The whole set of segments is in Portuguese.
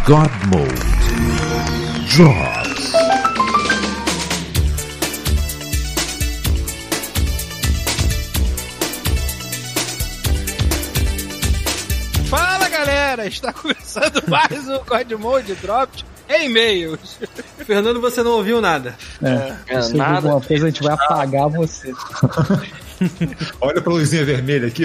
God Mode Drops. Fala galera, está começando mais um God Mode Drops em e-mails. Fernando, você não ouviu nada. Se nada. Alguma coisa, a gente vai apagar você. Olha pra luzinha vermelha aqui.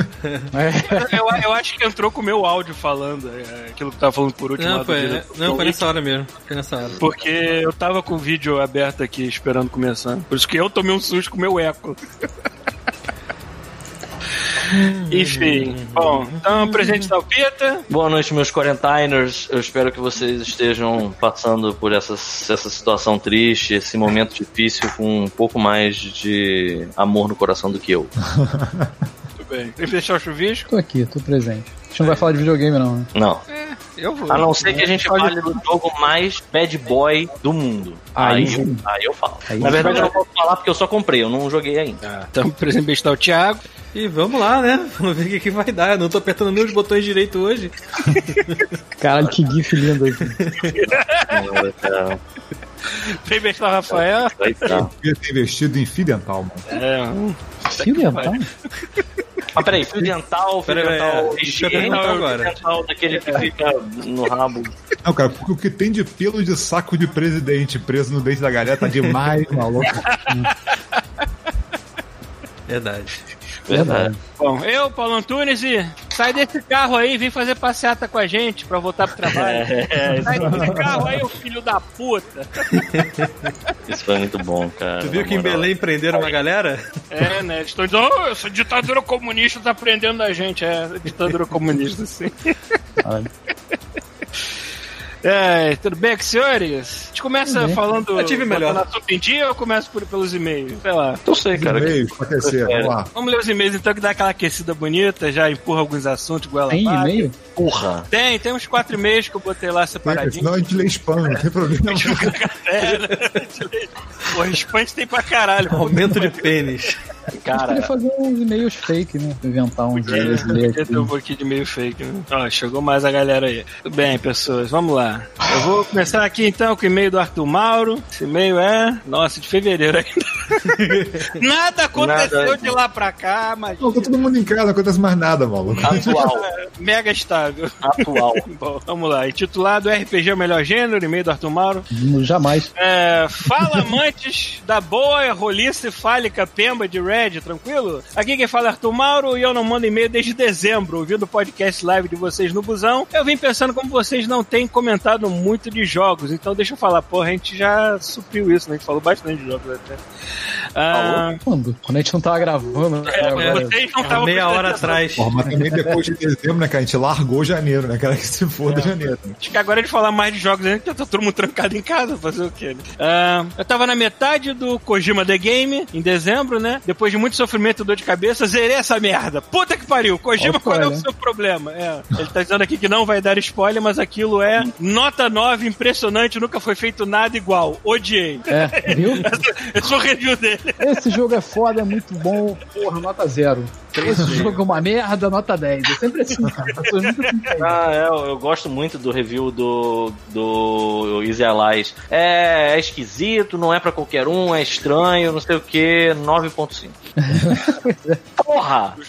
Eu acho que entrou com o meu áudio falando aquilo que tava falando por último. Foi nessa hora mesmo. Foi nessa hora. Porque eu tava com o vídeo aberto aqui esperando começar. Por isso que eu tomei um susto com o meu eco. Enfim, bom, então presente da Alpita. Boa noite, meus quarentiners. Eu espero que vocês estejam passando por essa situação triste, esse momento difícil com um pouco mais de amor no coração do que eu. Tudo bem. Vem fechar o chuvisco? Tô aqui, tô presente. A gente não vai falar de videogame não, né? Não. Eu vou. A não ser que a gente fale do jogo mais bad boy do mundo. Aí eu falo. Na verdade eu não posso falar porque eu só comprei, eu não joguei ainda. Então, presente está o Thiago. E vamos lá, né? Vamos ver o que vai dar. Eu não tô apertando nem os botões direito hoje. Caralho, que gif lindo aqui. Vem bestar o Rafael. Eu queria ter investido em fio dental, mano. Fio dental? Mas peraí, fio dental agora. Dental daquele que fica no rabo. Não, cara, porque o que tem de pelo de saco de presidente preso no dente da galera tá demais, maluco. Verdade. Bom, eu, Paulo Antunes, sai desse carro aí, vem fazer passeata com a gente pra voltar pro trabalho. Sai desse carro aí, ô filho da puta. Isso foi muito bom, cara. Tu viu que em Belém prenderam uma galera? Né? Eles estão dizendo, essa ditadura comunista tá prendendo a gente. Ditadura comunista, sim. Tudo bem com os senhores? A gente começa falando. Eu tive melhor. Assunto em dia ou eu começo pelos e-mails? Sei lá. Não sei, cara. E-mails, pra aquecer, vamos lá. Vamos ler os e-mails então, que dá aquela aquecida bonita, já empurra alguns assuntos, igual ela Tem e-mail? Porra. Tem uns 4 e-mails que eu botei lá separadinho. Senão a gente lê spam, não tem problema. Porra, spam a gente tem pra caralho. Aumento de pênis. Cara, podia fazer uns e-mails fake, né? Inventar uns e-mails. Podia ter um pouquinho de e-mail fake, né? Ó, chegou mais a galera aí. Tudo bem, pessoas, vamos lá. Eu vou começar aqui então com o e-mail do Arthur Mauro. Esse e-mail de fevereiro ainda. Nada aconteceu de lá pra cá, mas. Não, tá todo mundo em casa, não acontece mais nada, maluco. Atual. Mega estável. Atual. Bom, vamos lá. Intitulado RPG é o melhor gênero, e-mail do Arthur Mauro. Jamais. Fala, amantes da boa rolice fálica pemba de Red, tranquilo? Aqui quem fala é Arthur Mauro e eu não mando e-mail desde dezembro. Ouvindo o podcast live de vocês no busão, eu vim pensando como vocês não têm comentado muito de jogos, então deixa eu falar, porra, a gente já supriu isso, né? A gente falou bastante de jogos até. Quando a gente não tava gravando, né? Vocês não estavam meia hora atrás. Porra, mas também depois de dezembro, né, cara? A gente largou janeiro, né, cara? Que se foda janeiro. Acho que agora é de falar mais de jogos ainda, porque tá todo mundo trancado em casa, fazer o quê, né? Eu tava na metade do Kojima The Game, em dezembro, né? Depois de muito sofrimento e dor de cabeça, zerei essa merda. Puta que pariu! Kojima, qual é o seu problema? Ele tá dizendo aqui que não vai dar spoiler, mas aquilo é nota 9, impressionante, nunca foi feito nada igual. Odiei. Viu? Eu sou review dele. Esse jogo é foda, é muito bom. Porra, nota 0. Esse jogo é uma merda, nota 10. É sempre assim, cara. Eu gosto muito do review do Easy Allies. É esquisito, não é pra qualquer um, é estranho, não sei o que, 9.5. Porra!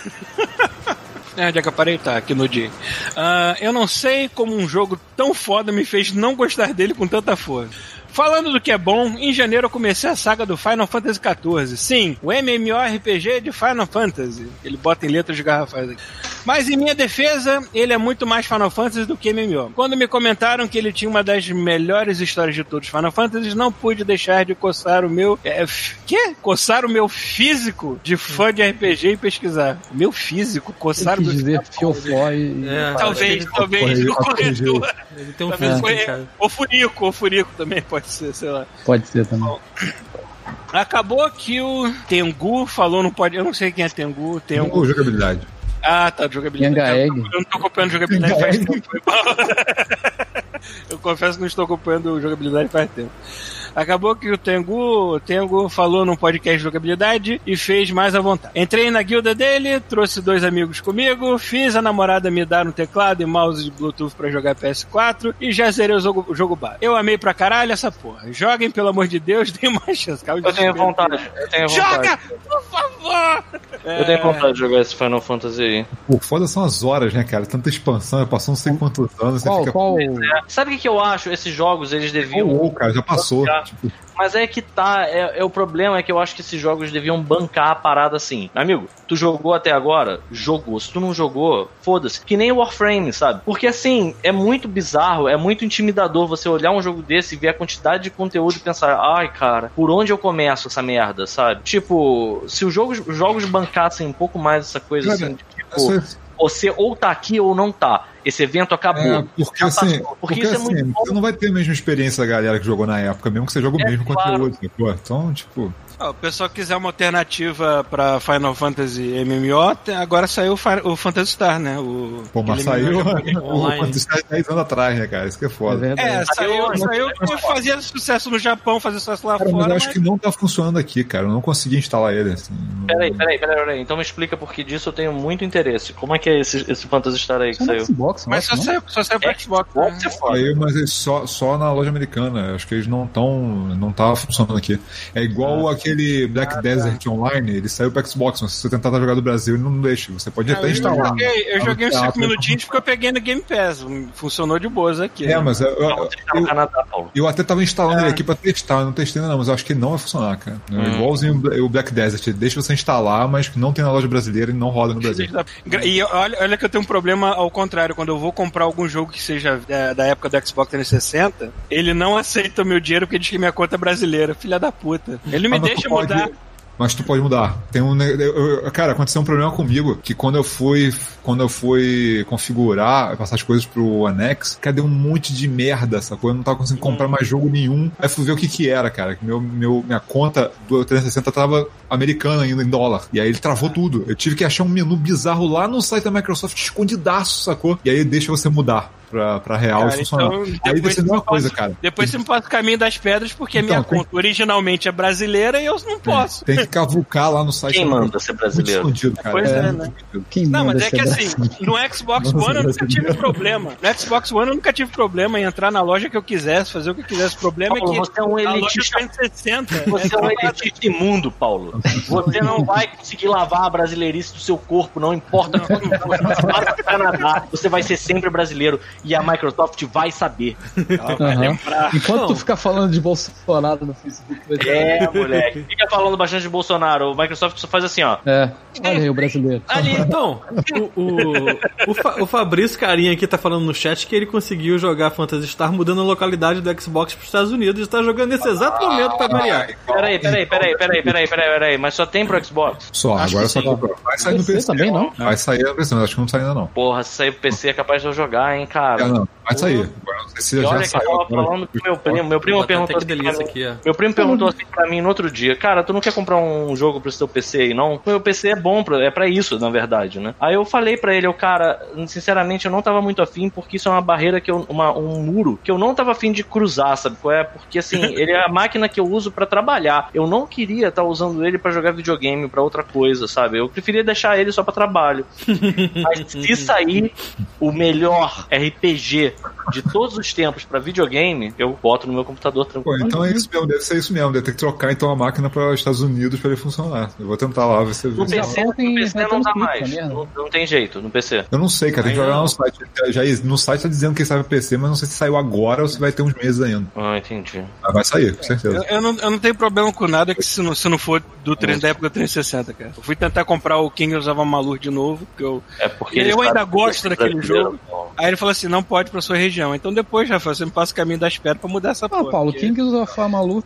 Onde é que eu parei? Tá, aqui no dia. Eu não sei como um jogo tão foda me fez não gostar dele com tanta força. Falando do que é bom, em janeiro eu comecei a saga do Final Fantasy XIV. Sim, o MMORPG de Final Fantasy. Ele bota em letras de garrafais aqui. Mas em minha defesa, ele é muito mais Final Fantasy do que MMO. Quando me comentaram que ele tinha uma das melhores histórias de todos os Final Fantasy, não pude deixar de coçar o meu... Coçar o meu físico de fã de RPG e pesquisar. Meu físico? Coçar o meu dizer fiofó e... Talvez, no corredor. Ele tem um físico, cara. O furico também pode ser, sei lá. Pode ser também. Bom, acabou que o Tengu falou no podcast. Eu não sei quem é Tengu. Jogabilidade. Tá, jogabilidade. Eu não tô acompanhando jogabilidade faz tempo. Eu confesso que não estou acompanhando jogabilidade faz tempo. Acabou que o Tengu falou num podcast de jogabilidade e fez mais à vontade. Entrei na guilda dele, trouxe 2 amigos comigo, fiz a namorada me dar um teclado e mouse de Bluetooth pra jogar PS4 e já zerei o jogo base. Eu amei pra caralho essa porra. Joguem, pelo amor de Deus, deem uma chance. Eu tenho vontade. Joga! Por favor! Eu tenho vontade de jogar esse Final Fantasy aí. O foda são as horas, né, cara? Tanta expansão, já passou não sei quantos anos. Qual? Sabe o que eu acho? Esses jogos, eles deviam... Cara, já passou. Tipo... Mas é que tá, o problema é que eu acho que esses jogos deviam bancar a parada assim. Amigo, tu jogou até agora? Jogou. Se tu não jogou, foda-se. Que nem o Warframe, sabe? Porque assim, é muito bizarro, é muito intimidador você olhar um jogo desse e ver a quantidade de conteúdo e pensar, ai cara, por onde eu começo essa merda, sabe? Tipo, se os jogos bancassem um pouco mais essa coisa cara, assim, tipo... Você ou tá aqui ou não tá. Esse evento acabou. Porque isso é muito bom. Você não vai ter a mesma experiência da galera que jogou na época, mesmo que você joga o mesmo conteúdo. Pô. Então, tipo... O pessoal que quiser uma alternativa pra Final Fantasy MMO, agora saiu o Phantasy Star, né? Pô, mas saiu o Phantasy Star 10 anos atrás, né, cara? Isso que é foda. Saiu que fazia sucesso no Japão, fazia sucesso lá cara, fora. Mas eu acho que não tá funcionando aqui, cara. Eu não consegui instalar ele. Assim, Peraí. Então me explica, porque disso eu tenho muito interesse. Como é que é esse Phantasy Star aí que saiu? Xbox, mas só saiu pro Xbox. Saiu, mas só na loja americana. Acho que eles não tá funcionando aqui. É igual aquele Black Desert Online, ele saiu pro Xbox, mas se você tentar jogar do Brasil, ele não deixa. Você pode até instalar. Eu joguei uns 5 minutinhos porque eu peguei no Game Pass. Funcionou de boas aqui. Mas eu até tava instalando ele aqui pra testar. Eu não testei ainda não, mas eu acho que não vai funcionar, cara. Igualzinho o Black Desert. Ele deixa você instalar, mas não tem na loja brasileira e não roda no Brasil. E olha que eu tenho um problema ao contrário. Quando eu vou comprar algum jogo que seja da época do Xbox 360, ele não aceita o meu dinheiro porque diz que minha conta é brasileira. Filha da puta. Ele me deixa mudar. Mas tu pode mudar. Cara, aconteceu um problema comigo, que quando eu fui configurar, passar as coisas pro One X, cadê um monte de merda, sacou? Eu não tava conseguindo comprar mais jogo nenhum. Aí fui ver o que era, cara. Minha conta do 360 tava americana ainda, em dólar. E aí ele travou tudo. Eu tive que achar um menu bizarro lá no site da Microsoft, escondidaço, sacou? E aí deixa você mudar pra real, cara, e funcionar. Então, e aí decidi uma coisa, cara. Depois você me passa o caminho das pedras, porque minha conta originalmente é brasileira e eu não posso. Tem que cavucar lá no site. Quem manda ser brasileiro? Escondido, cara. Pois né? Não, mas é que assim, no Xbox One eu nunca tive problema. No Xbox One eu nunca tive problema em entrar na loja que eu quisesse, fazer o que eu quisesse. O problema é que você é um elitista. Você é um elitista imundo, Paulo. Você não vai conseguir lavar a brasileirice do seu corpo, não importa quando você vai para o Canadá, você vai ser sempre brasileiro. E a Microsoft vai saber. Enquanto tu ficar falando de Bolsonaro no Facebook. Moleque. Fica falando bastante de Bolsonaro. O Microsoft só faz assim, ó. Olha aí o brasileiro. Então, o Fabrício Carinha aqui tá falando no chat que ele conseguiu jogar Phantasy Star mudando a localidade do Xbox pros Estados Unidos e tá jogando nesse exato momento pra variar. Peraí. Mas só tem pro Xbox? Só, acho agora só comprou. Vai sair no PC também, não? Vai sair no PC, mas acho que não sai ainda não. Porra, se sair pro PC é capaz de eu jogar, hein, cara. Não, vai sair. Agora não sei se já olha saiu. Que eu tava falando com meu primo. Meu primo perguntou assim pra mim no outro dia: cara, tu não quer comprar um jogo pro seu PC aí, não? Meu PC é bom, é pra isso, na verdade, né? Aí eu falei pra ele, cara, sinceramente eu não tava muito afim, porque isso é uma barreira um muro que eu não tava afim de cruzar, sabe qual é? Porque assim, ele é a máquina que eu uso pra trabalhar. Eu não queria estar usando ele pra jogar videogame, pra outra coisa, sabe? Eu preferia deixar ele só pra trabalho. Mas se sair o melhor RPG de todos os tempos pra videogame, eu boto no meu computador tranquilo. Pô, então é isso mesmo, deve ser isso mesmo. Deve ter que trocar então a máquina para os Estados Unidos para ele funcionar. Eu vou tentar lá ver se no PC não dá mais. Não tem jeito no PC. Eu não sei, cara. Tem que jogar no site. No site tá dizendo que sai para PC, mas não sei se saiu agora ou se vai ter uns meses ainda. Entendi. Vai sair, com certeza. Eu não tenho problema com nada que se não for da época do 360, cara. Eu fui tentar comprar o Kingdoms of Amalur de novo, porque eu ainda gosto daquele jogo. Aí ele falou assim, não pode pra sua região. Então depois, Rafael, você me passa o caminho das pedras pra mudar essa porra. Paulo, Kingdoms of Amalur tem no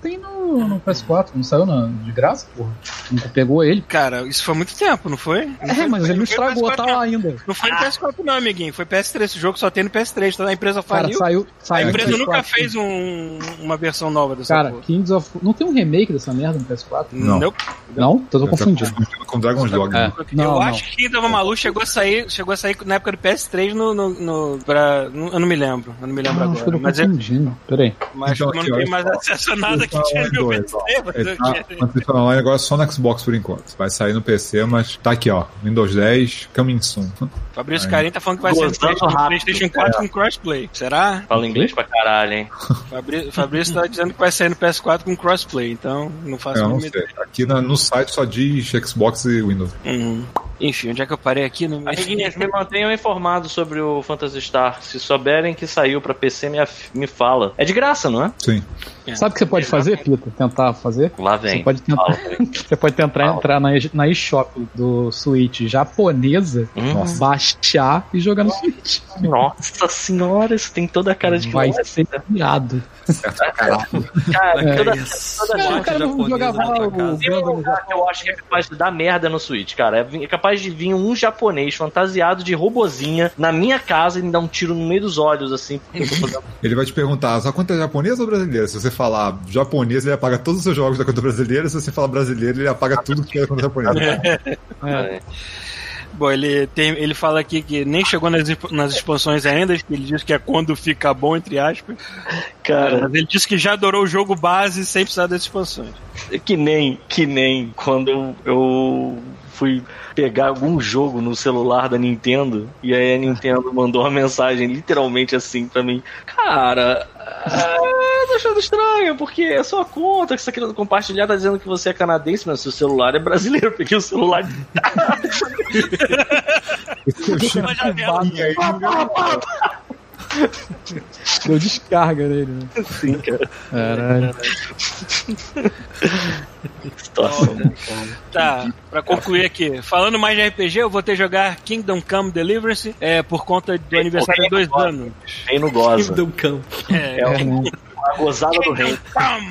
no PS4, não saiu de graça, porra. Nunca pegou ele. Cara, isso foi muito tempo, não foi? Mas ele não estragou, tá lá ainda. Não foi no PS4 não, amiguinho. Foi PS3, esse jogo só tem no PS3, tá? A empresa faliu. Cara, saiu a empresa nunca fez uma versão nova dessa porra. Cara, Kings of... Não tem um remake dessa merda no PS4? Não. Não? Então eu tô confundindo. Com Dragon's Dogma. Eu acho que Kings of Amalur chegou a sair na época do PS3 eu não me lembro. Eu não me lembro agora. Eu tô confundindo. Peraí. Mas então, como não tem mais acesso a nada que tinha no PC. Tá online agora só no Xbox por enquanto. Vai sair no PC, mas tá aqui, ó. Windows 10, coming soon. Fabrício Carinho tá falando que vai ser no PlayStation 4 com crossplay. Será? Fala inglês pra caralho, hein? Fabrício tá dizendo que vai sair no PS4 com crossplay, então não faço nenhuma ideia. Aqui no site só diz Xbox e Windows. Enfim, onde é que eu parei aqui? Amiguinhas, me mantenham informados sobre o Phantasy Star. Se souberem que saiu pra PC, me fala. É de graça, não é? Sim. Sabe o que você pode fazer, Pita? Tentar fazer? Lá vem. Você pode tentar entrar na eShop do Switch japonesa, baixar e jogar no Switch. Nossa senhora, isso tem toda a cara de que vai ser irado. Cara, toda eu acho que é capaz de dar merda no Switch, cara. É capaz de vir um japonês fantasiado de robozinha na minha casa e me dar um tiro no meio dos olhos, assim. Ele vai te perguntar, sua conta é japonesa ou brasileira? Se você falar japonês, ele apaga todos os seus jogos da conta brasileira. Se você falar brasileiro, ele apaga tudo que é da conta japonesa. Bom, ele fala aqui que nem chegou nas expansões ainda, ele diz que é quando fica bom, entre aspas. Cara, mas ele disse que já adorou o jogo base sem precisar das expansões. Que nem quando eu fui pegar algum jogo no celular da Nintendo e aí a Nintendo mandou uma mensagem literalmente assim pra mim: cara, tô achando estranho, porque é sua conta que você tá querendo compartilhar, tá dizendo que você é canadense, mas seu celular é brasileiro. Eu peguei o celular Deu descarga nele, né? Sim, cara. Caralho. Situação. Tá, pra concluir aqui, falando mais de RPG, eu vou ter que jogar Kingdom Come Deliverance por conta do aniversário de 2 anos. Quem não goza? Kingdom Come. É a gozada do rei.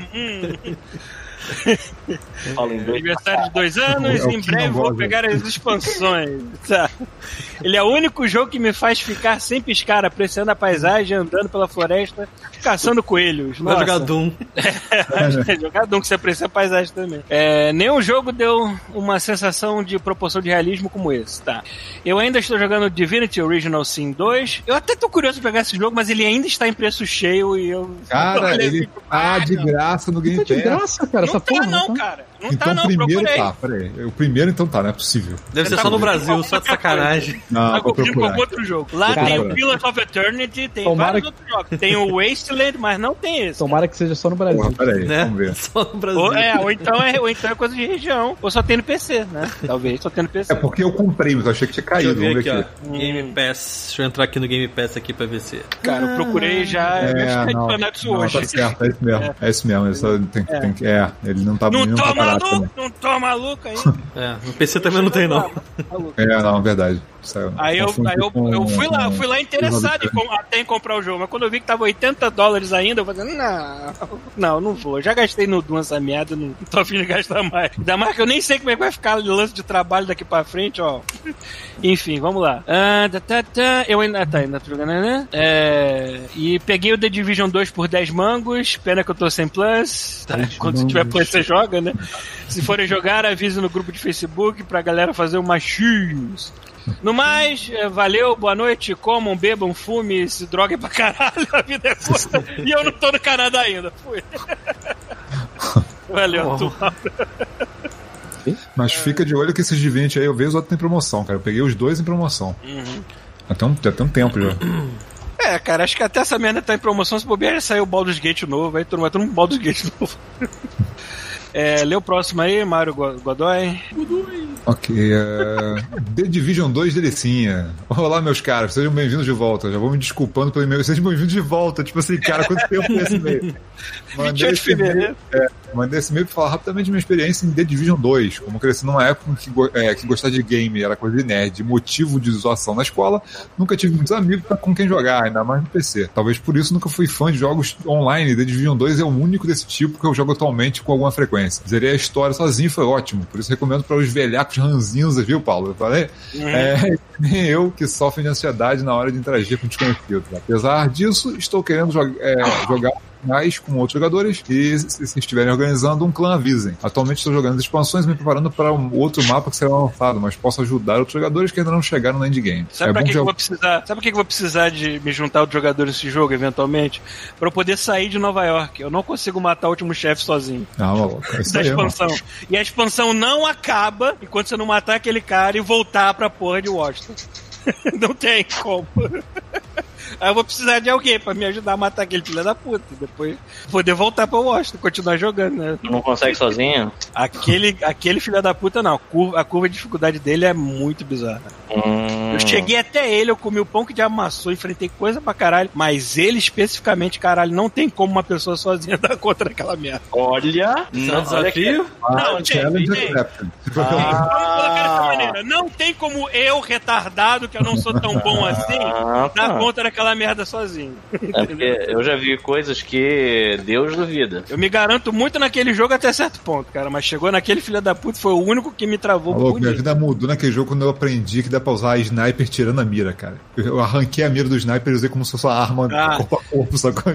Aniversário de 2 anos, em breve vou pegar as expansões. Tá. Ele é o único jogo que me faz ficar sem piscar, apreciando a paisagem, andando pela floresta, caçando coelhos. Vai jogar Doom. Jogar Doom, que você aprecia a paisagem também. Nenhum jogo deu uma sensação de proporção de realismo como esse, tá? Eu ainda estou jogando Divinity Original Sin 2. Eu até tô curioso pra pegar esse jogo, mas ele ainda está em preço cheio e eu... Cara, ele tá de graça no Game Pass. Tá de graça, cara, essa porra. Não, cara. Não então tá, não. Primeiro Procurei. tá, peraí. O primeiro então tá, não é possível. Deve ser só no Brasil, só de sacanagem. Não, Tá confundindo com algum outro jogo. Lá tem o Pillars of Eternity, tem vários outros jogos. Tem o Wasteland, mas não tem esse. Tomara que seja só no Brasil. Porra, peraí, né? vamos ver. Só no Brasil. Ou então é coisa de região. Ou só tem no PC, né? Talvez só tem no PC. É porque eu comprei, mas eu achei que tinha caído. Deixa eu ver aqui, ó. Game Pass. Deixa eu entrar aqui no Game Pass aqui pra ver se... Cara, eu procurei já. Não, tá certo, é isso mesmo. É isso mesmo. Ele não tá Não tô barato maluco, não tô maluco ainda. No PC também não tem, não. Não, verdade. Saiu. Aí eu fui lá interessado até em comprar o jogo, mas quando eu vi que tava $80 ainda, eu falei, não vou. Eu já gastei no Doom essa merda, não tô a fim de gastar mais. Ainda mais que eu nem sei como é que vai ficar o lance de trabalho daqui pra frente, ó. Enfim, vamos lá. Eu ainda tô jogando, né? E peguei o The Division 2 por 10 mangos, pena que eu tô sem Plus. Quando você tiver Plus, você joga, né? Se forem jogar, avise no grupo de Facebook pra galera fazer uma X. No mais, valeu, boa noite, comam, bebam, fume, se droguem pra caralho, a vida é curta. E eu não tô no Canadá ainda, fui. Valeu, turma. Mas fica de olho que esses de 20 aí, eu vejo os outros em promoção, cara. Eu peguei os 2 em promoção. Já tem um tempo já. Cara, acho que até essa merda tá em promoção. Se bobear, já saiu o Baldur's Gate novo. Aí todo mundo Baldur's Gate novo. Lê o próximo aí, Mário Godoy. Ok, The Division 2 delicinha. Olá, meus caras, sejam bem-vindos de volta. Já vou me desculpando pelo e-mail. Sejam bem-vindos de volta. Tipo assim, cara, quanto tempo é esse e-mail? 28 de fevereiro. mandei esse e-mail pra falar rapidamente minha experiência em The Division 2, como cresci numa época que gostar de game era coisa de nerd, motivo de zoação na escola, nunca tive muitos amigos com quem jogar, ainda mais no PC. Talvez por isso nunca fui fã de jogos online. The Division 2 é o único desse tipo que eu jogo atualmente com alguma frequência. Zerei a história sozinho, foi ótimo, por isso recomendo para os velhacos ranzinhos, viu, Paulo? Eu falei? Nem eu que sofre de ansiedade na hora de interagir com desconhecidos. Apesar disso, estou querendo jogar mais com outros jogadores e se estiverem organizando um clã, avisem. Atualmente estou jogando as expansões e me preparando para um outro mapa que será lançado, mas posso ajudar outros jogadores que ainda não chegaram no endgame. Sabe pra que eu vou precisar? Sabe por que eu vou precisar de me juntar aos jogadores nesse jogo, eventualmente? Pra eu poder sair de Nova York. Eu não consigo matar o último chefe sozinho. Maluco, da expansão. E a expansão não acaba enquanto você não matar aquele cara e voltar pra porra de Washington. Não tem como. Aí eu vou precisar de alguém pra me ajudar a matar aquele filho da puta. Depois poder voltar pra Washington, continuar jogando, né? Tu não consegue sozinho? Aquele filho da puta, não. A curva de dificuldade dele é muito bizarra. Eu cheguei até ele, eu comi o pão que já amassou, enfrentei coisa pra caralho. Mas ele especificamente, caralho, não tem como uma pessoa sozinha dar conta daquela merda. Olha! Não, desafio? Não, tem. Vamos colocar dessa maneira. Não tem como eu, retardado, que eu não sou tão bom assim, dar conta daquela merda sozinho. É porque eu já vi coisas que Deus duvida. Eu me garanto muito naquele jogo até certo ponto, cara, mas chegou naquele filho da puta, foi o único que me travou. Maluco, minha vida mudou naquele jogo quando eu aprendi que dá pra usar a sniper tirando a mira, cara. Eu arranquei a mira do sniper e usei como se fosse uma arma corpo a corpo, sacou?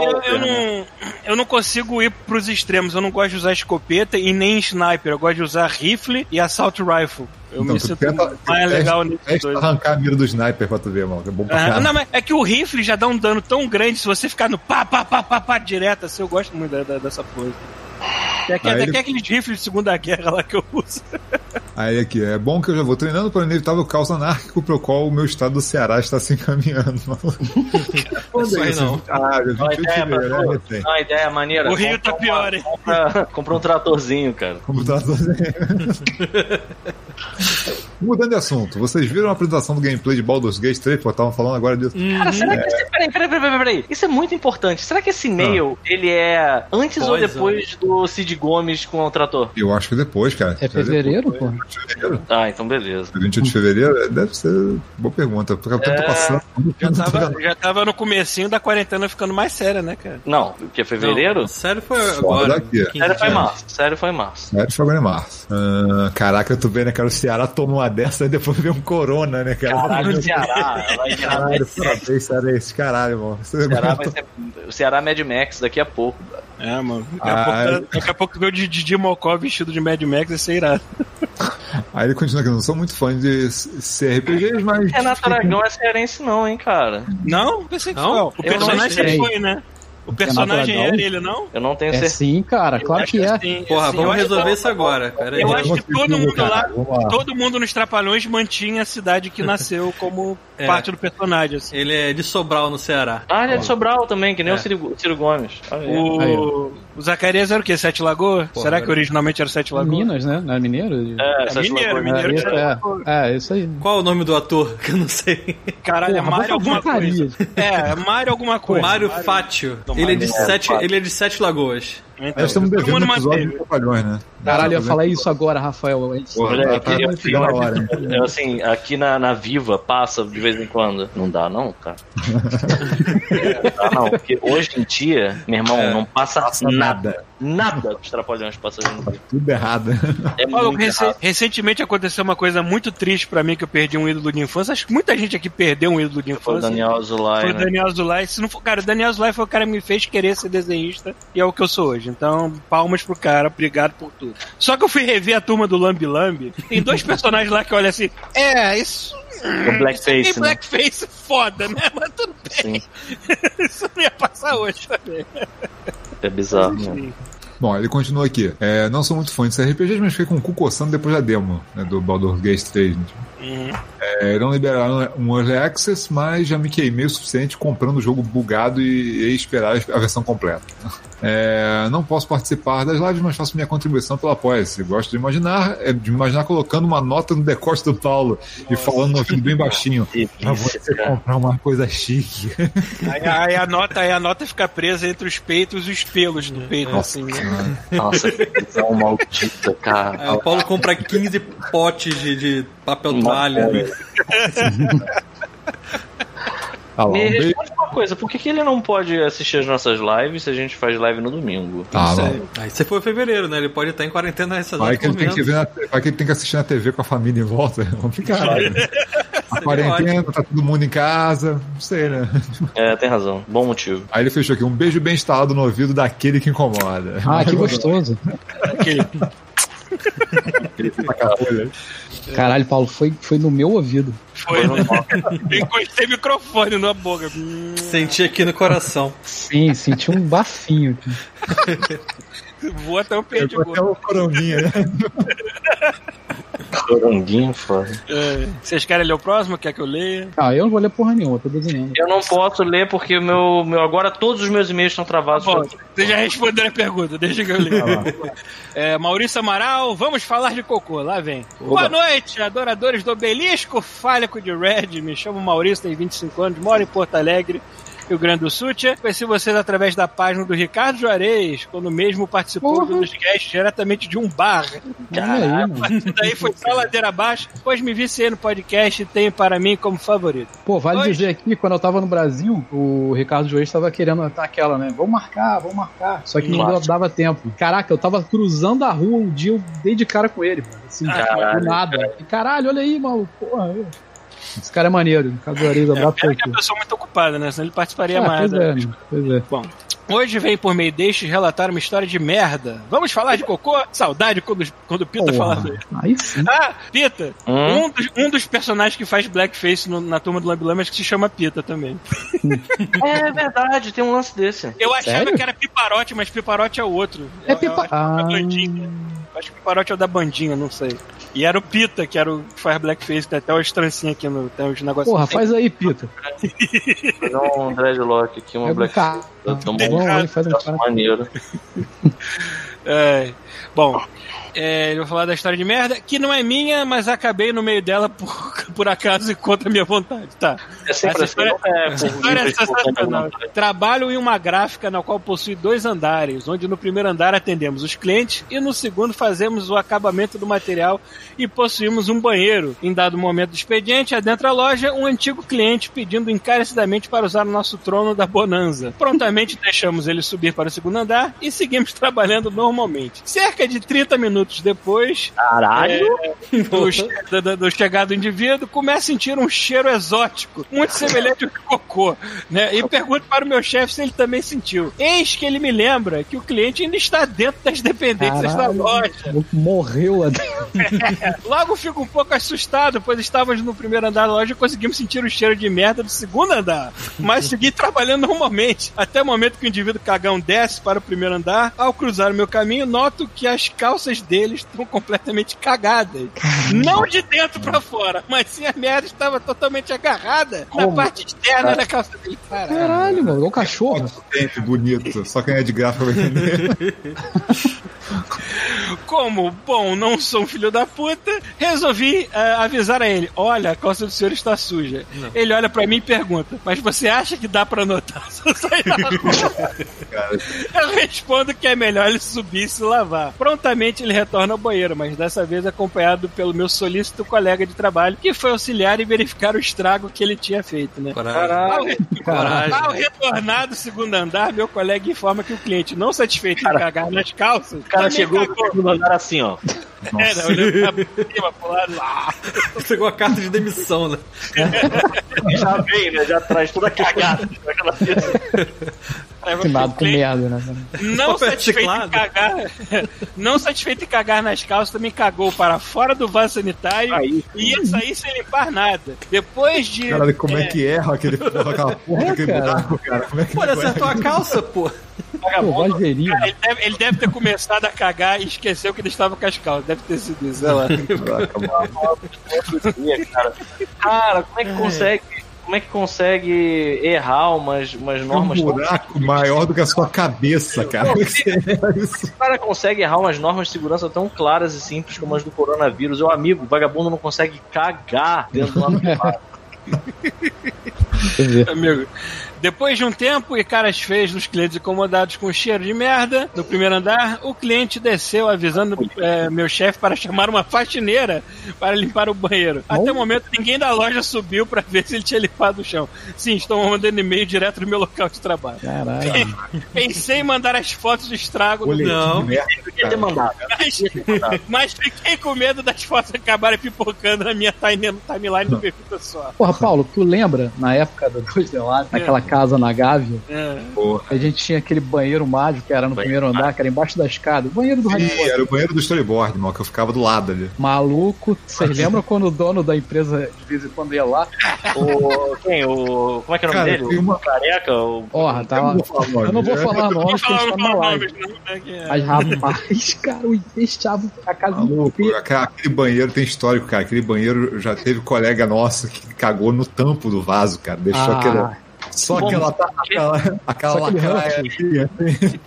Eu não consigo ir pros extremos, eu não gosto de usar escopeta e nem sniper, eu gosto de usar rifle e assault rifle. Eu me sinto mais legal nisso dois. Arrancar a mira do sniper pra tu ver, mano. É bom pra caralho. Não, mas é que o rifle já dá um dano tão grande se você ficar no pá direto, assim, eu gosto muito dessa coisa. Até aqueles rifles de Segunda Guerra lá que eu uso. Aí aqui, é bom que eu já vou treinando para o inevitável caos anárquico pro qual o meu estado do Ceará está se encaminhando. Isso aí não. Uma ideia maneira. O Rio tá pior, hein? Compra um tratorzinho, cara. Compra um tratorzinho. Mudando de assunto, vocês viram a apresentação do gameplay de Baldur's Gate 3? Pô, estavam falando agora disso. Cara, será que peraí. Isso é muito importante. Será que esse e-mail, ele é antes ou depois do Cid Gomes com o trator? Eu acho que depois, cara. É fevereiro, pô? Ah, então beleza. 28 de fevereiro? Deve ser boa pergunta. Porque o tempo tá passando. Já tava no comecinho da quarentena ficando mais séria, né, cara? Não, porque é fevereiro? Não, sério foi agora. Sério foi março. Sério foi agora em março. Caraca, tu vê, né, cara? O Ceará toma uma dessa e depois vem um corona, né, cara? Caralho, o Ceará. Caralho, parabéns, Cearense. Caralho, mano. O Ceará Mad Max daqui a pouco. É, mano. Daqui a pouco veio o Didi Mocó vestido de Mad Max e ser irado. Aí ele continua aqui, não sou muito fã de CRPGs, mas... Renato Aragão é cearense não, hein, cara? Não? Pensei que não. O personagem foi, né? O personagem era ele, não? Eu não tenho certeza. Sim, cara, claro que é. Sim, porra, vamos resolver isso agora. Eu acho que todo mundo lá, todo mundo nos Trapalhões mantinha a cidade que nasceu como parte do personagem. Assim. Ele é de Sobral, no Ceará. Ah, ele é de Sobral também, que nem o Ciro Gomes. O Zacarias era o quê? Sete Lagoas? Porra, será que originalmente era Sete Lagoas? Minas, né? Não é mineiro? Mineiro. Isso aí. Qual o nome do ator? Que eu não sei. Caralho, é Mário alguma coisa. Mário alguma coisa. Mário Fátio. Ele é de Sete Lagoas. Então, nós estamos devendo um episódio de Trapalhões, né? Caralho, eu falei isso agora, Rafael. Eu assim, aqui na Viva passa de vez em quando. Não dá não, cara. Não dá não, porque hoje em dia, meu irmão, não passa nada. Nada dos Trapalhões passando. Tá tudo errado. Recentemente aconteceu uma coisa muito triste pra mim, que eu perdi um ídolo de infância. Acho que muita gente aqui perdeu um ídolo de infância. Foi o Daniel Azulay. Foi o Daniel Azulay. Se não for, cara, o Daniel Azulay foi o cara que me fez querer ser desenhista e é o que eu sou hoje. Então, palmas pro cara, obrigado por tudo. Só que eu fui rever a turma do Lambi Lambi. Tem dois personagens lá que olham assim, isso... O blackface, tem blackface foda, né? Mas tudo bem. Isso não ia passar hoje também. É bizarro, né? Bom, ele continua aqui. Não sou muito fã de RPGs, mas fiquei com o cu coçando depois da demo, né, do Baldur's Gate 3. Não liberaram um Early Access, mas já me queimei o suficiente comprando o jogo bugado e esperar a versão completa. Não posso participar das lives, mas faço minha contribuição pelo Apoia-se. Gosto de imaginar colocando uma nota no decote do Paulo e falando no ouvido bem baixinho. Pra você comprar uma coisa chique. Aí a nota fica presa entre os peitos e os pelos do peito, assim, né? Nossa, que visão maldita, cara. Aí o Paulo compra 15 potes de papel toalha. Me responde uma coisa, por que ele não pode assistir as nossas lives se a gente faz live no domingo? Aí você foi em fevereiro, né? Ele pode estar em quarentena nessa data. Vai que ele tem que assistir na TV com a família em volta. É complicado. A quarentena, tá todo mundo em casa, não sei, né? Tem razão. Bom motivo. Aí ele fechou aqui, um beijo bem instalado no ouvido daquele que incomoda. Que gostoso. Caralho, Paulo, foi no meu ouvido. Foi. Encostei o microfone na boca. Senti aqui no coração. Sim, senti um bafinho aqui. Voa até o peito. Até o coronguinha, né? Coronguinho, foda. Vocês querem ler o próximo? Quer que eu leia? Eu não vou ler porra nenhuma, tô desenhando. Eu não posso ler porque agora todos os meus e-mails estão travados. Vocês já responderam a pergunta, deixa que eu leia. Maurício Amaral, vamos falar de cocô, lá vem. Boa noite, adoradores do obelisco fálico de Red. Me chamo Maurício, tenho 25 anos, moro em Porto Alegre, Rio Grande do Sul. Conheci vocês através da página do Ricardo Juarez, quando mesmo participou dos casts diretamente de um bar. Caralho, daí foi só ladeira abaixo, depois me viciei no podcast e tenho para mim como favorito. Vale dizer aqui, quando eu tava no Brasil, o Ricardo Juarez tava querendo aquela, né? Vamos marcar. Só que não dava tempo. Caraca, eu tava cruzando a rua um dia, eu dei de cara com ele, mano. Assim, do nada. E caralho, olha aí, maluco. Porra, esse cara é maneiro. Ricardo Juarez, abraço pra ele. É uma pessoa muito ocupada, né? Senão ele participaria mais. Pois é. Bom, hoje veio por meio deste relatar uma história de merda. Vamos falar de cocô? Saudade quando o Pita falava isso. Aí sim. Pita. Um dos personagens que faz blackface na turma do Lambilamas que se chama Pita também. É verdade, tem um lance desse. Eu achava que era Piparote, mas Piparote é o outro. É Piparote. Acho que o Piparote é o da bandinha, não sei. E era o Pita, que era o que faz blackface, que tem até as trancinhas aqui, tem uns negócios. Porra, faz aí, Pita. Fazer um dreadlock aqui, uma blackface. Faz um maneiro. Bom, eu vou falar da história de merda, que não é minha, mas acabei no meio dela por acaso e contra a minha vontade. Tá. Essa história é sensacional. Trabalho em uma gráfica na qual possui 2 andares, onde no primeiro andar atendemos os clientes e no segundo fazemos o acabamento do material e possuímos um banheiro. Em dado momento do expediente, adentra a loja um antigo cliente pedindo encarecidamente para usar o nosso trono da Bonanza. Prontamente deixamos ele subir para o segundo andar e seguimos trabalhando normalmente. Cerca de 30 minutos depois, do chegado indivíduo, começa a sentir um cheiro exótico, muito semelhante ao cocô, né? E pergunto para o meu chefe se ele também sentiu. Eis que ele me lembra que o cliente ainda está dentro das dependências da loja. Morreu. Logo fico um pouco assustado, pois estávamos no primeiro andar da loja e conseguimos sentir o cheiro de merda do segundo andar. Mas segui trabalhando normalmente, até o momento que o indivíduo cagão desce para o primeiro andar. Ao cruzar o meu caminho, noto que as calças dele estão completamente cagadas. Não de dentro pra fora, mas sim a merda estava totalmente agarrada na parte externa da calça dele. Caralho, mano, igual cachorro. Sempre bonito, só quem é de graça vai vender. Como, bom, não sou um filho da puta, resolvi avisar a ele: olha, a calça do senhor está suja. Não. Ele olha pra mim e pergunta: mas você acha que dá pra notar se eu sair da rua? Eu respondo que é melhor ele subir e se lavar. Prontamente ele retorna ao banheiro, mas dessa vez acompanhado pelo meu solícito colega de trabalho, que foi auxiliar e verificar o estrago que ele tinha feito, né? Ao retornar do segundo andar, meu colega informa que o cliente, não satisfeito em cagar nas calças, o cara chegou no segundo andar assim, ó. Olhando pra cima, pro lado. Pegou a carta de demissão, né? Já vem, né? Já traz toda a cagada. Queimado com merda, né? Não satisfeito em cagar nas calças, também cagou para fora do vaso sanitário e ia sair sem limpar nada. Depois de... Caralho, como é que erra aquela porra, aquele buraco, cara? Como é que ele acertou a calça, pô? Ele deve ter começado a cagar e esqueceu que ele estava com as calças. Deve ter sido isso, sei lá. Cara, como é que consegue? como é que consegue errar umas normas... Um buraco maior do que a sua cabeça, cara. O cara consegue errar umas normas de segurança tão claras e simples como as do coronavírus. O amigo, o vagabundo não consegue cagar dentro de uma privada. Amigo, depois de um tempo e caras feios nos clientes incomodados com o cheiro de merda no primeiro andar, o cliente desceu avisando meu chefe para chamar uma faxineira para limpar o banheiro. Até o momento ninguém da loja subiu para ver se ele tinha limpado o chão. Sim, estou mandando e-mail direto do meu local de trabalho. Caralho. Pensei em mandar as fotos do estrago do não. Podia ter mandado. Mas fiquei com medo das fotos acabarem pipocando na minha timeline do perfil pessoal. Porra, Paulo, tu lembra na época do 2D Lab, naquela casa na Gávea? A gente tinha aquele banheiro mágico que era no primeiro andar, que era embaixo da escada. O banheiro do Harry Potter. Era o banheiro do storyboard, mal, que eu ficava do lado ali. Maluco, vocês lembram quando o dono da empresa de vez em quando ia lá? Quem? Como é que é o nome dele? Uma... O Careca? Porra, tá lá. Eu não vou falar nome, porque está na live. Mas rapaz, cara, o fechava a casa inteira. Aquele banheiro tem histórico, cara. Aquele banheiro já teve colega nosso que cagou no tampo do vaso, cara. Deixou aquela... Só aquela lacraia aqui, assim.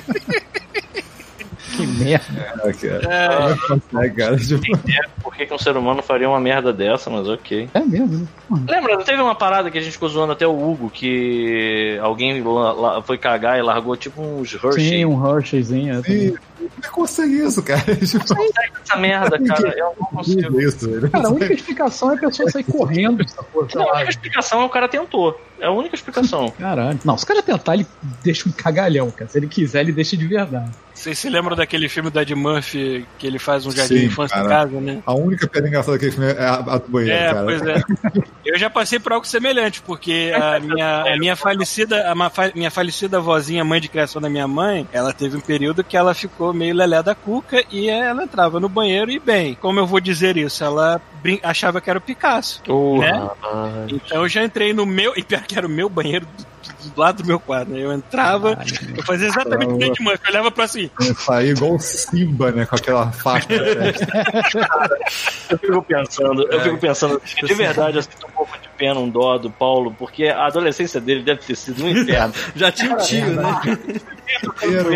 Que merda. Cara. Por que um ser humano faria uma merda dessa, mas ok. É mesmo, né? Lembra, não teve uma parada que a gente ficou zoando até o Hugo, que alguém foi cagar e largou tipo uns Hershey? Sim, um Hersheyzinho. Como é que consegue isso, cara? Não consegue essa merda, cara. Eu não consigo. Cara, a única explicação é a pessoa sair correndo. Não, a única explicação é o cara tentou. É a única explicação. Caralho. Não, se o cara tentar, ele deixa um cagalhão, cara. Se ele quiser, ele deixa de verdade. Vocês se lembram daquele filme do Ed Murphy que ele faz um jardim de infância em casa, né? A única pedra engraçada daquele filme é a do banheiro, cara. Pois é. Eu já passei por algo semelhante, porque a minha falecida vozinha, mãe de criação da minha mãe, ela teve um período que ela ficou meio lelé da cuca e ela entrava no banheiro e, bem, como eu vou dizer isso? Ela achava que era o Picasso, né? Então eu já entrei no meu, e pior que era o meu banheiro do lado do meu quarto, né? Eu entrava, eu fazia exatamente o que Ed Murphy, eu olhava pra assim. Eu saí igual o Simba, né? Com aquela faixa na testa. Eu fico pensando, de verdade, eu sinto um pouco de pena, um dó do Paulo, porque a adolescência dele deve ter sido um inferno. Já tinha um tio, né? Pelo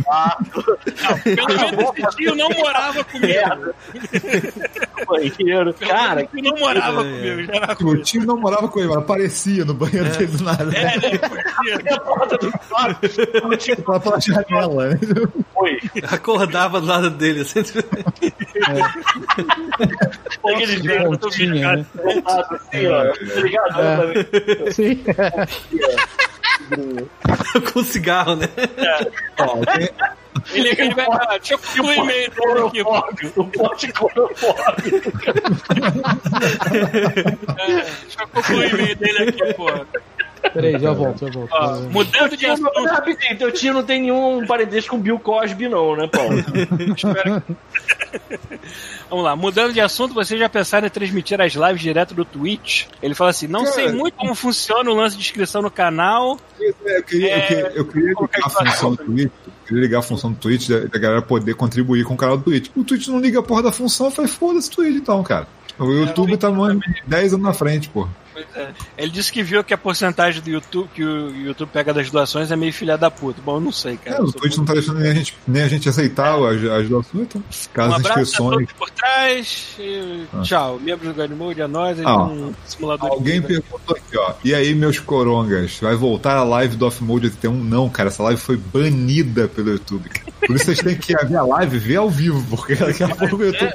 menos esse tio não morava comigo. Banheiro. Cara, que não morava comigo. O tio não morava com ele, mas aparecia no banheiro dele do nada. A porta do quarto. Pela janela, né? Foi. Acordava do lado dele, assim. Aquele jeito do vídeo, cara. Assim, ó. Obrigado. Sim. Com cigarro, né? Ele vai falar, deixa eu concluir o e-mail dele aqui. O pote clorofórmico. Deixa eu concluir o e-mail dele aqui, pô. Peraí, já volto. Mudando de assunto. Rapidinho, teu tio não tem nenhum parentesco com Bill Cosby, não, né, Paulo? Espero que... Vamos lá, mudando de assunto, vocês já pensaram em transmitir as lives direto do Twitch? Ele fala assim, não sei muito como funciona o lance de inscrição no canal. Eu queria ligar a função do Twitch. Queria ligar a função do Twitch da galera poder contribuir com o canal do Twitch. O Twitch não liga a porra da função, faz foda-se o Twitch então, cara. O YouTube tá 10 anos na frente, pô. Pois é. Ele disse que viu que a porcentagem do YouTube, que o YouTube pega das doações, é meio filha da puta. Bom, eu não sei, cara. O Twitch não tá deixando nem a gente aceitar as doações, então. Caso um abraço inscrições. A todos por trás. E tchau. Membros do Godmode, a nós, um simulador. Alguém perguntou aqui, ó. E aí, meus corongas, vai voltar a live do Off-Mode 81? Não, cara, essa live foi banida pelo YouTube. Por isso vocês têm que ver a live, ver ao vivo, porque daqui a pouco o YouTube.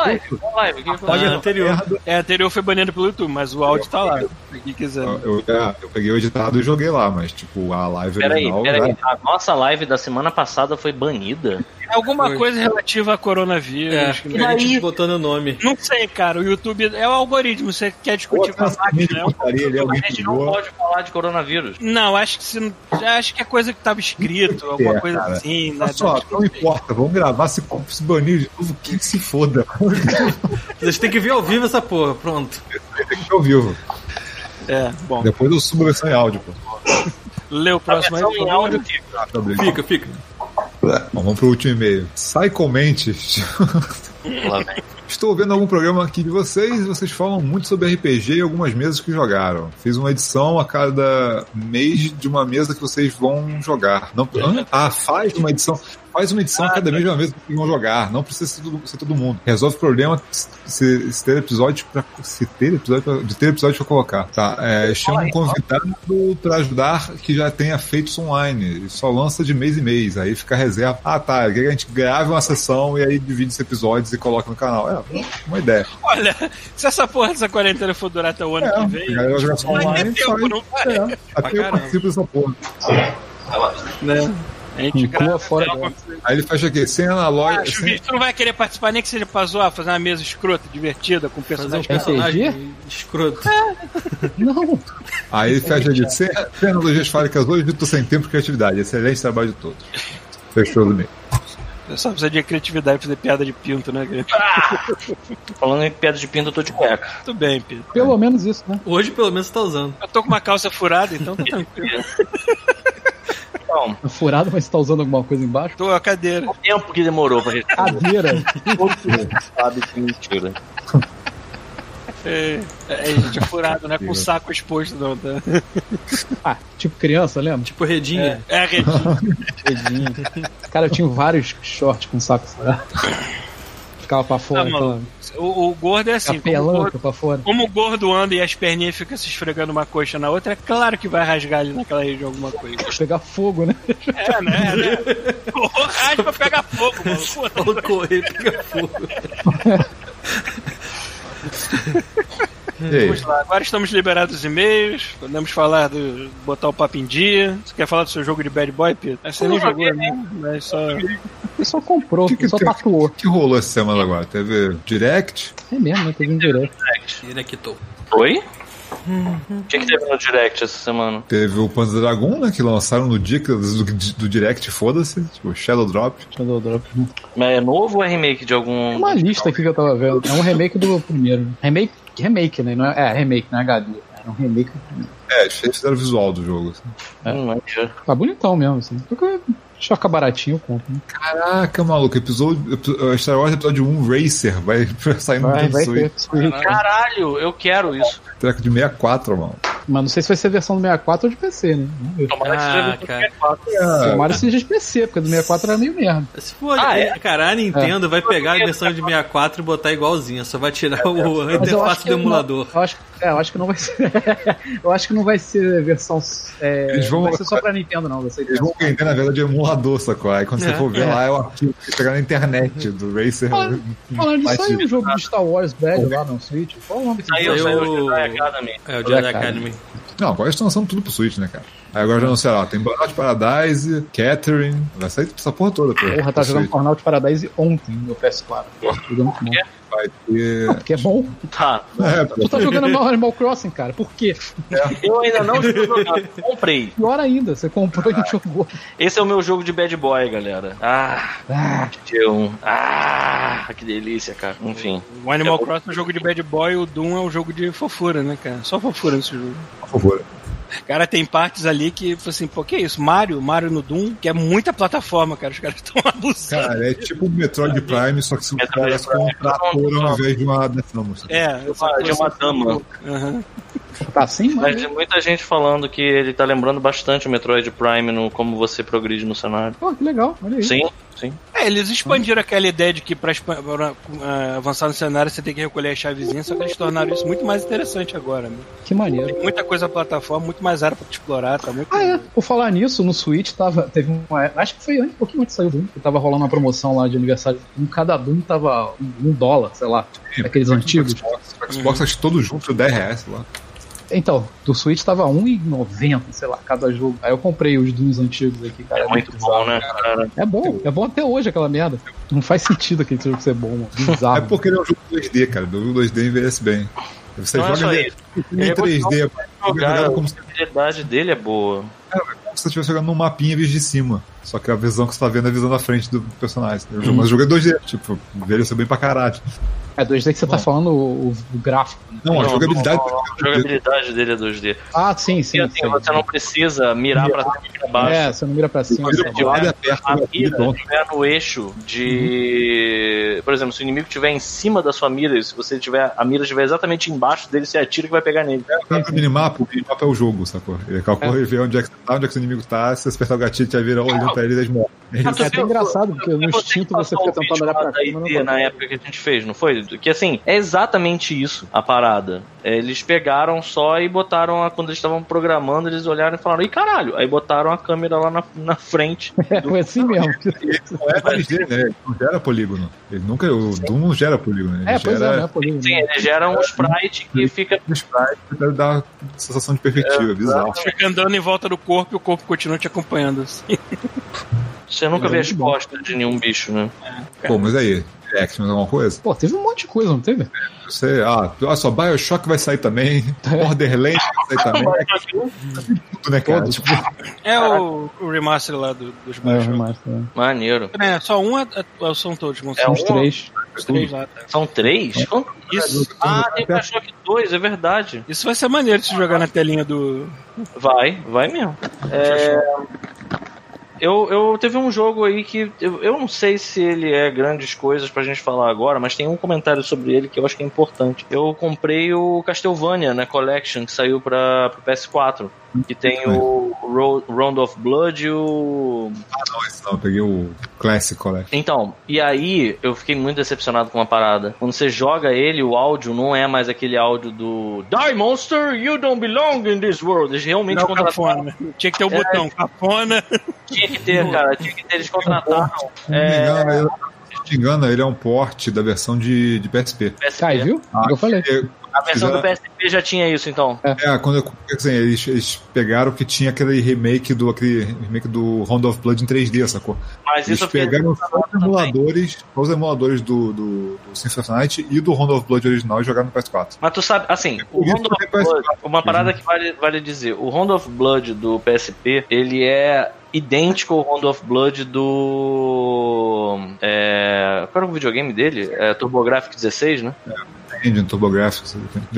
A anterior foi banida pelo YouTube, mas o áudio tá lá. Quem quiser. Eu peguei o editado e joguei lá, mas tipo, a live original... Peraí, a nossa live da semana passada foi banida? Alguma coisa relativa a coronavírus. A gente botou no nome. Não sei, cara. O YouTube é o algoritmo. Você quer discutir com a máquina, a gente não pode falar de coronavírus. Não, acho que é coisa que tava escrito, alguma coisa cara. Assim. Né? Só, não importa. Vamos gravar. Se banir de novo, que se foda. Vocês têm que ver ao vivo essa porra. Pronto. Tem que ver ao vivo. Bom. Depois eu subo a versão em áudio, pô. Lê o próximo aí. Em áudio fica. Bom, vamos pro último e-mail. Sai, comente. Lá vem. Estou vendo algum programa aqui de vocês e vocês falam muito sobre RPG e algumas mesas que jogaram. Fiz uma edição a cada mês de uma mesa que vocês vão jogar. Não, faz uma edição a cada mês de uma mesa que vocês vão jogar. Não precisa ser todo mundo. Resolve o problema se ter episódio pra colocar. Tá, chama um convidado pra ajudar que já tenha feitos online. Só lança de mês em mês. Aí fica a reserva. Quer que a gente grave uma sessão e aí divide os episódios e coloca no canal. Uma ideia. Olha, se essa porra dessa quarentena for durar até o ano que vem, vai jogar só online, não vai. Até eu participo dessa porra. Né? A gente grava fora. Aí ele faz aqui, sem analógico. Tu não vai querer participar nem que seja pra zoar, fazer uma mesa escrota, divertida, com personagens escroto. Não. Aí ele fecha aqui, sem analogias fálicas hoje, eu tô sem tempo e criatividade. Excelente trabalho de todos. Fechou do meio. Eu só preciso de criatividade pra fazer piada de pinto, né? Falando em piada de pinto, eu tô de cueca. Tudo bem, Pedro. Pelo menos isso, né? Hoje, pelo menos, você tá usando. Eu tô com uma calça furada, então tá tranquilo. Tá furado, mas você tá usando alguma coisa embaixo? Tô, a cadeira. O tempo que demorou pra gente. Cadeira? Sabe que mentira. Gente, é furado, né? Com o saco exposto. Não, tá? Tipo criança, lembra? Tipo redinha. Redinha. Cara, eu tinha vários shorts com saco furado. Ficava pra fora. O gordo é assim. Pra fora. Como o gordo anda e as perninhas ficam se esfregando uma coxa na outra, é claro que vai rasgar ali naquela região alguma coisa. Pegar fogo, né? Né? Rasga pra pegar fogo, mano. Ou correr e pegar fogo. Vamos lá, agora estamos liberados os e-mails. Podemos falar botar o papo em dia. Você quer falar do seu jogo de Bad Boy, Pedro? Você nem jogou, né? Mas só comprou, só tatuou. O que rolou essa semana agora? Teve Direct? É mesmo, né? Teve um Direct. Directou. Oi? O que teve no Direct essa semana? Teve o Panzer Dragon, né? Que lançaram no dia do Direct, foda-se. Tipo, Shadow Drop. Né? Mas é novo ou é remake de algum... É uma lista aqui que eu tava vendo. É um remake do primeiro. Remake, né? Não é remake, não é HD. É um remake do primeiro. Eles fizeram o visual do jogo. Assim. Tá bonitão mesmo, assim. Deixa eu ficar baratinho, eu compro. Né? Caraca, maluco. Star Wars Episódio 1 Racer vai sair no Switch. Caralho, eu quero isso. Treco de 64, mano. Mas não sei se vai ser versão do 64 ou de PC, né? Tomara que seja do 64. Tomara que seja de PC, porque do 64 era meio merda. Se for, cara, a Nintendo vai pegar a versão de 64 e botar igualzinha. Só vai tirar a interface do emulador. Eu acho que não vai ser. Eu acho que não vai ser versão. Não vai ser só pra Nintendo, não. Eles vão vender, na verdade, emulador, sacou? Aí quando você for ver lá, é o arquivo que pegar na internet do Racer. Falando disso, saiu um jogo de Star Wars Bad lá no Switch. Qual o nome desse jogo? Saiu o Jedi Academy. É o Jedi Academy. Não, agora estão lançando tudo pro Switch, né, cara? Aí agora já anunciaram, tem Burnout Paradise, Catherine, vai sair essa porra toda. Porra, tá jogando Burnout Paradise ontem no meu PS4. Jogando muito bom. Vai ter... Porque é bom. Tá. Tu tá jogando Animal Crossing, cara. Por quê? Eu ainda não estou jogando. Comprei. Pior ainda, você comprou e não jogou. Esse é o meu jogo de Bad Boy, galera. Que delícia, cara. Enfim. O Animal Crossing é um jogo de Bad Boy, o Doom é um jogo de fofura, né, cara? Só fofura nesse jogo. Fofura. Cara, tem partes ali que, assim, pô, que é isso? Mario no Doom, que é muita plataforma, cara. Os caras estão abusando. Cara, é tipo o Metroid Prime, só que se o cara com um trator ao invés de uma dama. De uma dama. Tá assim, mas tem muita gente falando que ele tá lembrando bastante o Metroid Prime no como você progride no cenário. Pô, que legal, olha aí. Sim. Eles expandiram aquela ideia de que pra avançar no cenário você tem que recolher as chavezinhas, só que eles tornaram isso muito mais interessante agora, né? Que maneiro. Tem muita coisa na plataforma, muito mais área pra te explorar, tá muito... Por falar nisso, no Switch teve uma... Acho que foi um pouquinho antes de sair o Doom, que tava rolando uma promoção lá de aniversário. Cada Doom tava $1, sei lá, aqueles antigos. O Xbox acho que todo junto R$10 lá. Então, do Switch tava R$1,90, sei lá, cada jogo. Aí eu comprei os Dooms antigos aqui, cara. É muito bom, né, cara? É bom até hoje aquela merda. Não faz sentido aquele jogo ser bom, mano. Bizarro. É porque ele é um jogo 2D, cara. O 2D envelhece bem. Você joga em 3D. A jogabilidade dele é boa. É como se você estivesse jogando num mapinha em vez de cima. Só que a visão que você tá vendo é a visão da frente do personagem. Mas o jogo é 2D, tipo, envelheceu bem pra caralho. É 2D que você tá falando o gráfico. Não, a jogabilidade. A jogabilidade dele é 2D. Ah, sim. Porque assim, você não precisa mirar pra cima e pra baixo. Você não mira pra cima. Se a mira estiver no eixo de... Por exemplo, se o inimigo estiver em cima da sua mira, se você tiver a mira estiver exatamente embaixo dele, você atira que vai pegar nele. O minimapa é o jogo, sacou? Ele calcula e vê onde é que você tá, onde é que o inimigo tá, se você apertar o gatilho, você vira olhando pra ele e eles morrem. É até engraçado, porque no instinto você fica tentando olhar pra cima. Na época que a gente fez, não foi? Que assim, é exatamente isso a parada. Eles pegaram só e botaram, quando eles estavam programando, eles olharam e falaram, ih, caralho! Aí botaram a câmera lá na frente. Foi assim mesmo. Não é 3D, né? Ele não gera polígono. O Doom não gera polígono. Ele não é polígono. Sim, ele gera um sprite que fica... Um sprite que dá uma sensação de perspectiva, bizarro. Fica andando em volta do corpo e o corpo continua te acompanhando. Assim. Você nunca vê as costas de nenhum bicho, né? Pô, mas aí, React, mais alguma coisa? Pô, teve um monte de coisa, não teve? Você, olha só, BioShock vai sair também, Borderlands vai sair também. Tudo, né, cara? Tipo... É o remaster lá dos BioShock. Maneiro. Só um ou são todos? São os 3. Os 3 lá, tá. São 3? Isso. Tem BioShock 2, é verdade. Isso vai ser maneiro de se jogar na telinha do... Vai mesmo. Eu teve um jogo aí que eu não sei se ele é grandes coisas pra gente falar agora, mas tem um comentário sobre ele que eu acho que é importante. Eu comprei o Castlevania, né, Collection, que saiu pro PS4, que tem o Round of Blood e o... não, eu peguei o Classic Collection. Então, e aí eu fiquei muito decepcionado com uma parada. Quando você joga ele, o áudio não é mais aquele áudio do Die Monster, you don't belong in this world. Eles realmente contrataram. Tinha que ter o botão, cafona. Tinha que ter, cara. Tinha que ter, eles contrataram. Se não me engano, ele é um port da versão de PSP. Aí, viu? Eu falei. A versão do PSP já tinha isso, então. Assim, eles pegaram que tinha aquele remake do Round of Blood em 3D, sacou? Mas eles pegaram os emuladores do Symphony of the Night e do Round of Blood original e jogaram no PS4. Mas tu sabe, assim, o Round of Blood, uma parada que vale dizer, o Round of Blood do PSP, ele é idêntico ao Round of Blood do... qual era o videogame dele? TurboGrafx 16, né? Engine, TurboGrafx,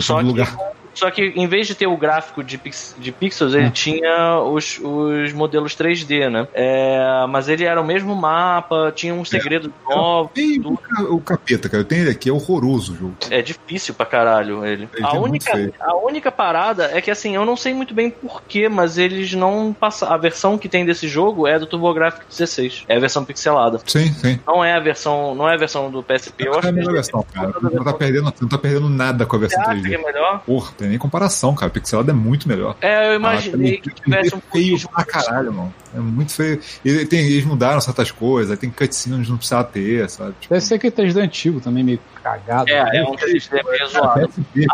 Só que em vez de ter o gráfico de pixels, ele tinha os modelos 3D, né? Mas ele era o mesmo mapa, tinha uns segredos novos. O capeta, cara, eu tenho ele aqui, é horroroso o jogo. É difícil pra caralho ele. A única parada é que, assim, eu não sei muito bem porquê, mas eles não passam. A versão que tem desse jogo é do TurboGrafx 16. É a versão pixelada. Sim. Não é a versão do PSP. Eu acho a melhor versão, cara. Não tá perdendo nada com a versão 3D. Que é melhor? Porra, tem nem comparação, cara. Pixelado é muito melhor. Eu imaginei que tivesse um feio pra caralho, mano. É muito feio. Eles mudaram certas coisas, aí tem cutscene onde não precisava ter, sabe? Tipo... Deve ser que 3D antigo também, meio cagado. É um 3D meio zoado.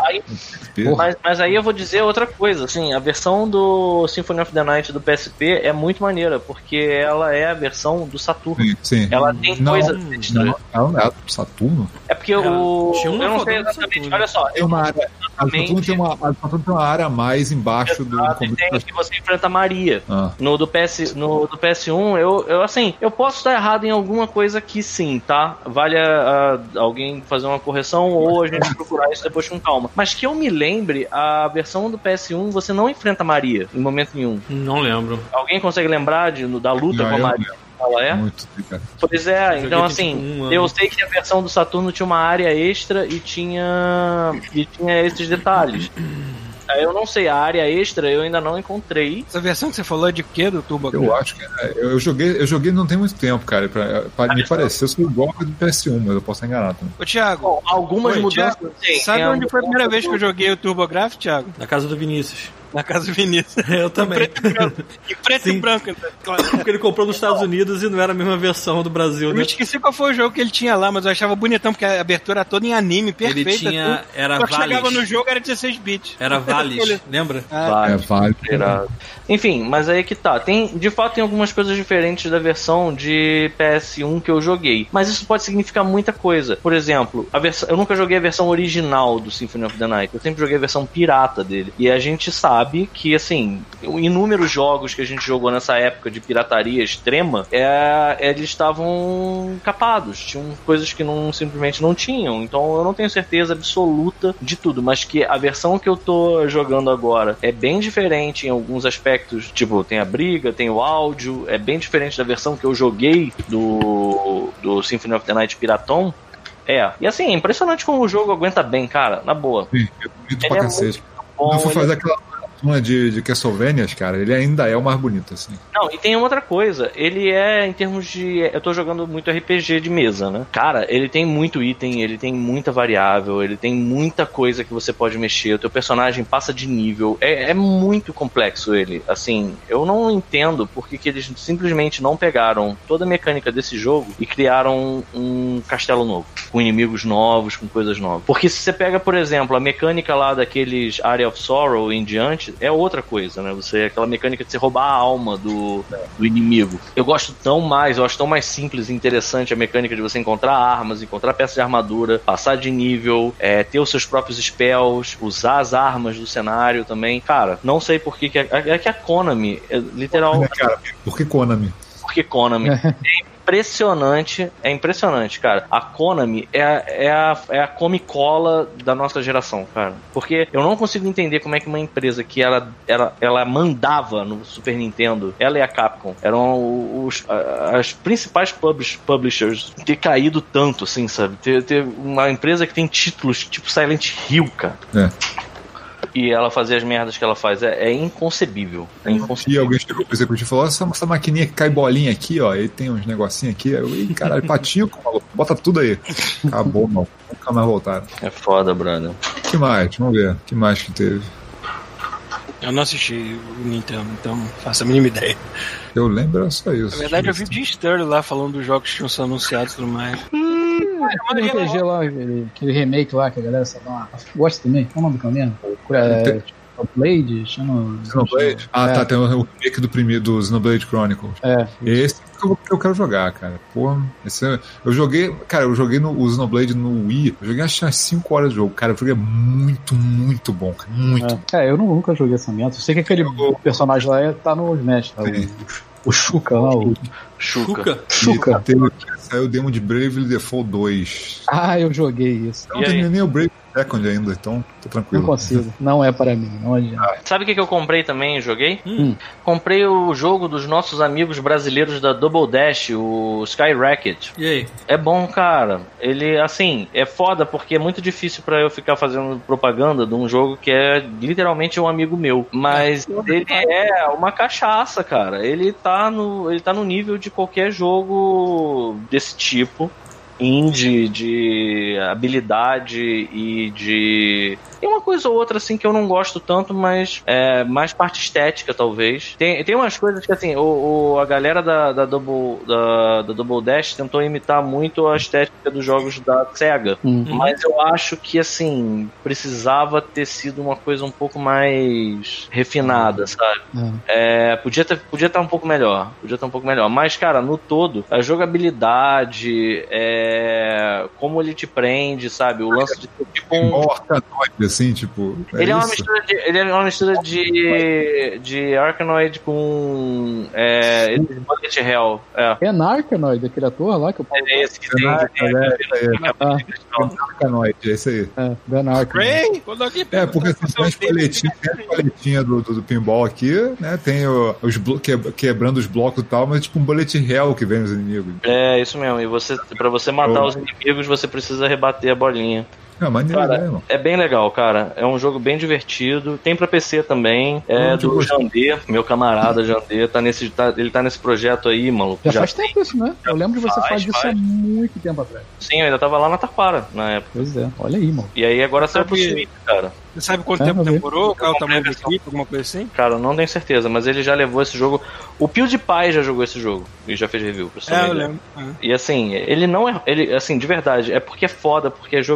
Mas aí eu vou dizer outra coisa, assim, a versão do Symphony of the Night do PSP é muito maneira, porque ela é a versão do Saturno. Sim. Ela tem coisas extras. Ela não é do Saturno? É porque eu não sei exatamente, olha só. Tem uma área... A Saturno tem uma área a mais embaixo do... Tem que você enfrenta a Maria. No do PS1, eu posso estar errado em alguma coisa que sim, tá? Vale alguém fazer uma correção ou a gente procurar isso depois com calma. Mas que eu me lembre, a versão do PS1 você não enfrenta a Maria em momento nenhum. Não lembro. Alguém consegue lembrar da luta com a Maria? Ela é? Muito, pois é, então assim, eu sei que a versão do Saturno tinha uma área extra e tinha esses detalhes. Eu não sei, a área extra eu ainda não encontrei. Essa versão que você falou é de quê do Turbo? Eu acho que eu joguei não tem muito tempo, cara. Me pareceu ser igual ao do PS1, mas eu posso estar enganado também. Ô, Thiago, algumas mudanças. Thiago, sabe onde foi a primeira vez que eu joguei o TurboGrafx, Thiago? Na casa do Vinícius. Na casa do Vinícius. Eu também. Em preto e branco. Claro. Porque ele comprou nos Estados Unidos e não era a mesma versão do Brasil, né? Eu esqueci qual foi o jogo que ele tinha lá, mas eu achava bonitão, porque a abertura toda em anime, perfeita. Ele tinha... Era Só que Valis. chegava no jogo, era 16 bits. Era Valis, lembra? Valis. Enfim, mas aí que tá. De fato, tem algumas coisas diferentes da versão de PS1 que eu joguei. Mas isso pode significar muita coisa. Por exemplo, eu nunca joguei a versão original do Symphony of the Night. Eu sempre joguei a versão pirata dele. E a gente sabe sabe que, assim, inúmeros jogos que a gente jogou nessa época de pirataria extrema, eles estavam capados, tinham coisas que simplesmente não tinham. Então eu não tenho certeza absoluta de tudo, mas que a versão que eu tô jogando agora é bem diferente em alguns aspectos, tipo, tem a briga, tem o áudio, é bem diferente da versão que eu joguei do Symphony of the Night Piraton. E assim, é impressionante como o jogo aguenta bem, cara, na boa. Sim, é bonito pra cacete. Não foi fazer aquela de Castlevania, cara, ele ainda é o mais bonito, assim. Não, e tem outra coisa, ele em termos de... Eu tô jogando muito RPG de mesa, né? Cara, ele tem muito item, ele tem muita variável, ele tem muita coisa que você pode mexer, o teu personagem passa de nível, é muito complexo ele. Assim, eu não entendo porque que eles simplesmente não pegaram toda a mecânica desse jogo e criaram um castelo novo, com inimigos novos, com coisas novas. Porque se você pega, por exemplo, a mecânica lá daqueles Area of Sorrow em diante, é outra coisa, né? Aquela mecânica de você roubar a alma do inimigo. Eu acho tão mais simples e interessante a mecânica de você encontrar armas, encontrar peças de armadura, passar de nível, ter os seus próprios spells, usar as armas do cenário também. Cara, não sei por que a Konami, literal... Cara, por que Konami? Porque Konami... É impressionante, cara. A Konami é a Comic-Cola da nossa geração, cara. Porque eu não consigo entender como é que uma empresa que ela mandava no Super Nintendo, ela e a Capcom, eram as principais publishers, ter caído tanto, assim, sabe? Ter uma empresa que tem títulos tipo Silent Hill, cara. E ela fazer as merdas que ela faz. É inconcebível. É inconcebível. E alguém chegou pro executivo e falou: essa maquininha que cai bolinha aqui, ó, aí tem uns negocinhos aqui. Ih, caralho, patinho, bota tudo aí. Acabou, mal. Nunca mais voltaram. É foda, brother. O que mais? Vamos ver. O que mais que teve? Eu não assisti o Nintendo, então não faço a mínima ideia. Eu lembro, era só isso. Na verdade, eu vi o Jim Sterling lá falando dos jogos que tinham sido anunciados e tudo mais. Aquele RPG lá, aquele remake lá que a galera só dá uma... Gosta também? Qual é o nome do caminho? Xenoblade? Xenoblade? Tá, tem o remake do Xenoblade Chronicles. Esse que eu quero jogar, cara. Porra, eu joguei o Xenoblade no Wii, eu joguei acho que umas 5 horas de jogo, cara, o jogo é muito, muito bom, cara, muito. Eu nunca joguei essa merda, eu sei que aquele personagem lá tá no Smash, tá? O Shuka lá, Shuka. Saiu o demo de Bravely Default 2. Eu joguei isso. Eu não terminei o Bravely Second ainda, então tô tranquilo. Não consigo, não é para mim, não adianta. Sabe o que eu comprei também e joguei? Comprei o jogo dos nossos amigos brasileiros da Double Dash, o Skyrocket. E aí? É bom, cara. Ele, assim, é foda porque é muito difícil pra eu ficar fazendo propaganda de um jogo que é literalmente um amigo meu. Mas ele é uma cachaça, cara. Ele tá no nível de qualquer jogo desse tipo. Indie, de habilidade e de... Tem uma coisa ou outra assim que eu não gosto tanto, mas é mais parte estética, talvez. Tem umas coisas que assim, a galera da Double Dash tentou imitar muito a estética dos jogos da Sega. Mas eu acho que assim, precisava ter sido uma coisa um pouco mais refinada, sabe? Podia estar um pouco melhor. Mas, cara, no todo, a jogabilidade, como ele te prende, sabe? O lance de tipo assim, tipo... Ele é uma mistura de Arkanoid com Bullet Hell. É na Arkanoid, aquele ator lá que eu... É esse que tem... Arkanoid, é esse aí. Dan Arkanoid. Porque tem as paletinhas do pinball aqui, né? Tem quebrando os blocos e tal, mas tipo um Bullet Hell que vem nos inimigos. É, isso mesmo. E pra você matar os inimigos, você precisa rebater a bolinha. Maneiro, cara, é bem legal, cara. É um jogo bem divertido. Tem pra PC também. É do Jandê, meu camarada Jandê. Ele tá nesse projeto aí, maluco. Já faz tempo isso, né? Eu lembro de você falar disso há muito tempo atrás. Sim, eu ainda tava lá na Taquara na época. Pois é, olha aí, mano. E aí agora saiu pro Switch, cara. Você sabe quanto tempo demorou? Qual é o tamanho da equipe, alguma coisa assim? Cara, eu não tenho certeza, mas ele já levou esse jogo. O PewDiePie já jogou esse jogo e já fez review. Eu lembro. E assim, ele não é. Ele, assim, de verdade, é porque é foda, porque é jogo de camarada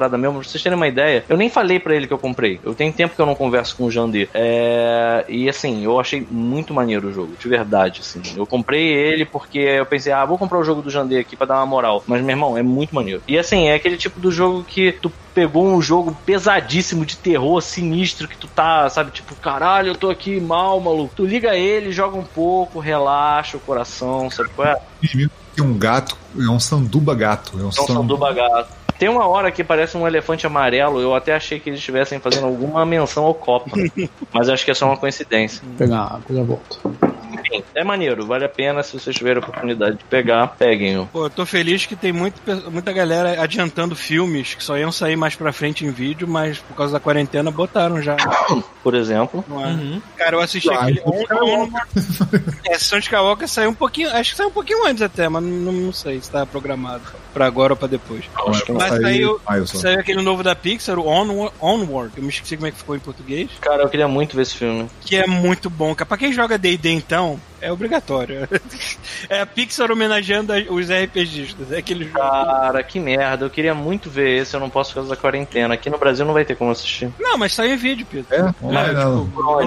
camarada meu, pra vocês terem uma ideia, eu nem falei pra ele que eu comprei. Eu tenho tempo que eu não converso com o Jandir. E assim, eu achei muito maneiro o jogo, de verdade, assim. Eu comprei ele porque eu pensei, vou comprar o jogo do Jandir aqui pra dar uma moral. Mas, meu irmão, é muito maneiro. E assim, é aquele tipo do jogo que tu pegou um jogo pesadíssimo de terror, sinistro, que tu tá, sabe, tipo, caralho, eu tô aqui mal, maluco. Tu liga ele, joga um pouco, relaxa o coração, sabe qual é? Tem um gato, é um sanduba gato. É um sanduba gato. Tem uma hora que parece um elefante amarelo, eu até achei que eles estivessem fazendo alguma menção ao Copa, mas acho que é só uma coincidência. Vou pegar água, já volto. Enfim, é maneiro, vale a pena. Se vocês tiverem a oportunidade de pegar, peguem-o. Pô, eu tô feliz que tem muita galera adiantando filmes que só iam sair mais pra frente em vídeo, mas por causa da quarentena botaram já. Por exemplo. Cara, eu assisti aquele Son of Skywalker saiu um pouquinho, acho que saiu um pouquinho antes até, mas não sei se tá programado pra agora ou pra depois. Mas saiu aquele novo da Pixar, o Onward, eu me esqueci como é que ficou em português. Cara, eu queria muito ver esse filme. Que é muito bom, cara. Pra quem joga D&D então, é obrigatório. É a Pixar homenageando os RPGistas. É aquele jogo. Cara, que merda. Eu queria muito ver esse, eu não posso por causa da quarentena. Aqui no Brasil não vai ter como assistir. Não, mas saiu em vídeo, Pedro. Não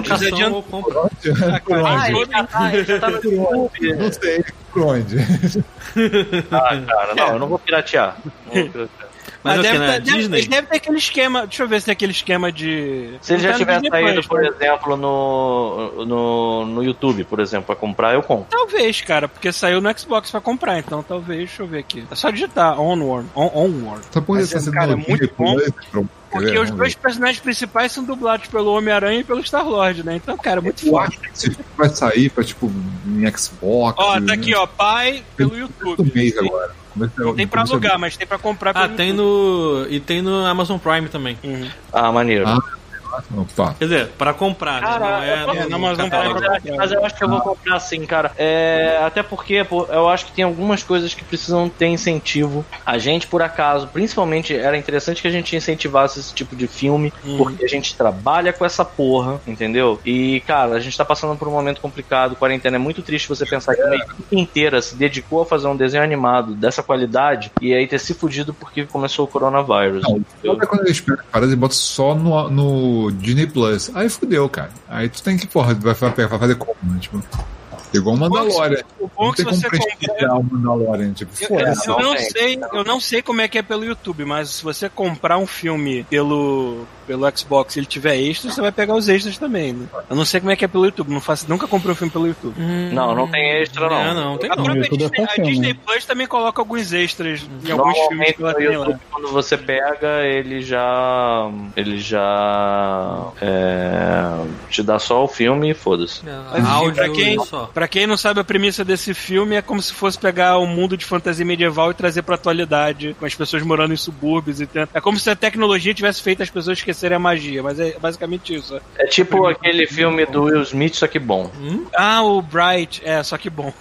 já tá no YouTube. Não sei por onde. Cara, não, eu não vou piratear. Mas deve ter aquele esquema. Deixa eu ver se tem aquele esquema de. Se ele já tiver saído, por exemplo, no YouTube, por exemplo, pra comprar, eu compro. Talvez, cara, porque saiu no Xbox pra comprar, então talvez, deixa eu ver aqui. É só digitar Onward. Tá por isso, cara, é muito bom. Porque os dois personagens principais são dublados pelo Homem-Aranha e pelo Star-Lord, né? Então, cara, muito foda. Eu acho que esse filme vai sair pra, tipo, em Xbox. Ó, tá aqui, ó, pai pelo YouTube. Mês agora. Não tem pra alugar, mas tem pra comprar pelo tem YouTube. tem no Amazon Prime também. Maneiro. Opa. Quer dizer, pra comprar, cara, né? Não é mas eu acho que eu vou comprar sim, cara. Até porque, eu acho que tem algumas coisas que precisam ter incentivo. A gente, por acaso, principalmente, era interessante que a gente incentivasse esse tipo de filme, porque a gente trabalha com essa porra, entendeu? E, cara, a gente tá passando por um momento complicado, quarentena. É muito triste você pensar que uma equipe inteira se dedicou a fazer um desenho animado dessa qualidade e aí ter se fudido porque começou o coronavírus. Não, quando eles pegam e botam só no Disney Plus. Aí fudeu, cara. Aí tu tem que, vai fazer como, né? Tipo, igual o Mandalorian. O bom que você comprar o Mandalorian, tipo, eu não sei como é que é pelo YouTube, mas se você comprar um filme pelo Xbox e ele tiver extras, você vai pegar os extras também, né? Eu não sei como é que é pelo YouTube, nunca comprei um filme pelo YouTube. Não tem extra, não. Não tem a Disney Plus também coloca alguns extras em alguns filmes que ela tem lá. Quando você pega, ele já te dá só o filme e foda-se. Pra quem não sabe a premissa desse filme, é como se fosse pegar um mundo de fantasia medieval e trazer pra atualidade, com as pessoas morando em subúrbios. É como se a tecnologia tivesse feito as pessoas esquecerem a magia, mas é basicamente isso. É tipo aquele filme do Will Smith, só que bom. O Bright, só que bom.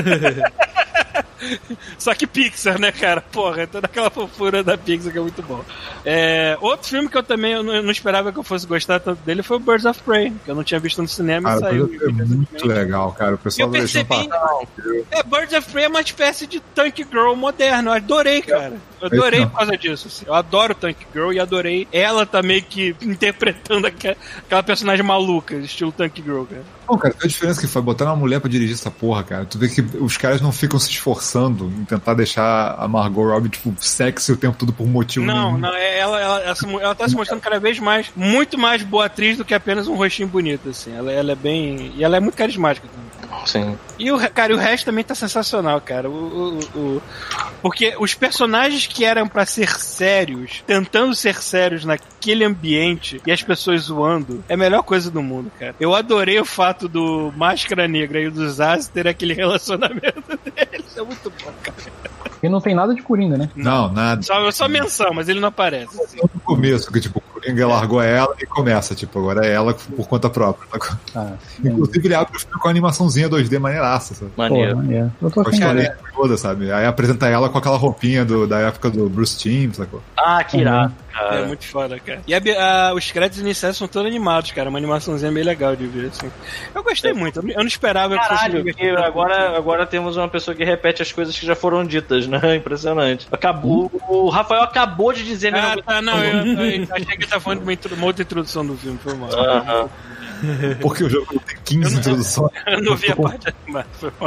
Só que Pixar, né, cara? Porra, toda aquela fofura da Pixar que é muito bom. Outro filme que eu também não esperava que eu fosse gostar tanto dele foi o Birds of Prey, que eu não tinha visto no cinema e saiu. É muito legal, cara. O pessoal eu percebi. Birds of Prey é uma espécie de Tank Girl moderno. Eu adorei, cara. Eu adorei por causa disso. Assim. Eu adoro Tank Girl e adorei ela também que interpretando aquela personagem maluca, estilo Tank Girl, cara. Não, cara, tem a diferença que foi botar uma mulher pra dirigir essa porra, cara. Tu vê que os caras não ficam se esforçando em tentar deixar a Margot Robbie, tipo, sexy o tempo todo por motivo nenhum. Não, ela tá se mostrando cada vez mais, muito mais boa atriz do que apenas um rostinho bonito, assim. Ela é bem... E ela é muito carismática também. Sim. E o resto também tá sensacional, cara. Porque os personagens que eram pra ser sérios, tentando ser sérios naquele ambiente e as pessoas zoando, é a melhor coisa do mundo, cara. Eu adorei o fato do Máscara Negra e do Zaz ter aquele relacionamento deles. É muito bom, cara. E não tem nada de Coringa, né? Não, nada. Só menção, mas ele não aparece. Assim. No começo, que tipo, o Coringa largou ela e começa, tipo, agora é ela por conta própria. Inclusive ele abre o filme com a animaçãozinha 2D maneiraça, sabe? Maneiro. Eu tô toda, sabe? Aí apresenta ela com aquela roupinha da época do Bruce Timm, sacou? Que irado. cara. É muito foda, cara. E os créditos iniciais são todos animados, cara. Uma animaçãozinha bem legal de ver, assim. Eu gostei muito. Eu não esperava Caralho, que agora temos uma pessoa que repete as coisas que já foram ditas, né? Impressionante. O Rafael acabou de dizer... Eu achei que ele tá falando de uma outra introdução do filme, foi mal. Porque o jogo tem 15 introduções. Eu não vi a parte animada, foi mal.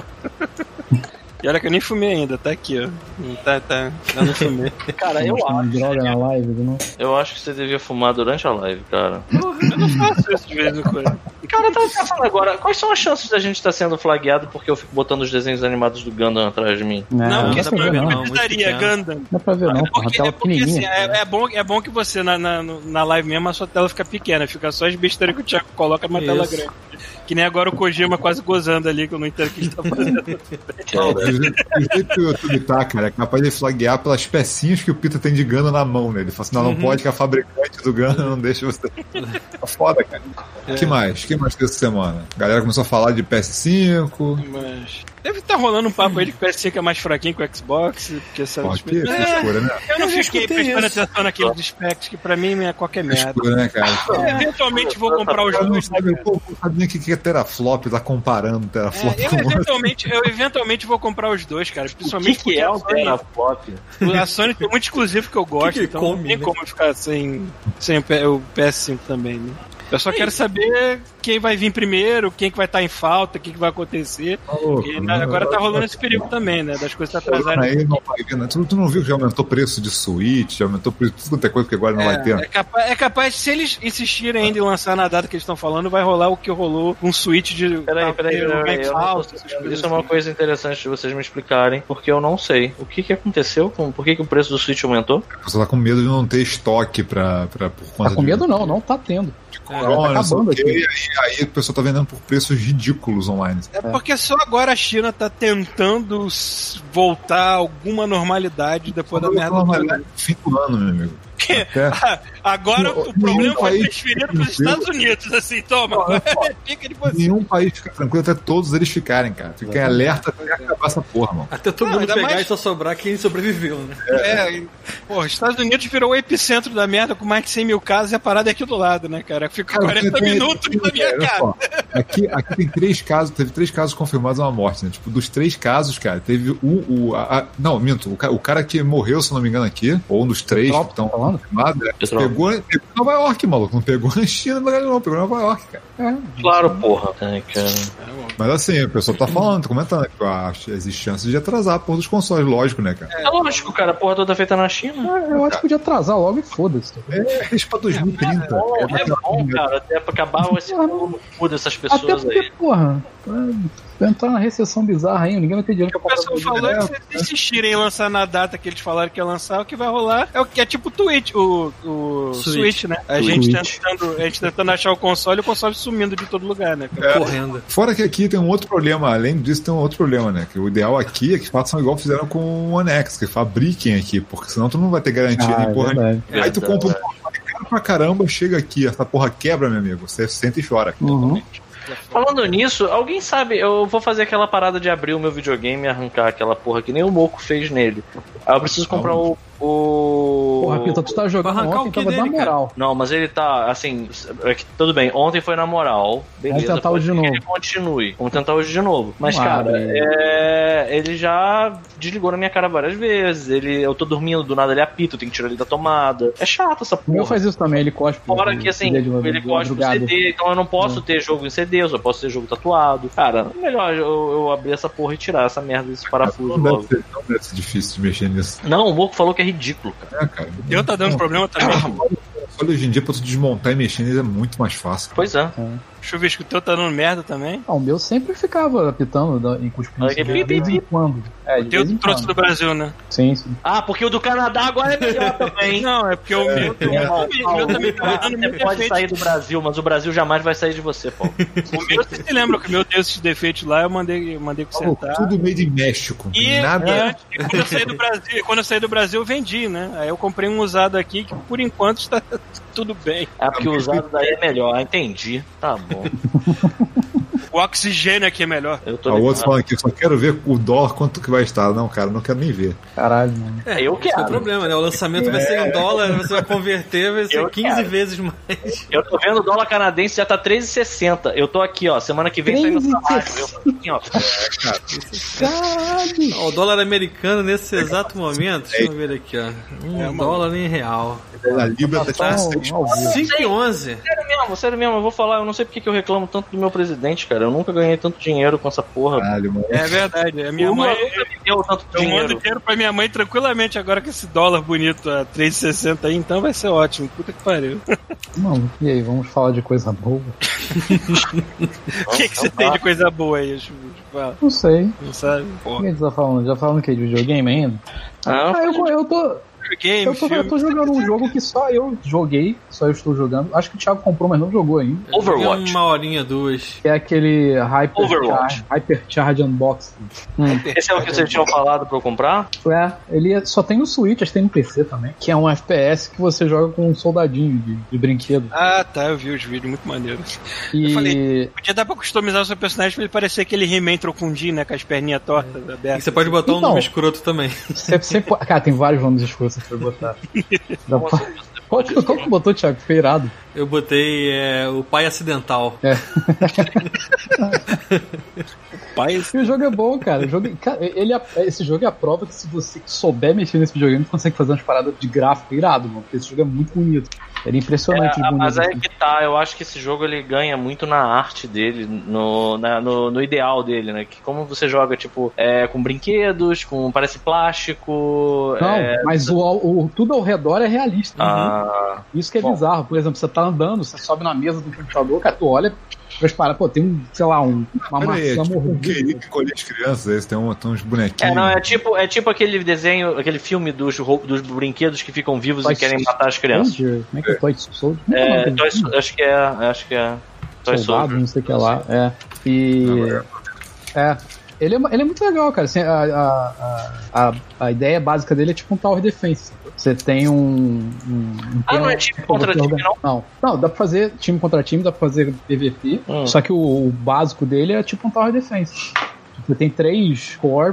E olha que eu nem fumei ainda, tá aqui, ó. Eu não fumei. Cara, eu acho. Droga na live, não? Eu acho que você devia fumar durante a live, cara. Eu não faço isso de vez em quando. Cara, eu tava pensando agora, quais são as chances da gente estar sendo flagueado porque eu fico botando os desenhos animados do Gundam atrás de mim? Não, dá pra ver, não. Precisaria, Gundam. Não dá pra ver, não. A tela pequenininha. Assim, é bom que você, na live mesmo, a sua tela fica pequena. Fica só as besteiras que o Thiago coloca numa tela grande. Que nem agora o Kojima quase gozando ali, que eu não entendo o que ele tá fazendo. O jeito que o YouTube tá, cara, é capaz de flaguear pelas pecinhas que o Pita tem de Gundam na mão, né? Ele fala assim, não pode, que a fabricante do Gundam não deixa você... Tá foda, cara. O que mais? O que mais teve essa semana? A galera começou a falar de PS5. Mas... deve estar rolando um papo aí de que o PS5 é mais fraquinho que o Xbox. Porque essa escura, né? Eu não fiquei prestando atenção naqueles specs, que pra mim é qualquer merda. Escura, né, cara? Eventualmente vou comprar os dois. Eu não sabia nem o que é teraflop, tá comparando teraflop com eu eventualmente vou comprar os dois, cara. Principalmente o que é o teraflop? A Sony tem muito exclusivo que eu gosto, então não tem como ficar sem o PS5 também, né? Eu só quero saber quem vai vir primeiro, quem que vai estar em falta, o que vai acontecer. Agora tá rolando esse perigo também, né? Das coisas atrasarem. Tu não viu que já aumentou o preço de Switch, já aumentou o preço de tudo quanto é coisa que agora não vai ter? É capaz, se eles insistirem ainda em lançar na data que eles estão falando, vai rolar o que rolou um Switch de... Peraí. Isso é uma coisa interessante de vocês me explicarem, porque eu não sei. O que aconteceu? Por que o preço do Switch aumentou? Você tá com medo de não ter estoque por conta Tá com medo não tá tendo. Corona, aí o pessoal tá vendendo por preços ridículos online. É porque só agora a China tá tentando voltar a alguma normalidade depois da merda do fim do ano, meu amigo. Agora o problema foi transferido para os Estados Unidos, assim, toma. Fica de você. Nenhum país fica tranquilo até todos eles ficarem, cara. Fiquem alerta até acabar essa porra, mano. Até todo mundo pegar e só sobrar quem sobreviveu, né? Os Estados Unidos virou o epicentro da merda com mais de 100 mil casos e a parada é aqui do lado, né, cara? Fica 40 minutos na minha cara. Aqui tem 3 casos, teve 3 casos confirmados uma morte, né? Tipo, dos 3 casos, cara, teve não, minto, o cara que morreu, se não me engano, aqui, ou um dos 3 que estão confirmados, pegou em Nova York, maluco. Não pegou na China, não, pegou em Nova York, cara. Claro, porra. Cara. Mas assim, o pessoal tá falando, tá comentando que existe chance de atrasar a porra dos consoles, lógico, né, cara? É lógico, cara, a porra toda feita na China. Eu acho que podia atrasar logo e foda-se. Isso pra 2030. É bom, cara, até pra acabar esse mundo dessas pessoas até porque, aí. Porra, vai entrar na recessão bizarra aí, ninguém vai ter dinheiro pra comprar. O pessoal falou que se eles insistirem em lançar na data que eles falaram que ia lançar, o que vai rolar é o que é tipo o Twitch, o Switch, né? A gente tentando achar o console sumindo de todo lugar, né? Correndo. Fora que aqui tem um outro problema, além disso tem um outro problema, né? Que o ideal aqui é que façam igual fizeram com o One X, que fabriquem aqui, porque senão tu não vai ter garantia nem porra. Aí tu compra um console caro pra caramba, chega aqui, essa porra quebra, meu amigo, você senta e chora. Falando nisso, alguém sabe, eu vou fazer aquela parada de abrir o meu videogame e arrancar aquela porra que nem o Moco fez nele. Aí eu preciso comprar Porra, Pita, tu tá jogando ontem, tava dando moral. Não, mas ele tá, assim, tudo bem, ontem foi na moral, beleza. Vamos tentar hoje de novo. Ele continue. Vamos tentar hoje de novo. Mas, cara, ele já desligou na minha cara várias vezes. Eu tô dormindo, do nada ele apita, eu tenho que tirar ele da tomada. É chato essa porra. O meu faz isso também, ele cospe. Fora que, assim, ele cospe o CD, então eu não posso ter jogo em CD, eu só posso ter jogo tatuado. Cara, melhor eu abrir essa porra e tirar essa merda desse parafuso logo. Não deve ser difícil de mexer nisso. Não, o Moco falou que é ridículo, cara. Cara. Eu tá dando problema também. Olha, hoje em dia pra tu desmontar e mexer neles é muito mais fácil. Pois é. Chuvisco, o teu tá dando merda também? O meu sempre ficava apitando em cuspindo de vez em quando. O teu trouxe do Brasil, né? Sim. Ah, porque o do Canadá agora é melhor também. Não, é porque o meu também tá dando muito pode sair do Brasil, mas o Brasil jamais vai sair de você, Paulo. O meu, você se lembra que o meu tem esses defeitos lá, eu mandei consertar. Tudo meio de México. E nada. Quando eu saí do Brasil, eu vendi, né? Aí eu comprei um usado aqui que por enquanto está tudo bem. É porque o usado daí é melhor, entendi. Tá bom. O oxigênio aqui é melhor. O outro falando aqui, só quero ver o dólar quanto que vai estar. Não, cara, não quero nem ver. Caralho, mano. Eu quero. Esse é o problema, né? O lançamento vai ser em dólar, você vai converter, vai ser 15 vezes mais. Eu tô vendo o dólar canadense já tá 13,60. Eu tô aqui, ó. Semana que vem sai no salário. Eu tô aqui, ó. Caralho. O dólar americano nesse exato momento, deixa eu ver aqui, ó. $1 em real. A Libra tá 5,11. Sério mesmo, eu vou falar, eu não sei porque que eu reclamo tanto do meu presidente, cara. Eu nunca ganhei tanto dinheiro com essa porra. Caralho, mano. É verdade, a minha mãe nunca me deu tanto eu dinheiro. mando dinheiro pra minha mãe tranquilamente agora com esse dólar bonito a 3,60 aí, então vai ser ótimo. Puta que pariu. Mano, e aí, vamos falar de coisa boa? O que você tem de coisa boa aí, Fala. Não sei. Não sabe? O Porra. que a gente tá falando? Já falando o quê? De videogame ainda? Eu tô jogando um jogo que só eu joguei, só eu estou jogando. Acho que o Thiago comprou, mas não jogou ainda. Overwatch. Uma horinha, 2. Que é aquele Overwatch. Hypercharge Unboxing. Esse é o que vocês tinham falado pra eu comprar? Ele só tem no Switch, acho que tem no PC também. Que é um FPS que você joga com um soldadinho de brinquedo. Ah, tá, eu vi os vídeos muito maneiros. E... Eu falei, podia dar pra customizar o seu personagem pra ele parecer aquele He-Man Trocundinho, né, com as perninhas tortas abertas. E você pode botar um nome escroto também. Cara, tem vários nomes escuros que você pode botar. Qual que botou, Thiago? Foi irado. Eu botei o Pai Acidental. E o jogo é bom, cara. Esse jogo é a prova que se você souber mexer nesse videogame, você consegue fazer umas paradas de gráfico irado, mano. Porque esse jogo é muito bonito. Ele é impressionante de bonito. Mas aí que tá, eu acho que esse jogo ele ganha muito na arte dele, no ideal dele, né? Que como você joga, tipo, com brinquedos, parece plástico. Não, mas tudo ao redor é realista. Isso que é bizarro. Por exemplo, você tá andando, você sobe na mesa do computador, cara, tu olha. Pô, tem uma maçã morrendo. Que colher as crianças, tem uns bonequinhos. É tipo aquele desenho, aquele filme dos brinquedos que ficam vivos e querem matar as crianças. Como é que é Toy Soldier? Acho que é. Toy Soldier, não sei o que lá. Ele é muito legal, cara. Assim, a ideia básica dele é tipo um Tower Defense. Você tem não é time contra time, não? Não, dá pra fazer time contra time, dá pra fazer PVP. Só que o básico dele é tipo um Tower Defense. Você tem 3 como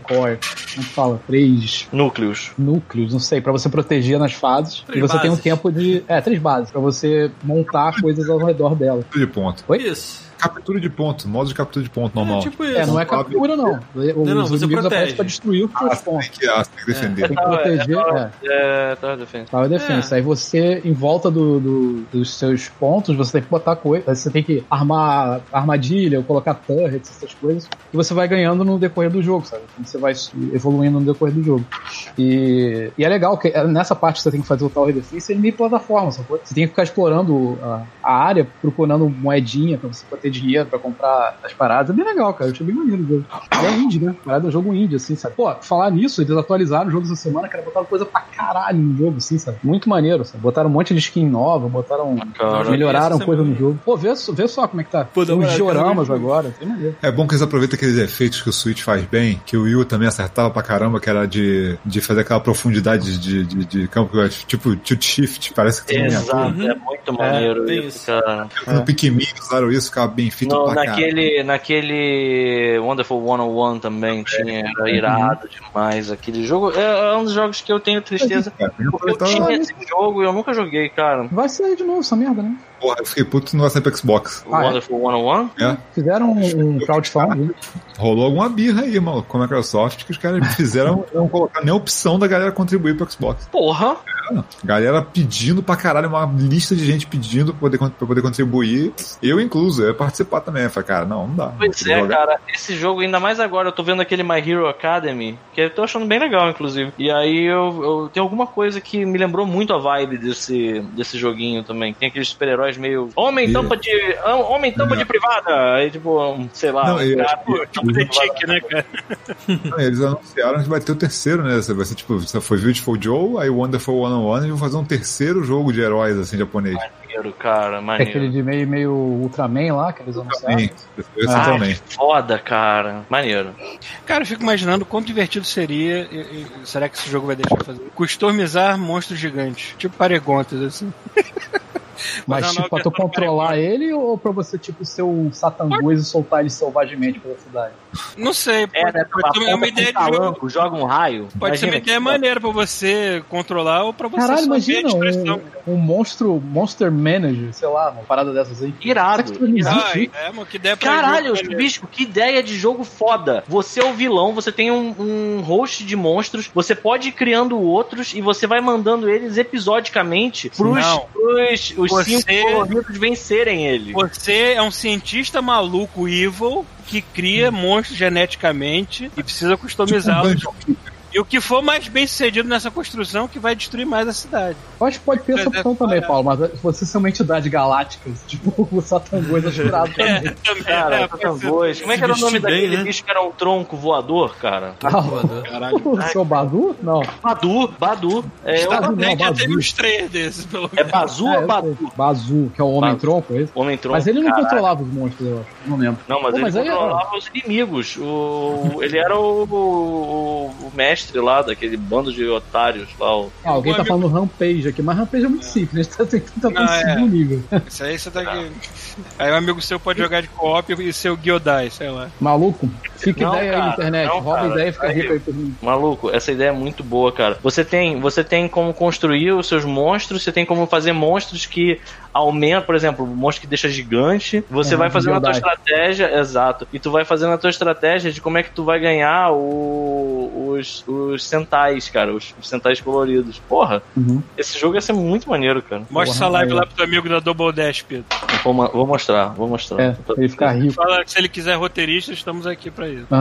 fala? 3 núcleos, não sei, pra você proteger nas fases. 3 e você bases. tem um tempo de... 3 bases, pra você montar coisas ao redor dela. De ponto. Oi? Isso. Captura de ponto, modo de captura de ponto normal. Tipo isso. Não é captura, não. Os você inimigos protege. aparecem pra destruir os seus pontos. Tem que defender. Tem que proteger. Tower Defense. Tower Defense. Aí você, em volta dos seus pontos, você tem que botar coisa. Você tem que armar armadilha, ou colocar turrets, essas coisas. E você vai ganhando no decorrer do jogo, sabe? Você vai evoluindo no decorrer do jogo. E é legal que nessa parte que você tem que fazer o Tower Defense, ele meio plataforma, sabe? Você tem que ficar explorando a área, procurando moedinha pra você ter dinheiro pra comprar as paradas. É bem legal, cara. Eu achei bem maneiro o jogo. E é indie, né? Parada é um jogo indie, assim, sabe? Pô, falar nisso, eles atualizaram o jogo essa semana, cara, botaram coisa pra caralho no jogo, assim, sabe? Muito maneiro, sabe? Botaram um monte de skin nova, melhoraram coisa no jogo. Pô, vê só como é que tá. Tem uns dioramas agora, tem maneiro. É bom que eles aproveitam aqueles efeitos que o Switch faz bem, que o Wii U também acertava pra caramba, que era de fazer aquela profundidade de campo, tipo tilt shift, parece que tem Exato, é muito maneiro isso, cara. No Pikmin usaram isso, ficava bem feito pra caramba. Naquele Wonderful 101 também tinha, era irado demais aquele jogo. É um dos jogos que eu tenho tristeza. Eu tinha esse jogo e eu nunca joguei, cara. Vai sair de novo essa merda, né? Porra, eu fiquei puto não vai sair pro Xbox. O Wonderful 101? Fizeram um crowdfunding. Rolou alguma birra aí, mano, com a Microsoft, que os caras fizeram não colocar nem a opção da galera contribuir pro Xbox. Porra! Galera pedindo pra caralho, uma lista de gente pedindo pra poder contribuir. Eu incluso, eu ia participar também. Eu falei, cara, não dá. Pois é, cara, esse jogo, ainda mais agora, eu tô vendo aquele My Hero Academy, que eu tô achando bem legal, inclusive. E aí eu tenho alguma coisa que me lembrou muito a vibe desse joguinho também. Tem aqueles super-heróis meio homem tampa de privada. Aí, tipo, sei lá. Tipo The né, cara? Eles anunciaram que vai ter o terceiro, né? Vai ser tipo, foi Beautiful Joe, aí Wonderful 101 e vão fazer um terceiro jogo de heróis, assim, japonês. Maneiro, cara, maneiro. É aquele de meio Ultraman lá, que eles anunciaram. Foda, cara. Maneiro. Cara, eu fico imaginando quão divertido seria. Será que esse jogo vai deixar fazer? Customizar monstros gigantes. Tipo Paregontas, assim. Mas tipo, pra tu controlar ele ou pra você, tipo, ser um Satanguz e soltar ele selvagemente pela cidade? Não sei, pode ser uma ideia de jogo. Joga um raio. Pode ser uma ideia maneira pra você controlar ou pra você Caralho, imagina um Monster Manager, sei lá, uma parada dessas aí. Irado. Que ideia pra caralho, bicho, que ideia de jogo foda. Você é o vilão, você tem um host de monstros, você pode ir criando outros e você vai mandando eles episodicamente pros cinco coloridos vencerem ele. Você é um cientista maluco evil que cria monstros geneticamente e precisa customizá-los. E o que for mais bem sucedido nessa construção que vai destruir mais a cidade. Eu acho que pode ter essa opção também, Paulo, mas você ser uma entidade galáctica, tipo o Satanguz jurado também. Cara, Satanguz. Como é que era o nome daquele bicho que era um tronco voador, cara? Caralho. O seu Badu? Não. Badu. Já teve uns 3 desses, pelo menos. É Bazu ou Badu? Bazu, que é o Homem-Tronco, é isso? Homem-Tronco. Mas ele não controlava os monstros, eu acho. Não lembro. Não, mas ele controlava os inimigos. Ele era o mestre lá, daquele bando de otários lá. Alguém tá falando Rampage aqui, mas Rampage é muito simples, tá tentando seguir o nível. Isso aí você tá aqui. Aí um amigo seu pode jogar de co-op e ser o Gyodai, sei lá. Maluco, fica ideia aí na internet, rouba ideia e fica rico aí por mim. Maluco, essa ideia é muito boa, cara. Você tem como construir os seus monstros, você tem como fazer monstros que aumenta, por exemplo, um monstro que deixa gigante, você vai fazendo a tua estratégia, exato, e tu vai fazendo a tua estratégia de como é que tu vai ganhar os centais, cara, os centais coloridos. Porra, esse jogo ia ser muito maneiro, cara. Mostra essa live lá pro teu amigo da Double Dash, Pedro. Vou mostrar. Ele ficar rico. Fala que se ele quiser roteirista, estamos aqui pra isso.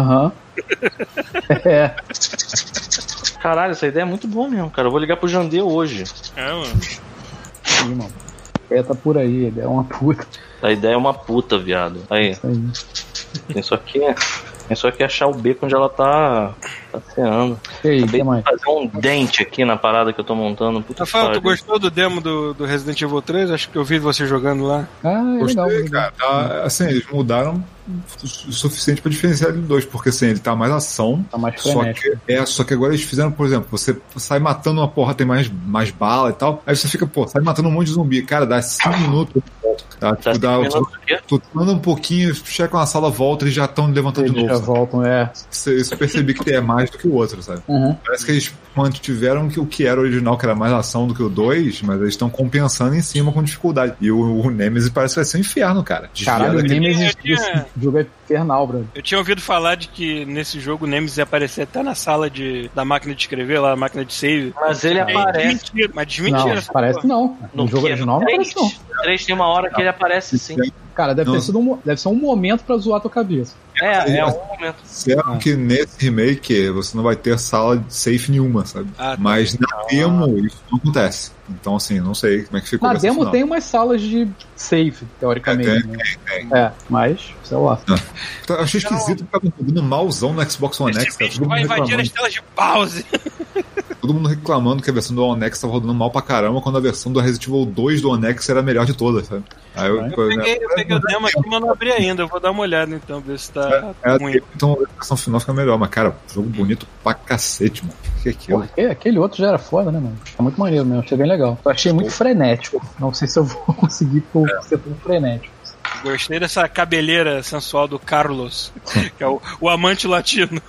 Caralho, essa ideia é muito boa mesmo, cara. Eu vou ligar pro Jandê hoje. Mano. Sim, mano. Tá por aí, ele é uma puta. A ideia é uma puta, viado. Aí. Tem só que achar o beco onde ela tá passeando. Acabei de fazer um dente aqui na parada que eu tô montando. Rafael, tu gostou do demo do Resident Evil 3? Acho que eu vi você jogando lá. Gostei, legal. Cara. Assim, eles mudaram o suficiente pra diferenciar ele do 2, porque assim, ele tá mais ação. Tá mais frenético. Só que agora eles fizeram, por exemplo, você sai matando uma porra, tem mais bala e tal, aí você fica, sai matando um monte de zumbi. Cara, dá 5 minutos. Tá? Tu anda um pouquinho, checa uma sala, volta e já estão levantando de novo. Já voltam, Isso eu percebi que é mais do que o outro, sabe? Parece que eles mantiveram o que era original, que era mais ação do que o 2, mas eles estão compensando em cima com dificuldade. E o Nemesis parece que vai ser um inferno, cara. Caralho, o Nemesis esse jogo é infernal, bro. Eu tinha ouvido falar de que nesse jogo o Nemesis ia aparecer até na sala da máquina de escrever, lá na máquina de save. Mas ele aparece. Mas desmentira. Não, parece não. No jogo original não aparece não. 3 tem uma hora que ele aparece sim. Cara, deve ser um momento pra zoar a tua cabeça. É um momento. Certo que nesse remake você não vai ter sala de safe nenhuma, sabe? Mas na demo isso não acontece. Então, assim, não sei como é que ficou. Na demo tem umas salas de safe, teoricamente. Tem. Mas, sei lá. Eu achei esquisito que tava rodando malzão no Xbox One X. Vai invadir as telas de pause. Todo mundo reclamando que a versão do One X tava rodando mal pra caramba, quando a versão do Resident Evil 2 do One X era a melhor de todas, sabe? Aí eu peguei o demo aqui, mas não abri ainda. Eu vou dar uma olhada então, ver se tá ruim. Então a versão final fica melhor, mas cara, jogo bonito pra cacete, mano. O que é aquilo? Aquele outro já era foda, né, mano? É muito maneiro mesmo, achei bem legal. Eu achei muito frenético. Não sei se eu vou conseguir ser tão frenético. Gostei dessa cabeleira sensual do Carlos, que é o amante latino.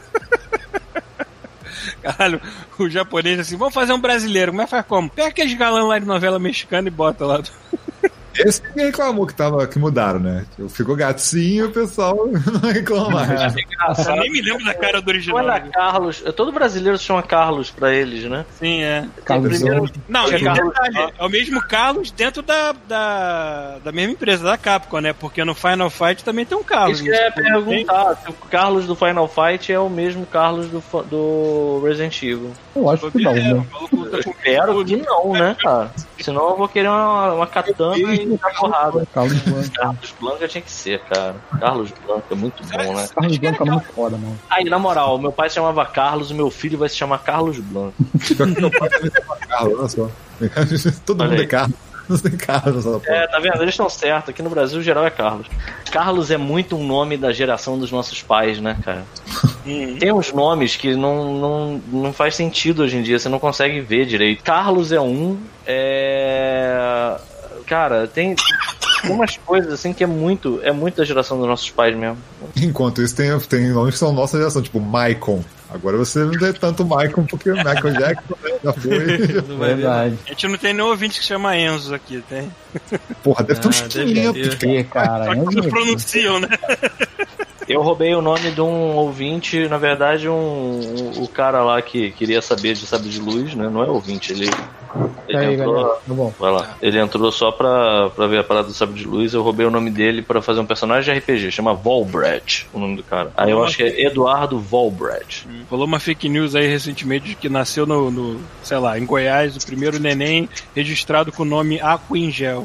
Caralho, o japonês assim, vamos fazer um brasileiro, mas faz como? Pega aqueles galãs lá de novela mexicana e bota lá. Esse ninguém reclamou que mudaram, né? Ficou gatinho, o pessoal não reclama mais. Eu nem me lembro da cara do original. Olha, Carlos. Todo brasileiro se chama Carlos pra eles, né? Sim, é. Carlos Não, é o mesmo Carlos dentro da mesma empresa, da Capcom, né? Porque no Final Fight também tem um Carlos. Isso é perguntar se o Carlos do Final Fight é o mesmo Carlos do Resident Evil. Eu acho que não, né? Eu espero que não, né, cara? Senão eu vou querer uma katana e dar porrada. Carlos Blanco. Carlos Blanco tinha que ser, cara. Carlos Blanco é muito bom, né? Carlos Blanco é muito foda, mano. Aí, na moral, meu pai se chamava Carlos, o meu filho vai se chamar Carlos Blanco. Meu pai também se chama Carlos, olha só. Todo mundo é Carlos. Não tem Carlos. Tá vendo? Eles estão certos. Aqui no Brasil, o geral é Carlos. Carlos é muito um nome da geração dos nossos pais, né, cara? Tem uns nomes que não faz sentido hoje em dia. Você não consegue ver direito. Carlos é um. cara, tem umas coisas assim que é muito da geração dos nossos pais mesmo. Enquanto isso, tem nomes que são nossa geração, tipo Maicon. Agora você não tem tanto Maicon, porque o Michael Jackson já foi. Não é verdade. A gente não tem nenhum ouvinte que chama Enzo aqui, tem? Porra, deve ter uns 500, cara. Só que não pronunciam, né? Eu roubei o nome de um ouvinte, na verdade, o cara lá que queria saber de Sabre de Luz, né? Não é ouvinte, ele entrou. Vai lá. Ele entrou só pra ver a parada do Sabre de Luz. Eu roubei o nome dele pra fazer um personagem de RPG, chama Volbrecht, o nome do cara. Aí eu acho que é Eduardo Volbrecht. Rolou uma fake news aí recentemente de que nasceu sei lá, em Goiás, o primeiro neném registrado com o nome Aquingel.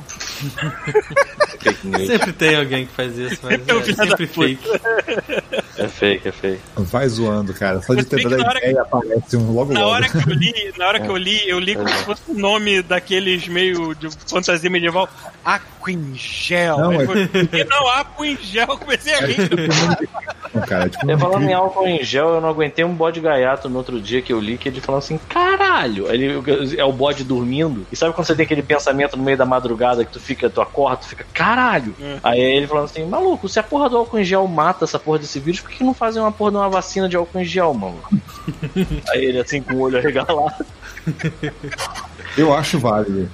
Sempre tem alguém que faz isso, mas é sempre fake. É fake. Vai zoando, cara. Só de ter dado a ideia aparece um logo. Na hora que eu li como se fosse o nome daqueles meio de fantasia medieval. Aquingel. Não, Aquingel, eu comecei a rir. Cara, tipo, falando em álcool em gel, eu não aguentei um bode gaiato no outro dia que eu li, que ele falou assim, caralho, é o bode dormindo, e sabe quando você tem aquele pensamento no meio da madrugada que tu acorda, tu fica, caralho. Aí ele falando assim, maluco, se a porra do álcool em gel mata essa porra desse vírus, por que não fazem uma porra de uma vacina de álcool em gel, mano? Aí ele assim com o olho arregalado. Eu acho válido.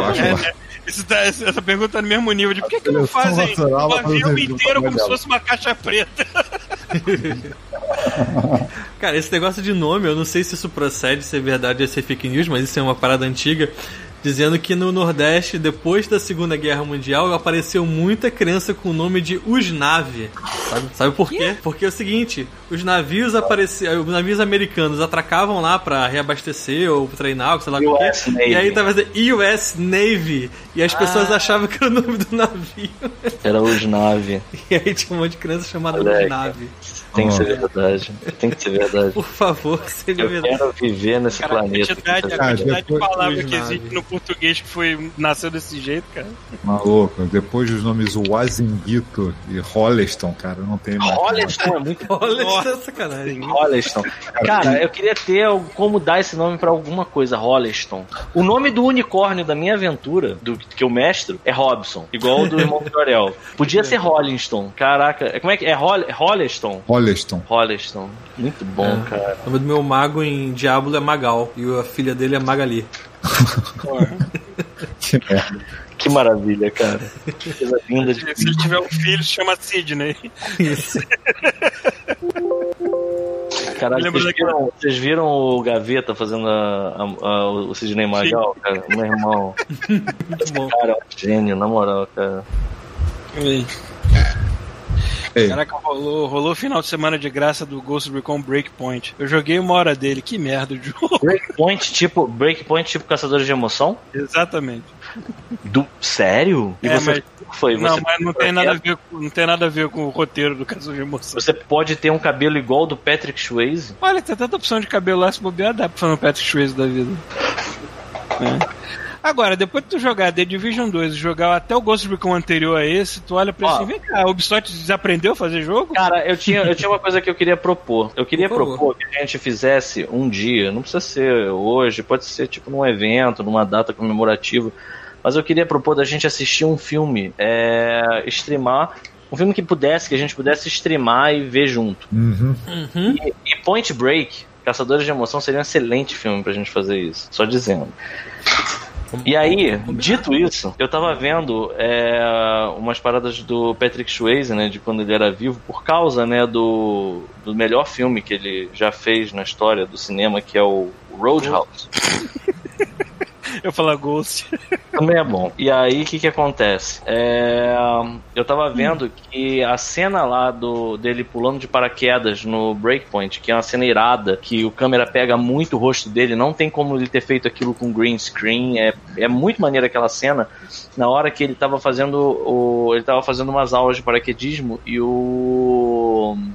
Essa pergunta tá no mesmo nível de por que não fazem um avião inteiro como se fosse uma caixa preta? Cara, esse negócio de nome, eu não sei se isso procede, se é verdade, se é fake news, mas isso é uma parada antiga, dizendo que no Nordeste, depois da Segunda Guerra Mundial, apareceu muita criança com o nome de Usnave. Sabe por quê? Porque é o seguinte, os navios americanos atracavam lá pra reabastecer ou treinar, sei lá o que. E aí tava dizendo US Navy. E as pessoas achavam que era o nome do navio. Era Usnave. E aí tinha um monte de criança chamada Usnave. Tem que ser verdade. Por favor, seja verdade. Eu quero viver nesse planeta. A quantidade de palavras que existe no português que nasceu desse jeito, cara. Maluco, depois dos nomes Wazinguito e Rolleston, cara, não tem mais. Rolleston é muito Rolleston é sacanagem. Rolleston. Cara, eu queria ter como dar esse nome pra alguma coisa, Rolleston. O nome do unicórnio da minha aventura, que eu mestro, é Robson, igual o do irmão do Ariel. Podia ser Rollinston. Caraca, como é que é? Rolleston? Rolleston. Muito bom, cara. O nome do meu mago em Diablo é Magal. E a filha dele é Magali. Que merda. Que maravilha, cara. Coisa linda de... Se ele tiver um filho, se chama Sidney. Isso. Caralho, vocês viram o Gaveta fazendo o Sidney Magal, cara? Meu irmão. Muito bom. Cara, é um gênio, na moral, cara. Caraca, rolou o final de semana de graça do Ghost Recon Breakpoint. Eu joguei 1 hora dele, que merda de jogo. Breakpoint tipo Caçadores de Emoção? Exatamente. Sério? E mas não tem nada a ver com o roteiro do Caçador de Emoção. Você pode ter um cabelo igual ao do Patrick Swayze? Olha, tem tanta opção de cabelo lá, se bobear, dá pra fazer um Patrick Swayze da vida. Agora, depois de tu jogar The Division 2 e jogar até o Ghost Recon anterior a esse, tu olha pra assim, vem cá, a Ubisoft desaprendeu a fazer jogo? Cara, eu tinha uma coisa que eu queria propor. Eu queria propor que a gente fizesse um dia, não precisa ser hoje, pode ser tipo num evento, numa data comemorativa, mas eu queria propor da gente assistir um filme, streamar, um filme que a gente pudesse streamar e ver junto. E Point Break, Caçadores de Emoção, seria um excelente filme pra gente fazer isso, só dizendo. E aí, dito isso, eu tava vendo umas paradas do Patrick Swayze, né, de quando ele era vivo, por causa, né, do melhor filme que ele já fez na história do cinema, que é o Roadhouse. Eu falo Ghost. Também é bom. E aí, o que acontece? Eu tava vendo que a cena lá dele pulando de paraquedas no Breakpoint, que é uma cena irada, que o câmera pega muito o rosto dele, não tem como ele ter feito aquilo com green screen, é muito maneira aquela cena. Na hora que ele tava fazendo umas aulas de paraquedismo e o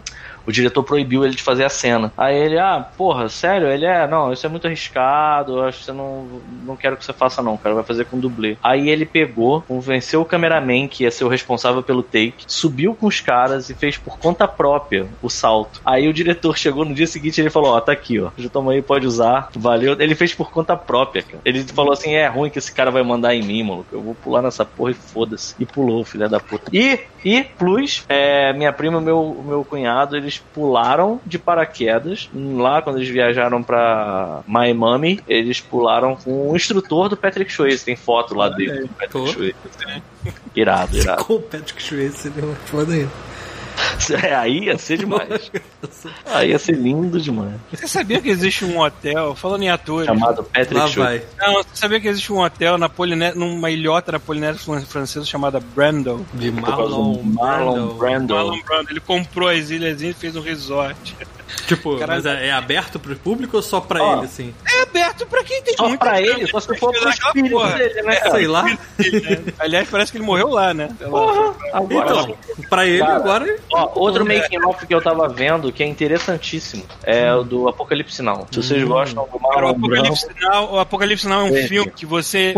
O diretor proibiu ele de fazer a cena. Aí ele, porra, sério? Ele, não, isso é muito arriscado, eu acho que você não quero que você faça não, cara, vai fazer com dublê. Aí ele pegou, convenceu o cameraman, que ia ser o responsável pelo take, subiu com os caras e fez por conta própria o salto. Aí o diretor chegou no dia seguinte e ele falou, tá aqui, ó, já toma aí, pode usar, valeu. Ele fez por conta própria, cara. Ele falou assim, é ruim que esse cara vai mandar em mim, maluco, eu vou pular nessa porra e foda-se. E pulou, filha da puta. E plus, minha prima e meu cunhado, eles pularam de paraquedas, lá quando eles viajaram pra Miami, eles pularam com o instrutor do Patrick Swayze, tem foto lá dele do Patrick Swayze. Irado. Com o Patrick Swayze, seria uma foda aí. Aí ia ser demais. Aí ia ser lindo demais. Você sabia que existe um hotel, falando em atores, chamado Patrick Swayze? Não, você sabia que existe um hotel numa ilhota na Polinésia Francesa chamada Brando? De Marlon Brando. Ele comprou as ilhas e fez um resort. Tipo, mas é aberto pro público ou só pra ele, assim? É aberto pra quem tem só muito pra ele, só se for pro espírito dele, né, cara? Sei lá. Aliás, parece que ele morreu lá, né? Porra, agora. Então, pra ele, cara, agora... Outro making-off que eu tava vendo, que é interessantíssimo, é o do Apocalipse Now. Se vocês gostam do Marlon Brando... O Apocalipse Now é um filme que você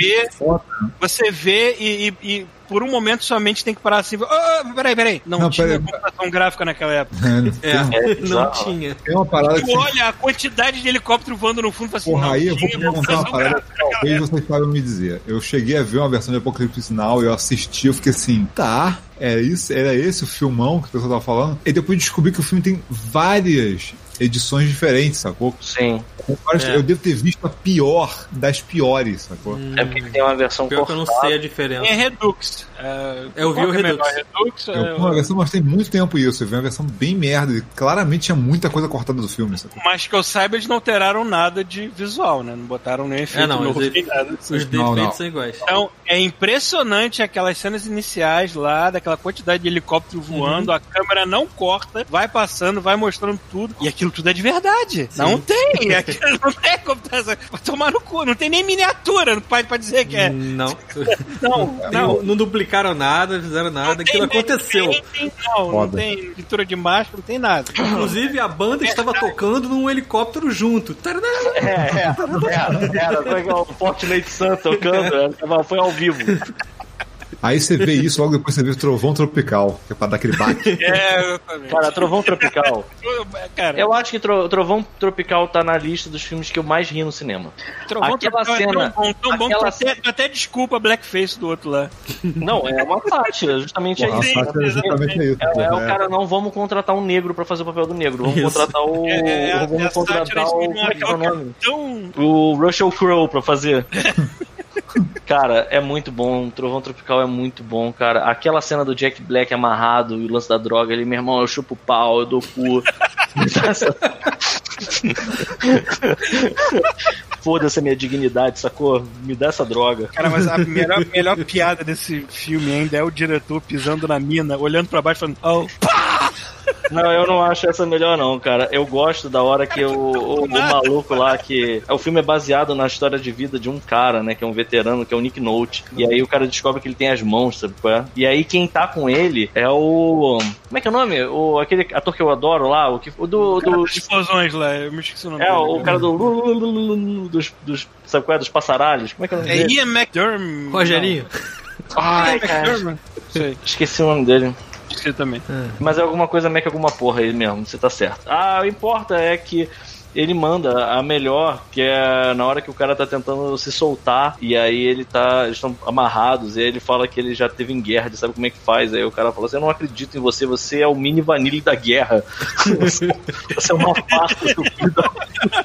vê e por um momento sua mente tem que parar assim. Peraí. Não tinha computação gráfica naquela época. Não tinha. Tem uma parada que... Olha a quantidade de helicóptero voando no fundo. Assim, porra, aí eu vou contar uma parada que talvez vocês saibam me dizer. Eu cheguei a ver uma versão de Apocalipse Now, eu assisti, eu fiquei assim, tá, era esse o filmão que o pessoal tava falando? E depois descobri que o filme tem várias edições diferentes, sacou? Sim. Eu devo ter visto a pior das piores, sacou? É porque tem uma versão pior cortada. Que eu não sei a diferença. É Redux. Eu vi o Redux. Eu vi uma versão, mas tem muito tempo isso. Eu vi uma versão bem merda. E claramente tinha muita coisa cortada do filme, sacou? Mas que eu saiba, eles não alteraram nada de visual, né? Não botaram nem efeito novo, nem nada. Os defeitos são iguais. Então, é impressionante aquelas cenas iniciais lá, daquela quantidade de helicóptero voando, a câmera não corta, vai passando, vai mostrando tudo, e aquilo tudo é de verdade. Sim. Não tem. Não tem computação. Vai tomar no cu. Não tem nem miniatura pra dizer que é. Não. Não duplicaram nada, fizeram nada. Aquilo aconteceu. Não tem pintura de máscara, não tem nada. Inclusive, a banda estava tocando num helicóptero junto. Era o Fortnite Sun tocando. Foi ao vivo. Aí você vê isso, logo depois você vê Trovão Tropical, que é pra dar aquele baque. Cara, Trovão Tropical. Cara, eu acho que Trovão Tropical tá na lista dos filmes que eu mais ri no cinema. Trovão Tropical cena, tão bom que até desculpa blackface do outro lá. Não, é uma sátira, justamente é isso. O cara, não vamos contratar um negro pra fazer o papel do negro, vamos contratar o... vamos contratar o Russell Crowe pra fazer. Cara, é muito bom. Trovão Tropical é muito bom, cara. Aquela cena do Jack Black amarrado e o lance da droga, ele, meu irmão, eu chupo o pau, eu dou cu. Foda-se a minha dignidade, sacou? Me dá essa droga. Cara, mas a melhor piada desse filme ainda é o diretor pisando na mina, olhando pra baixo e falando, pá! Não, eu não acho essa melhor não, cara. Eu gosto da hora que o maluco lá, que... O filme é baseado na história de vida de um cara, né, que é um veterano, que é o Nick Nolte. E aí o cara descobre que ele tem as mãos, sabe qual é? E aí quem tá com ele é o... Como é que é o nome? Aquele ator que eu adoro lá, o das explosões lá, eu me esqueci o nome dele. O cara dos sabe qual é? Dos passaralhos. Como é que é o nome dele? Ian McDermott. Rogerinho. Ai, cara. Esqueci o nome dele. Também. Mas é alguma coisa meio que alguma porra aí mesmo, você tá certo. O importa é que ele manda a melhor, que é na hora que o cara tá tentando se soltar, e aí eles estão amarrados, e aí ele fala que ele já teve em guerra, ele sabe como é que faz, aí o cara fala assim, eu não acredito em você, você é o mini Vanille da guerra. Você é uma farsa do filho da...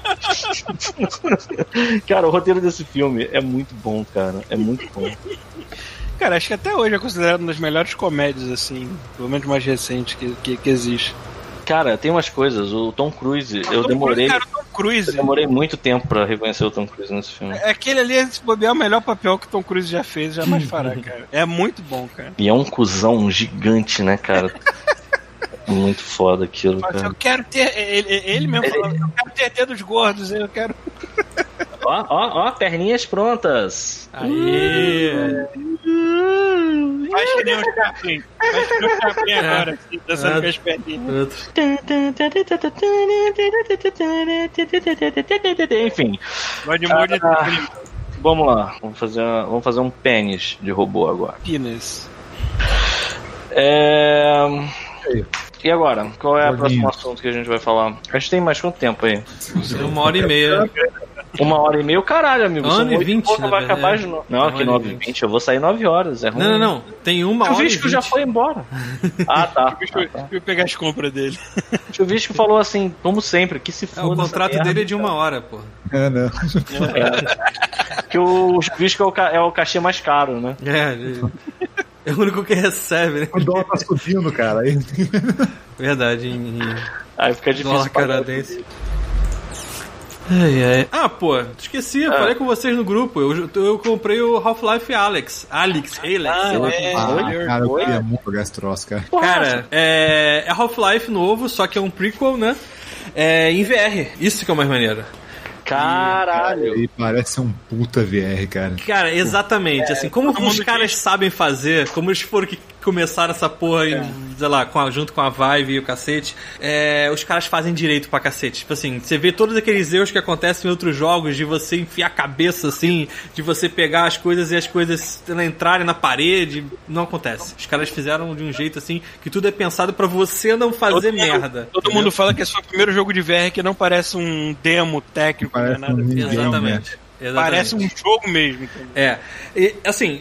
Cara, o roteiro desse filme é muito bom, cara, é muito bom. Cara, acho que até hoje é considerado uma das melhores comédias, assim, pelo menos mais recente que existe. Cara, tem umas coisas, o Tom Cruise, eu demorei muito tempo pra reconhecer o Tom Cruise nesse filme. Aquele ali, se bobear, é o melhor papel que o Tom Cruise já fez, jamais fará, cara. É muito bom, cara. E é um cuzão gigante, né, cara? Muito foda aquilo, mas cara. Eu quero ter, ele mesmo falou, eu quero ter dedos gordos, eu quero... Ó, perninhas prontas. Aí. que nem um capim. Faz que nem um capim agora, assim, dançando com as perninhas. Enfim. Vamos lá. Vamos fazer um pênis de robô agora. Pênis. E agora? Qual é o próximo assunto que a gente vai falar? A gente tem mais quanto tempo aí? 1h30. 1h30, caralho, amigo. 1h20, vai acabar de novo. Não, aqui 9h20, eu vou sair 9 horas. É ruim. Não. Tem 1h20. O Chuvisco já foi embora. Tá. Eu pegar as compras dele. O Chuvisco falou assim, como sempre, que se foda. O contrato dele é de 1 hora, pô. Não. Que o Chuvisco é o cachê mais caro, né? É o único que recebe, né? O dólar tá subindo, cara. Aí... Verdade, Aí fica difícil. Dólar canadense. Ah, pô, esqueci, falei com vocês no grupo. Eu comprei o Half-Life Alex. Cara, eu queria muito jogar esse troço, cara. Cara, é Half-Life novo, só que é um prequel, né? Em VR. Isso que é o mais maneiro. Caralho! E parece ser um puta VR, cara. Cara, exatamente. Assim, como os caras sabem fazer, como eles foram que começaram essa porra, sei lá, junto com a Vive e o cacete, os caras fazem direito pra cacete. Tipo assim, você vê todos aqueles erros que acontecem em outros jogos, de você enfiar a cabeça assim, de você pegar as coisas e as coisas entrarem na parede, não acontece. Os caras fizeram de um jeito assim, que tudo é pensado pra você não fazer merda. Todo mundo fala que esse foi o primeiro jogo de VR que não parece um demo técnico, parece não é nada. Exatamente. Parece um jogo mesmo. E, assim,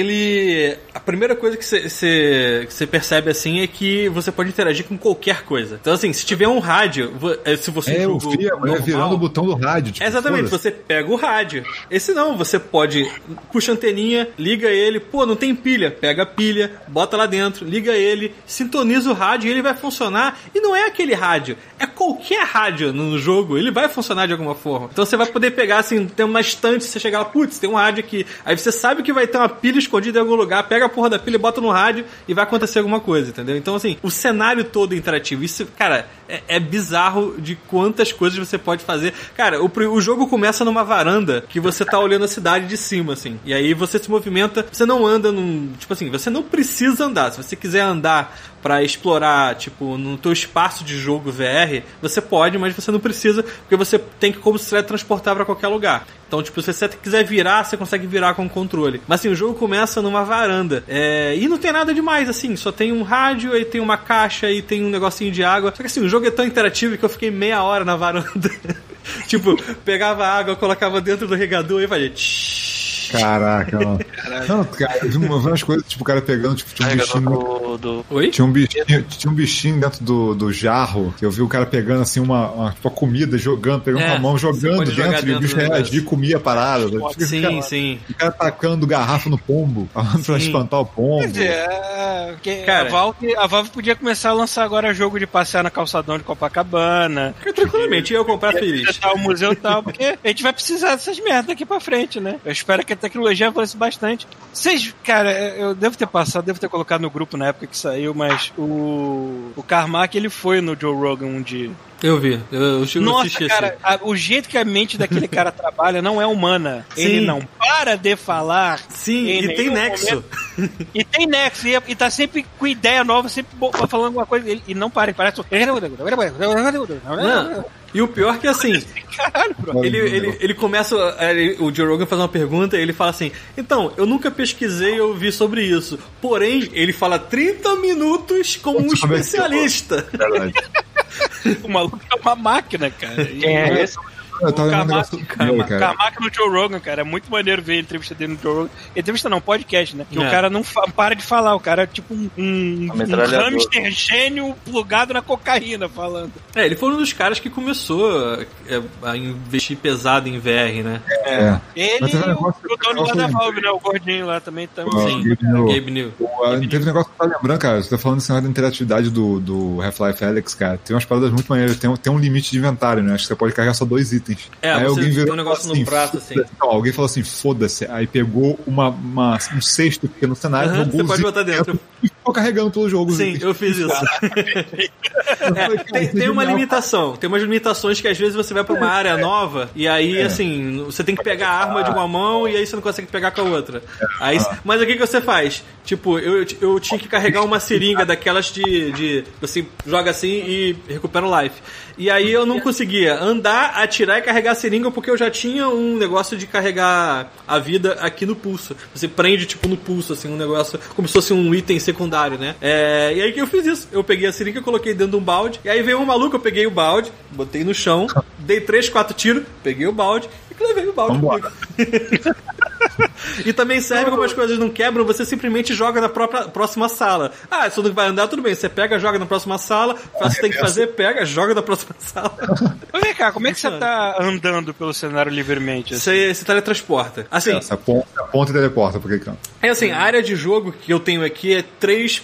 a primeira coisa que você percebe assim é que você pode interagir com qualquer coisa. Então, assim, se tiver um rádio, se você virando o botão do rádio. Tipo, exatamente, você pega o rádio. Esse não, você pode puxa a anteninha, liga ele, não tem pilha, pega a pilha, bota lá dentro, liga ele, sintoniza o rádio e ele vai funcionar. E não é aquele rádio, é qualquer rádio no jogo, ele vai funcionar de alguma forma. Então você vai poder pegar, assim, tem uma estante, você chegar lá, tem um rádio aqui. Aí você sabe que vai ter uma pilha escondida em algum lugar, pega a porra da pilha, bota no rádio e vai acontecer alguma coisa, entendeu? Então, assim, o cenário todo é interativo. Isso, cara, é bizarro de quantas coisas você pode fazer. Cara, o jogo começa numa varanda que você tá olhando a cidade de cima, assim. E aí você se movimenta, você não anda tipo assim, você não precisa andar. Se você quiser andar pra explorar, tipo, no teu espaço de jogo VR, você pode, mas você não precisa, porque você tem que como se teletransportar pra qualquer lugar. Então, tipo, se você quiser virar, você consegue virar com o controle. Mas, assim, o jogo começa numa varanda. E não tem nada demais, assim. Só tem um rádio, aí tem uma caixa, aí tem um negocinho de água. Só que, assim, o jogo é tão interativo que eu fiquei meia hora na varanda. Tipo, pegava água, colocava dentro do regador e fazia... Caraca, mano. Não, cara, eu vi umas coisas, tipo, o cara pegando, tipo, tinha um bichinho. Oi? Tinha um bichinho dentro do jarro, que eu vi o cara pegando assim uma comida, pegando com a mão, jogando dentro, e o bicho reagia e comia a parada. Sim. O cara tacando garrafa no pombo, pra espantar o pombo. Cara, a Valve podia começar a lançar agora jogo de passear na calçadão de Copacabana. Tranquilamente, eu comprar feliz. O museu e tal, porque a gente vai precisar dessas merdas daqui pra frente, né? Eu espero que a tecnologia avance bastante. Cara, eu devo ter colocado no grupo na época que saiu, mas o Carmack, ele foi no Joe Rogan um dia. Eu vi, eu chego a assistir. Nossa, cara, o jeito que a mente daquele cara trabalha não é humana. Sim. Ele não para de falar. Sim, e tem nexo. E tem nexo, e tá sempre com ideia nova, sempre falando alguma coisa, e não para, parece... Não. E o pior que assim, caralho, bro. Ele começa, o Joe Rogan faz uma pergunta e ele fala assim, então, eu nunca pesquisei ou ouvi sobre isso, porém, ele fala 30 minutos como um especialista. O maluco é uma máquina, cara. Quem é esse? Eu tava vendo um negócio Carmack no Joe Rogan, cara. É muito maneiro ver a entrevista dele no Joe Rogan. Entrevista não, podcast, né? Que o cara não para de falar. O cara é tipo um hamster gênio plugado na cocaína falando. Ele foi um dos caras que começou a investir pesado em VR, né? Ele e o dono lá da Valve, né? O gordinho lá também. Gabe New. Teve um negócio que eu tô lembrando, cara. Você tá falando desse negócio da interatividade do Half-Life Alyx, cara. Tem umas paradas muito maneiras. Tem um limite de inventário, né? Acho que você pode carregar só 2 itens. Aí alguém virou um negócio assim, no prato, assim. Não, alguém falou assim, foda-se. Aí pegou um cesto que no cenário jogou você pode botar dentro. ficou carregando todo o jogo. Sim, eu fiz isso. Tem uma limitação. Tem umas limitações que às vezes você vai pra uma área nova e aí, assim, você tem que pegar a arma de uma mão e aí você não consegue pegar com a outra. Aí, mas o que você faz? Tipo, eu tinha que carregar uma seringa daquelas de você joga assim e recupera o life. E aí eu não conseguia andar, atirar e carregar a seringa porque eu já tinha um negócio de carregar a vida aqui no pulso. Você prende, tipo, no pulso, assim, um negócio como se fosse um item secundário, né? E aí que eu fiz isso. Eu peguei a seringa, coloquei dentro de um balde, e aí veio um maluco, eu peguei o balde, botei no chão, dei 3, 4 tiros, peguei o balde e levei o balde comigo. E também serve como as coisas não quebram, você simplesmente joga na próxima sala. Ah, isso não vai andar, tudo bem. Você pega, joga na próxima sala, faz o que tem que fazer, pega, joga na próxima sala. Vem cá, como é que você tá andando pelo cenário livremente? Assim? Você teletransporta. Assim, essa ponta e teleporta, por que? É assim, a área de jogo que eu tenho aqui é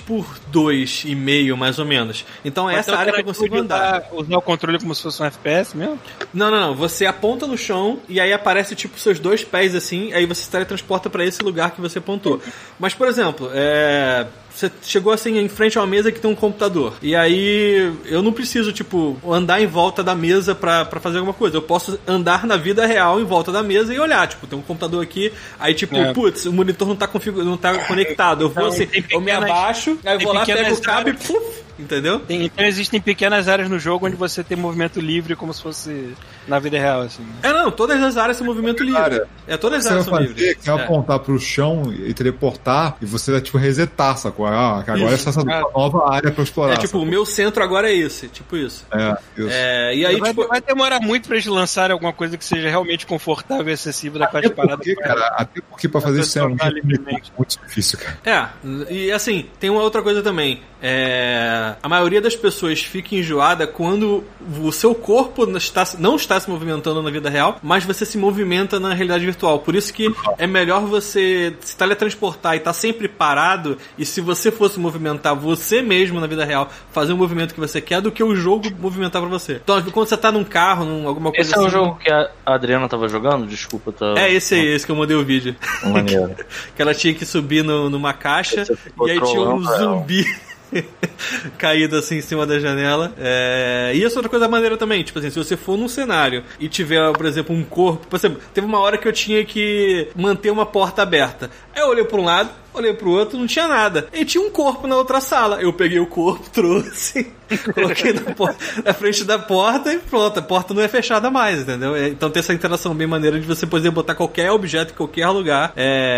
3x2,5, mais ou menos. Então é essa área que eu consigo andar. Usar o controle como se fosse um FPS mesmo? Não. Você aponta no chão e aí aparece tipo seus 2 pés assim, aí você se teletransporta pra esse lugar que você apontou. Mas, por exemplo, você chegou assim em frente a uma mesa que tem um computador. E aí eu não preciso, tipo, andar em volta da mesa pra fazer alguma coisa. Eu posso andar na vida real em volta da mesa e olhar, tipo, tem um computador aqui, aí tipo, putz, o monitor não tá conectado. Eu vou assim, eu me abaixo, aí eu vou lá, pego o cabo e puf, entendeu? Então existem pequenas áreas no jogo onde você tem movimento livre como se fosse na vida real, assim. Não, todas as áreas são movimento livre. Todas as áreas são livres. Você vai apontar pro chão e teleportar e você vai, tipo, resetar, sacou? Que agora essa é uma nova área pra explorar. Tipo, o meu centro agora é esse, tipo isso. Isso. E aí, vai demorar muito pra eles lançarem alguma coisa que seja realmente confortável e acessível daquelas paradas. Até porque pra fazer isso é muito difícil, cara. E assim, tem uma outra coisa também. A maioria das pessoas fica enjoada quando o seu corpo não está se movimentando na vida real, mas você se movimenta na realidade virtual. Por isso que é melhor você se teletransportar e estar sempre parado, e se você fosse movimentar você mesmo na vida real, fazer um movimento que você quer, do que o jogo movimentar pra você. Então, quando você tá num carro, alguma coisa assim... Esse é o jogo que a Adriana tava jogando? Desculpa, esse aí, esse que eu mandei o vídeo. Maneiro. Que ela tinha que subir numa caixa, e aí tinha um zumbi caído assim em cima da janela. E essa outra coisa maneira também, tipo assim, se você for num cenário e tiver, por exemplo, um corpo, por exemplo, teve uma hora que eu tinha que manter uma porta aberta. Aí eu olhei pra um lado, olhei pro outro, não tinha nada. E tinha um corpo na outra sala. Eu peguei o corpo, trouxe, coloquei na frente da porta e pronto, a porta não é fechada mais, entendeu? Então tem essa interação bem maneira de você poder botar qualquer objeto em qualquer lugar.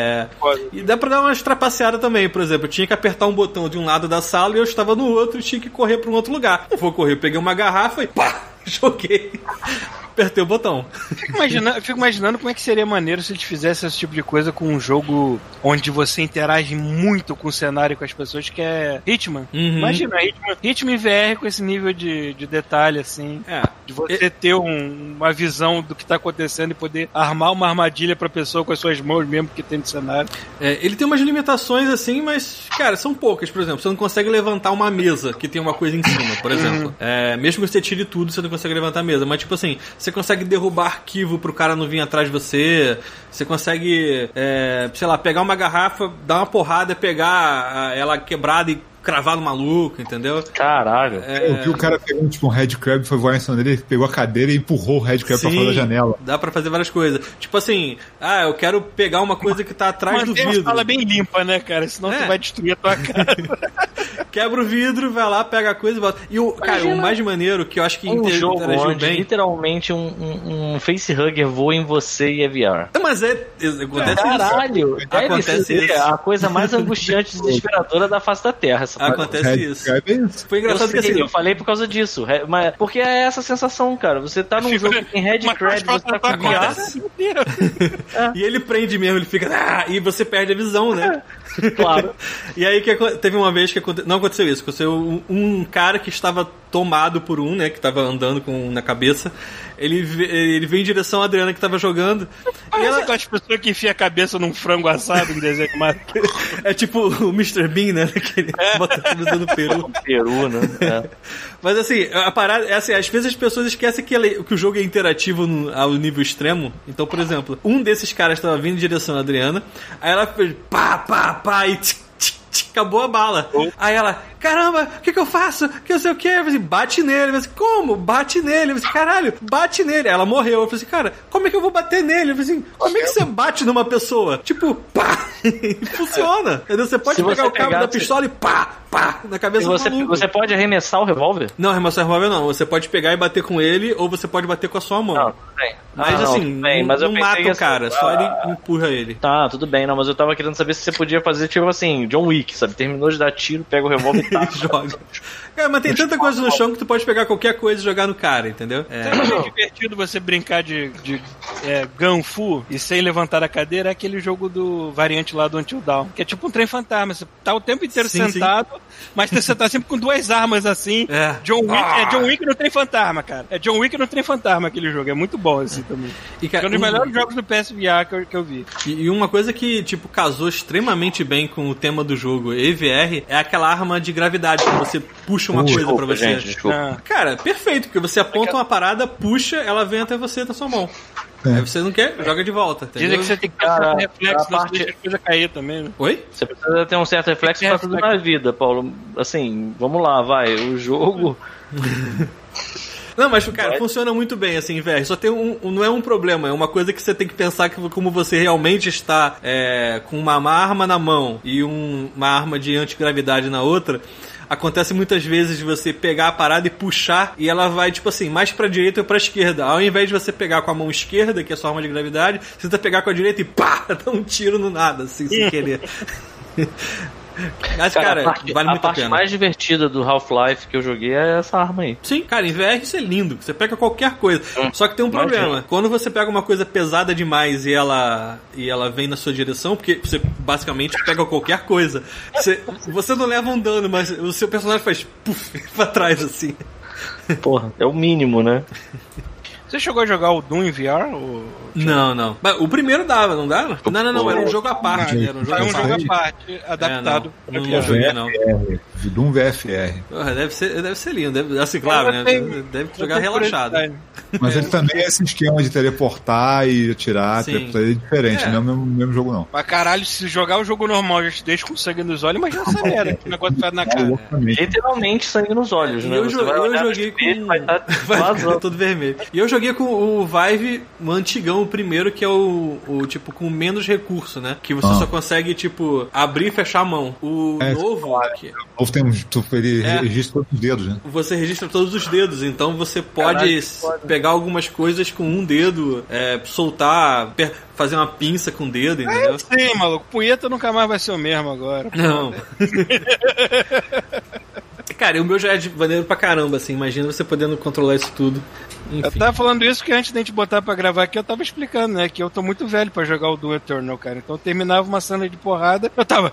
E dá pra dar uma trapaceada também, por exemplo, eu tinha que apertar um botão de um lado da sala e eu estava no outro e tinha que correr pra um outro lugar. Não vou correr, eu peguei uma garrafa e pá, joguei. Apertei o botão. Fico imaginando como é que seria maneiro se eles fizessem esse tipo de coisa com um jogo onde você interage muito com o cenário e com as pessoas, que é Hitman. Imagina, Hitman VR com esse nível de detalhe, assim. De você ter uma visão do que tá acontecendo e poder armar uma armadilha pra pessoa com as suas mãos mesmo que tem no cenário. Ele tem umas limitações, assim, mas, cara, são poucas. Por exemplo, você não consegue levantar uma mesa que tem uma coisa em cima, por exemplo. Mesmo que você tire tudo, você não consegue levantar a mesa. Mas, tipo assim, você consegue derrubar arquivo pro cara não vir atrás de você. Você consegue, sei lá, pegar uma garrafa, dar uma porrada, pegar ela quebrada e cravar no maluco, entendeu? Caralho. Eu vi o cara pegando tipo um headcrab, foi voar em cima dele, pegou a cadeira e empurrou o headcrab pra fora da janela. Dá pra fazer várias coisas. Tipo assim, eu quero pegar uma coisa que tá atrás do vidro. Uma sala bem limpa, né, cara? Senão tu vai destruir a tua cara. Quebra o vidro, vai lá, pega a coisa e bota. E o mais maneiro, que eu acho que interagiu bem, literalmente um facehugger voa em você e é VR. Mas acontece caralho, isso. Acontece isso. A coisa mais angustiante e desesperadora da face da Terra. Acontece isso. Foi engraçado que assim... Eu falei por causa disso. Porque é essa sensação, cara. Você tá num jogo que tem headcrab, você tá com VR. E ele prende mesmo, ele fica... E você perde a visão, né? Claro. E aí teve uma vez que não aconteceu isso. Aconteceu um cara que estava tomado por né? Que estava andando na cabeça. Ele veio em direção à Adriana que estava jogando. Parece aquelas pessoas que enfiam a cabeça num frango assado em desenho animado. É tipo o Mr. Bean, né? Que ele bota a cabeça no peru. Peru, né? Mas assim, a parada é assim, às vezes as pessoas esquecem que o jogo é interativo ao nível extremo. Então, por exemplo, um desses caras estava vindo em direção à Adriana, aí ela fez pá, pá, pá, e tch, tch, tch, acabou a bala. Aí ela, caramba, o que eu faço? Que eu sei o que? Eu falei assim, bate nele. Eu falei assim, como? Bate nele. Eu falei assim, caralho, bate nele. Ela morreu. Eu falei assim, cara, como é que eu vou bater nele? Eu falei assim, como é que você bate numa pessoa? Tipo, pá! Funciona. Entendeu? Você pode pegar o cabo da pistola e pá! Na cabeça do maluco. Você pode arremessar o revólver? Não, arremessar o revólver não. Você pode pegar e bater com ele, ou você pode bater com a sua mão. Não, tudo bem. Mas não mata o cara, só ele empurra ele. Tá, tudo bem, não, mas eu tava querendo saber se você podia fazer, tipo assim, John Wick, sabe? Terminou de dar tiro, pega o revólver e joga. Cara, mas tem tanta coisa no chão que tu pode pegar qualquer coisa e jogar no cara, entendeu? É divertido você brincar de Gunfu e sem levantar a cadeira, é aquele jogo do variante lá do Until Dawn, que é tipo um trem fantasma. Você tá o tempo inteiro sentado, mas você tá sempre com duas armas assim. John Wick, é John Wick no trem fantasma, cara. É John Wick no trem fantasma aquele jogo. É muito bom assim também. E, cara, é um dos melhores jogos do PSVR que eu vi. E uma coisa que, tipo, casou extremamente bem com o tema do jogo EVR é aquela arma de gravidade, que você puxa uma coisa pra você. Cara, perfeito, porque você aponta uma parada, puxa, ela vem até você na sua mão. Aí você não quer, joga de volta. Entendeu? Dizem que você tem que ter um certo reflexo, senão você deixa a coisa cair também, né? Oi? Você precisa ter um certo reflexo pra tudo na vida, Paulo. Assim, vamos lá, vai. O jogo... Não, mas, cara, funciona muito bem, assim, velho. Só tem não é um problema, é uma coisa que você tem que pensar que como você realmente está com uma arma na mão e uma arma de antigravidade na outra, acontece muitas vezes de você pegar a parada e puxar e ela vai, tipo assim, mais pra direita ou pra esquerda. Ao invés de você pegar com a mão esquerda, que é a sua arma de gravidade, você tenta pegar com a direita e pá, dá um tiro no nada, assim, sem querer. Mas, cara, vale muito a pena. A parte mais divertida do Half-Life que eu joguei é essa arma aí. Sim, cara, em VR isso é lindo. Você pega qualquer coisa. Só que tem um problema. Quando você pega uma coisa pesada demais e ela vem na sua direção, porque você basicamente pega qualquer coisa, você não leva um dano, mas o seu personagem faz puff pra trás, assim. Porra, é o mínimo, né? Você chegou a jogar o Doom em VR? Não. Mas o primeiro dava, não dava? Não, era um jogo à parte. Era um jogo à parte, adaptado pra VR. Não. Doom VFR. Porra, deve ser lindo. Assim, claro, né? Deve jogar relaxado. Mas ele também é esse esquema de teleportar e atirar. Teleportar é diferente, não é o mesmo jogo, não. Mas caralho, se jogar o jogo normal já te deixa com sangue nos olhos, imagina essa merda, que negócio faz na cara. Literalmente sangue nos olhos, né? Eu joguei com... Vai estar todo vermelho. E eu joguei com o Vive, o antigão, o primeiro, que é o tipo, com menos recurso, né? Que você só consegue, tipo, abrir e fechar a mão. O novo... O novo tem ele registra todos os dedos, né? Você registra todos os dedos, então você pode pegar algumas coisas com um dedo, soltar, fazer uma pinça com o dedo, entendeu? Sim, maluco. Punheta nunca mais vai ser o mesmo agora. Não. Cara, e o meu já é de maneiro pra caramba, assim. Imagina você podendo controlar isso tudo. Enfim. Eu tava falando isso que antes da gente botar pra gravar aqui, eu tava explicando, né? Que eu tô muito velho pra jogar o Doom Eternal, cara. Então eu terminava uma cena de porrada, eu tava...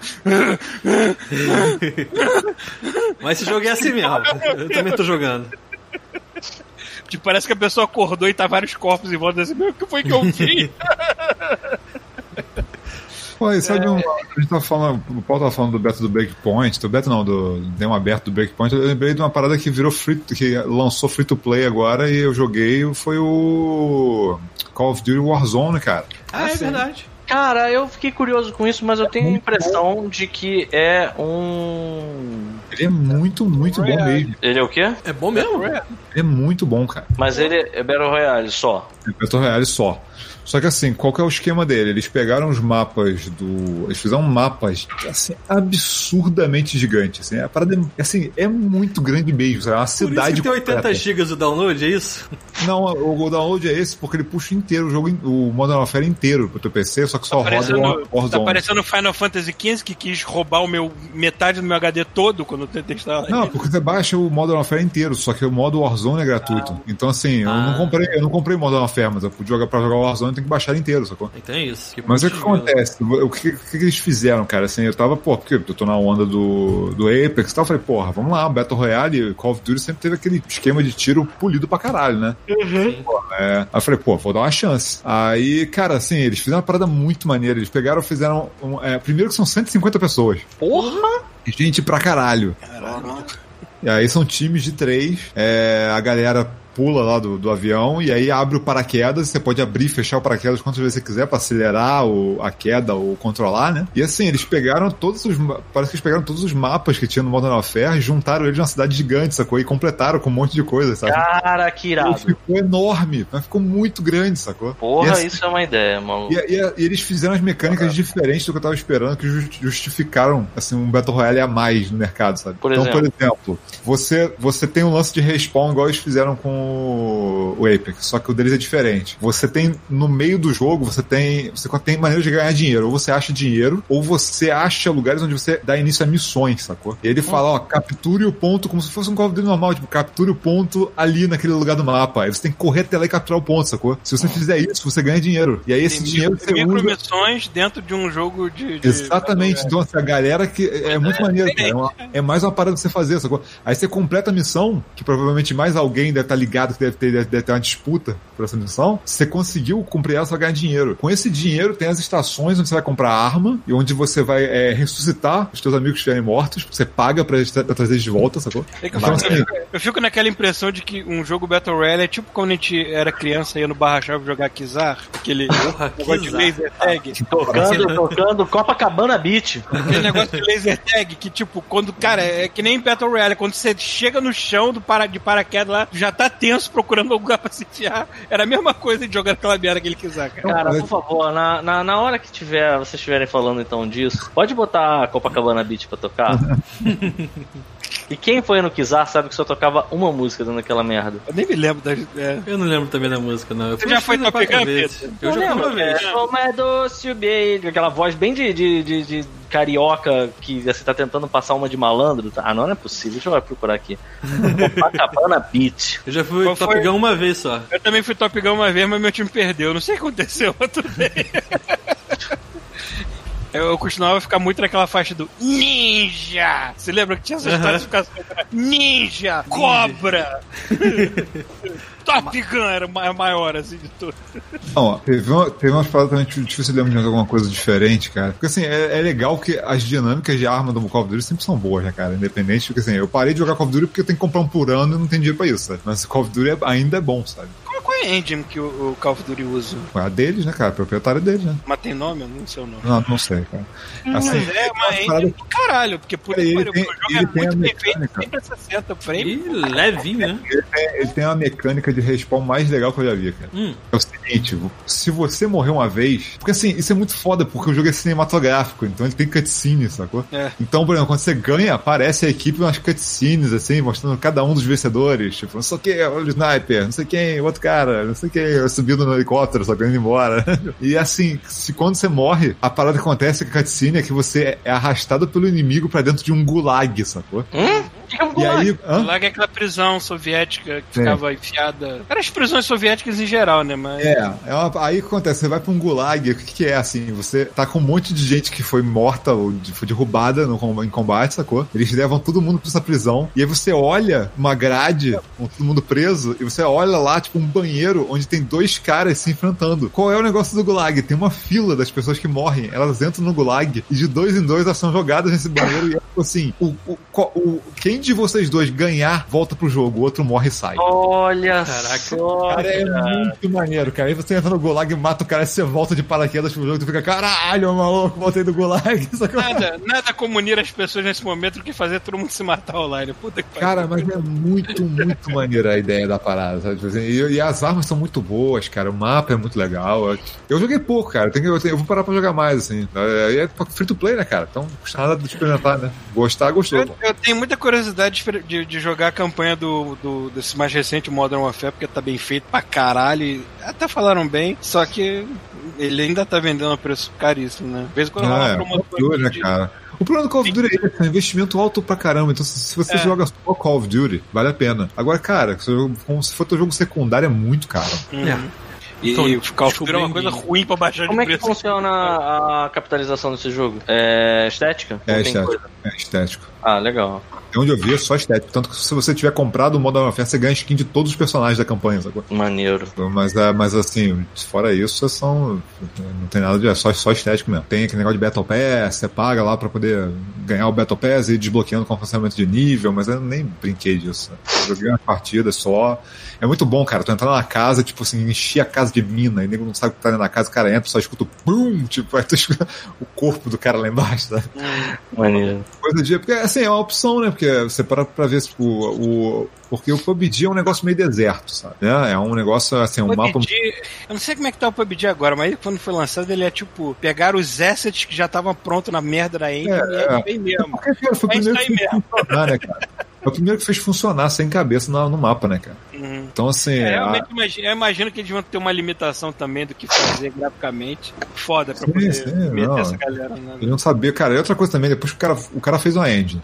Mas esse jogo é assim mesmo. Eu também tô jogando. Tipo, parece que a pessoa acordou e tá vários corpos em volta assim, meu, o que foi que eu vi? Pô, sabe a gente tava falando, o Paulo tava falando do beta do Breakpoint, do beta não, do Demo aberto do Breakpoint, eu lembrei de uma parada que virou que lançou free to play agora e eu joguei, foi o Call of Duty Warzone, cara. É verdade. Cara, eu fiquei curioso com isso, mas eu tenho a impressão de que é um... Ele é muito bom mesmo. Ele é o quê? É bom mesmo? Ele é muito bom, cara. Mas ele é Battle Royale só? É Battle Royale só. Só que assim, qual que é o esquema dele? Eles pegaram os mapas eles fizeram mapas, assim, absurdamente gigantes. Assim, a parada é muito grande mesmo, sabe? É uma cidade. Por isso que tem 80 GB o download, é isso? Não, o download é esse porque ele puxa inteiro o jogo, o Modern Warfare inteiro pro teu PC, só que só roda o Warzone. Tá parecendo Final Fantasy XV, que quis roubar metade do meu HD todo quando eu tentei instalar. Não, porque você baixa o Modern Warfare inteiro, só que o modo Warzone é gratuito. Então assim, eu não comprei o Modern Warfare, mas eu pude jogar pra jogar o Warzone, tem que baixar ele inteiro, sacou? Então é isso. Mas o que acontece? O que eles fizeram, cara? Assim, eu tava, porque eu tô na onda do Apex e tal, eu falei, porra, vamos lá, Battle Royale, Call of Duty sempre teve aquele esquema de tiro polido pra caralho, né? Aí eu falei, vou dar uma chance. Aí, cara, assim, eles fizeram uma parada muito maneira. Eles fizeram primeiro que são 150 pessoas. Porra! Gente pra caralho. E aí são times de 3, a galera pula lá do avião e aí abre o paraquedas, você pode abrir e fechar o paraquedas quantas vezes você quiser pra acelerar a queda ou controlar, né? E assim, eles pegaram parece que eles pegaram todos os mapas que tinha no Modern Warfare e juntaram eles numa cidade gigante, sacou? E completaram com um monte de coisa, sabe? Cara, que irado. E ficou enorme, mas ficou muito grande, sacou? Porra, assim, isso é uma ideia, mano. E eles fizeram as mecânicas diferentes do que eu tava esperando, que justificaram, assim, um Battle Royale a mais no mercado, sabe? Por exemplo, você tem um lance de respawn igual eles fizeram com o Apex, só que o deles é diferente. Você tem, no meio do jogo, você tem maneira de ganhar dinheiro. Ou você acha dinheiro, ou você acha lugares onde você dá início a missões, sacou? E ele fala, ó, capture o ponto como se fosse um Call of Duty normal, tipo, capture o ponto ali naquele lugar do mapa. Aí você tem que correr até lá e capturar o ponto, sacou? Se você fizer isso, você ganha dinheiro. E aí esse dinheiro você usa... micromissões dentro de um jogo de... Exatamente. Então, assim, a galera que... É muito maneiro, cara. É mais uma parada pra você fazer, sacou? Aí você completa a missão, que provavelmente mais alguém deve estar ligado, que deve ter uma disputa por essa missão. Se você conseguiu cumprir ela, você vai ganhar dinheiro. Com esse dinheiro, tem as estações onde você vai comprar arma e onde você vai ressuscitar os teus amigos que estiverem mortos. Você paga pra trazer eles de volta, sacou? Eu fico naquela impressão de que um jogo Battle Royale é tipo quando a gente era criança e ia no Barra Chave jogar Kizar, aquele negócio de laser tag. Tocando Copacabana Beach. Aquele negócio de laser tag que, tipo, quando, cara, é que nem Battle Royale, quando você chega no chão de paraquedas lá, já tá tenso procurando algum lugar pra se enfiar. Era a mesma coisa de jogar aquela merda que ele quiser, cara. Cara, por favor, na hora que vocês estiverem falando então disso, pode botar Copacabana Beach pra tocar? E quem foi no Kizar sabe que só tocava uma música dentro daquela merda. Eu nem me lembro da... Eu não lembro também da música, não. Você já foi Top Gun, Pedro? Eu já fui uma vez. Aquela voz bem de carioca que você tá tentando passar uma de malandro. Ah, não é possível. Deixa eu procurar aqui. Copacabana Beach. Eu já fui Top Gun uma vez só. Eu também fui Top Gun uma vez, mas meu time perdeu. Não sei o que aconteceu, mas tudo bem. Eu costumava ficar muito naquela faixa do Ninja! Você lembra que tinha essa história de ficar Ninja! Cobra! Top Gun era a maior, assim, de tudo. Não, teve umas paradas também difícil de lembrar de alguma coisa diferente, cara. Porque, assim, é legal que as dinâmicas de arma do Call of Duty sempre são boas, né, cara? Independente, porque, assim, eu parei de jogar Call of Duty porque eu tenho que comprar um por ano e não tenho dinheiro pra isso, sabe? Mas Call of Duty ainda é bom, sabe? Qual é a engine que o Call of Duty usa? A deles, né, cara? A proprietária deles, né? Mas tem nome? Eu não sei o nome. Não sei, cara. Assim, mas é uma engine do caralho, porque por isso o jogo é muito bem feito, sempre 60 frames. E levinho, né? Ele tem uma mecânica de respawn mais legal que eu já vi, cara. É o seguinte, se você morrer uma vez... Porque, assim, isso é muito foda, porque o jogo é cinematográfico, então ele tem cutscenes, sacou? É. Então, por exemplo, quando você ganha, aparece a equipe umas cutscenes, assim, mostrando cada um dos vencedores. Tipo, não sei o que, o sniper, não sei quem, o outro cara, não sei quem, subindo no helicóptero, só indo embora. E assim, quando você morre, a parada que acontece com a cutscene é que você é arrastado pelo inimigo pra dentro de um gulag, sacou? E aí, gulag é aquela prisão soviética que ficava enfiada. Eram as prisões soviéticas em geral, né? Mas... aí o que acontece? Você vai pra um gulag, o que é assim? Você tá com um monte de gente que foi morta ou foi derrubada em combate, sacou? Eles levam todo mundo pra essa prisão, e aí você olha uma grade com todo mundo preso, e você olha lá, tipo, um banheiro onde tem dois caras se enfrentando. Qual é o negócio do gulag? Tem uma fila das pessoas que morrem, elas entram no gulag, e de 2 em 2 elas são jogadas nesse banheiro, e é assim, quem de vocês dois ganhar, volta pro jogo, o outro morre e sai. Olha, caraca. Cara, é muito maneiro, cara. Aí você entra no gulag e mata o cara, e você volta de paraquedas pro jogo, e tu fica, caralho, maluco, voltei do gulag. Nada como unir as pessoas nesse momento do que fazer todo mundo se matar online. Puta que pariu. Cara, mas é muito, muito maneira a ideia da parada, sabe? E as armas são muito boas, cara. O mapa é muito legal. Eu joguei pouco, cara. Eu vou parar pra jogar mais, assim. É free to play, né, cara? Então não custa nada de experimentar, né? Gostar, gostou. Eu tenho muita curiosidade de jogar a campanha desse mais recente Modern Warfare, porque tá bem feito pra caralho. E até falaram bem, só que ele ainda tá vendendo a preço caríssimo, né? De vez em quando rola promoção, né, cara? O problema do Call of Duty é um investimento alto pra caramba. Então, se você joga só Call of Duty, vale a pena. Agora, cara, se for teu jogo secundário, é muito caro. E Call of Duty é uma coisa ruim pra baixar de preço. Como é que funciona a capitalização desse jogo? É estética? É estético. Ah, legal. onde eu vi é só estético. Tanto que se você tiver comprado o Modern Warfare, você ganha skin de todos os personagens da campanha, sacou? Maneiro. Mas assim, fora isso, não tem nada de... É só estético mesmo. Tem aquele negócio de Battle Pass, você paga lá pra poder ganhar o Battle Pass e ir desbloqueando com avançamento de nível, mas eu nem brinquei disso. Eu joguei uma partida só. É muito bom, cara. Tu entrar na casa, tipo assim, encher a casa de mina, e nego não sabe o que tá dentro da casa, o cara entra, só escuta o BUM! Tipo, aí tu escuta o corpo do cara lá embaixo, sabe? Maneiro. Coisa de... Porque, assim, é uma opção, né? Porque você para pra ver porque o PUBG é um negócio meio deserto, sabe? É um negócio, assim, um mapa... Eu não sei como é que tá o PUBG agora, mas quando foi lançado ele é tipo, pegar os assets que já estavam prontos na merda da engine e é bem mesmo. Porque, cara, foi o primeiro que fez funcionar, né, cara? Foi o primeiro que fez funcionar sem cabeça no mapa, né, cara? Então, assim... eu imagino que eles vão ter uma limitação também do que fazer graficamente. Foda pra poder meter essa galera. Né? Ele não sabia, cara. E outra coisa também, depois que o cara fez uma engine.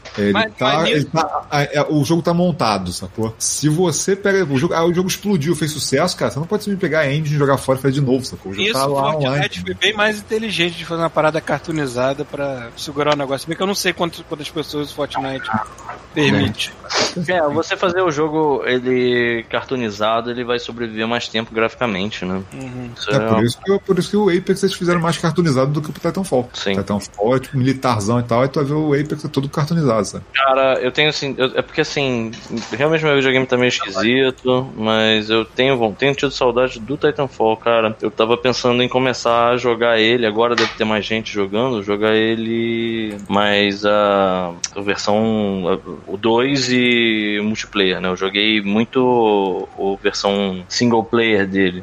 O jogo tá montado, sacou? Se você pega o jogo explodiu, fez sucesso, cara, você não pode simplesmente pegar a engine, jogar fora e fazer de novo, sacou? O jogo isso, o Fortnite foi bem mais inteligente de fazer uma parada cartoonizada pra segurar o negócio. Bem que eu não sei quantas pessoas o Fortnite permite. Você fazer o jogo ele cartoonizado, ele vai sobreviver mais tempo graficamente, né? Por isso que o Apex eles fizeram mais cartoonizado do que o Titanfall. Sim. O Titanfall é tipo militarzão e tal, aí tu vai ver o Apex é todo cartoonizado, sabe? Cara, eu tenho assim, é porque assim, realmente meu videogame tá meio esquisito, mas eu tenho tido saudade do Titanfall, cara. Eu tava pensando em começar a jogar ele, agora deve ter mais gente jogando, jogar ele mais a versão o 2 e multiplayer, né? Eu joguei muito a versão single player dele.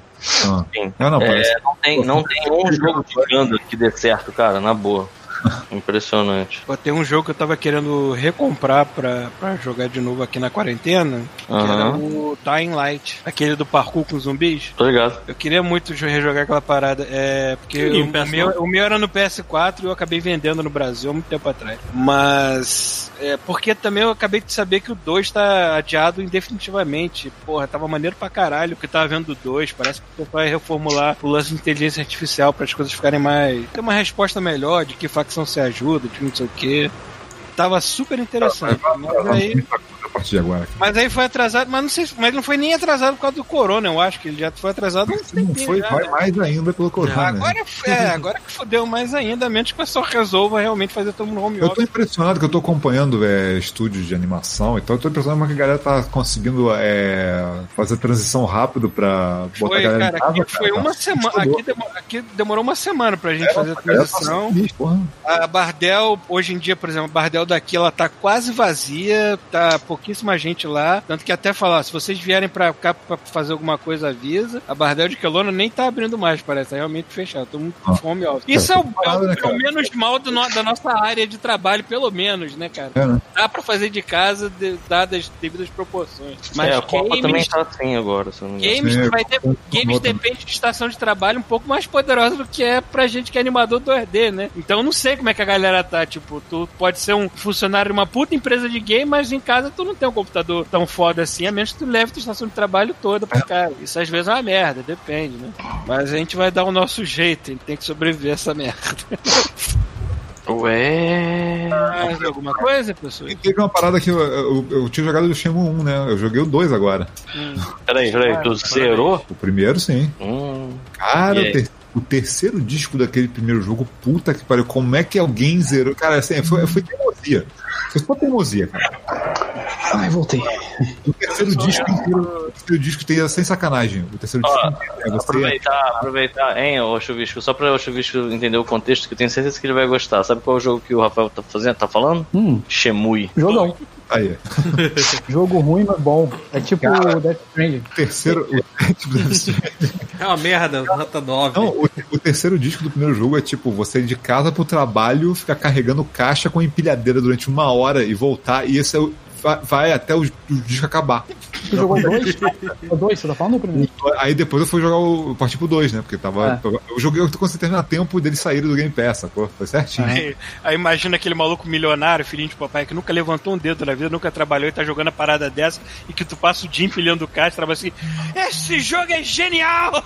Não tem um jogo jogando que dê certo, cara, na boa. Impressionante. Pô, tem um jogo que eu tava querendo recomprar pra jogar de novo aqui na quarentena, que era o Dying Light, aquele do parkour com zumbis. Tô ligado. Eu queria muito rejogar aquela parada, porque o meu era no PS4 e eu acabei vendendo no Brasil há muito tempo atrás. Mas porque também eu acabei de saber que o 2 tá adiado indefinitivamente. Porra, tava maneiro pra caralho o que tava vendo do 2. Parece que você vai reformular o lance de inteligência artificial para as coisas ficarem mais... ter uma resposta melhor de que facção se ajuda, de não sei o que. Tava super interessante. Mas aí foi atrasado, mas não foi nem atrasado por causa do corona, eu acho que ele já foi atrasado. Não foi, vai mais ainda pelo corona. Agora que fodeu mais ainda, a menos que o pessoal resolva realmente fazer todo mundo home office. Eu tô impressionado que eu tô acompanhando estúdios de animação, então eu tô impressionado que a galera tá conseguindo fazer transição rápido pra botar a galera em casa. Foi uma semana, aqui demorou uma semana pra gente fazer a transição. A Bardel, hoje em dia, por exemplo, a Bardel daqui, ela tá quase vazia, tá pouquíssima gente lá, tanto que até falar, se vocês vierem pra cá pra fazer alguma coisa, avisa. A Bardel de Kelowna nem tá abrindo mais, parece, tá realmente fechado, todo mundo com home office. Isso é o menos mal da nossa área de trabalho, pelo menos, né, cara? Dá pra fazer de casa, dadas as devidas proporções. Mas a Copa também tá assim agora, se não me engano. Games depende de estação de trabalho um pouco mais poderosa do que é pra gente que é animador 2D, né? Então eu não sei como é que a galera tá, tipo, tu pode ser um funcionário de uma puta empresa de game, mas em casa tu não tem um computador tão foda assim, a menos que tu leve tua estação de trabalho toda pra casa. Isso às vezes é uma merda, depende, né? Mas a gente vai dar o nosso jeito, a gente tem que sobreviver a essa merda. Mais alguma coisa, pessoal? Teve uma parada que eu tinha jogado do Shenmue 1, né? Eu joguei o 2 agora. Peraí, tu zerou? O primeiro, sim. Cara, o terceiro disco daquele primeiro jogo, puta que pariu, como é que alguém zerou? Cara, assim, foi teimosia. Foi só teimosia, cara. Ai, voltei. O terceiro disco inteiro, tem sem sacanagem. O terceiro disco inteiro. Aproveitar, hein, o Chuvisco, só pra o Chuvisco entender o contexto, que eu tenho certeza que ele vai gostar. Sabe qual é o jogo que o Rafael tá falando? Shenmue. Jogão. Aí. Jogo ruim, mas bom. É tipo o Death Stranding. É uma merda, nota 9. Não, o terceiro disco do primeiro jogo é tipo você ir de casa pro trabalho, ficar carregando caixa com empilhadeira durante 1 hora e voltar, e esse vai até o disco acabar. Tu jogou o 2? O 2, você tá falando o primeiro? Aí depois eu fui jogar partir pro 2, né? Porque eu joguei, eu consegui terminar tempo deles saírem do Game Pass, sacou? Foi certinho. Aí imagina aquele maluco milionário, filhinho de papai, que nunca levantou um dedo na vida, nunca trabalhou e tá jogando a parada dessa, e que tu passa o dia empilhando caixa, trabalha assim, esse jogo é genial!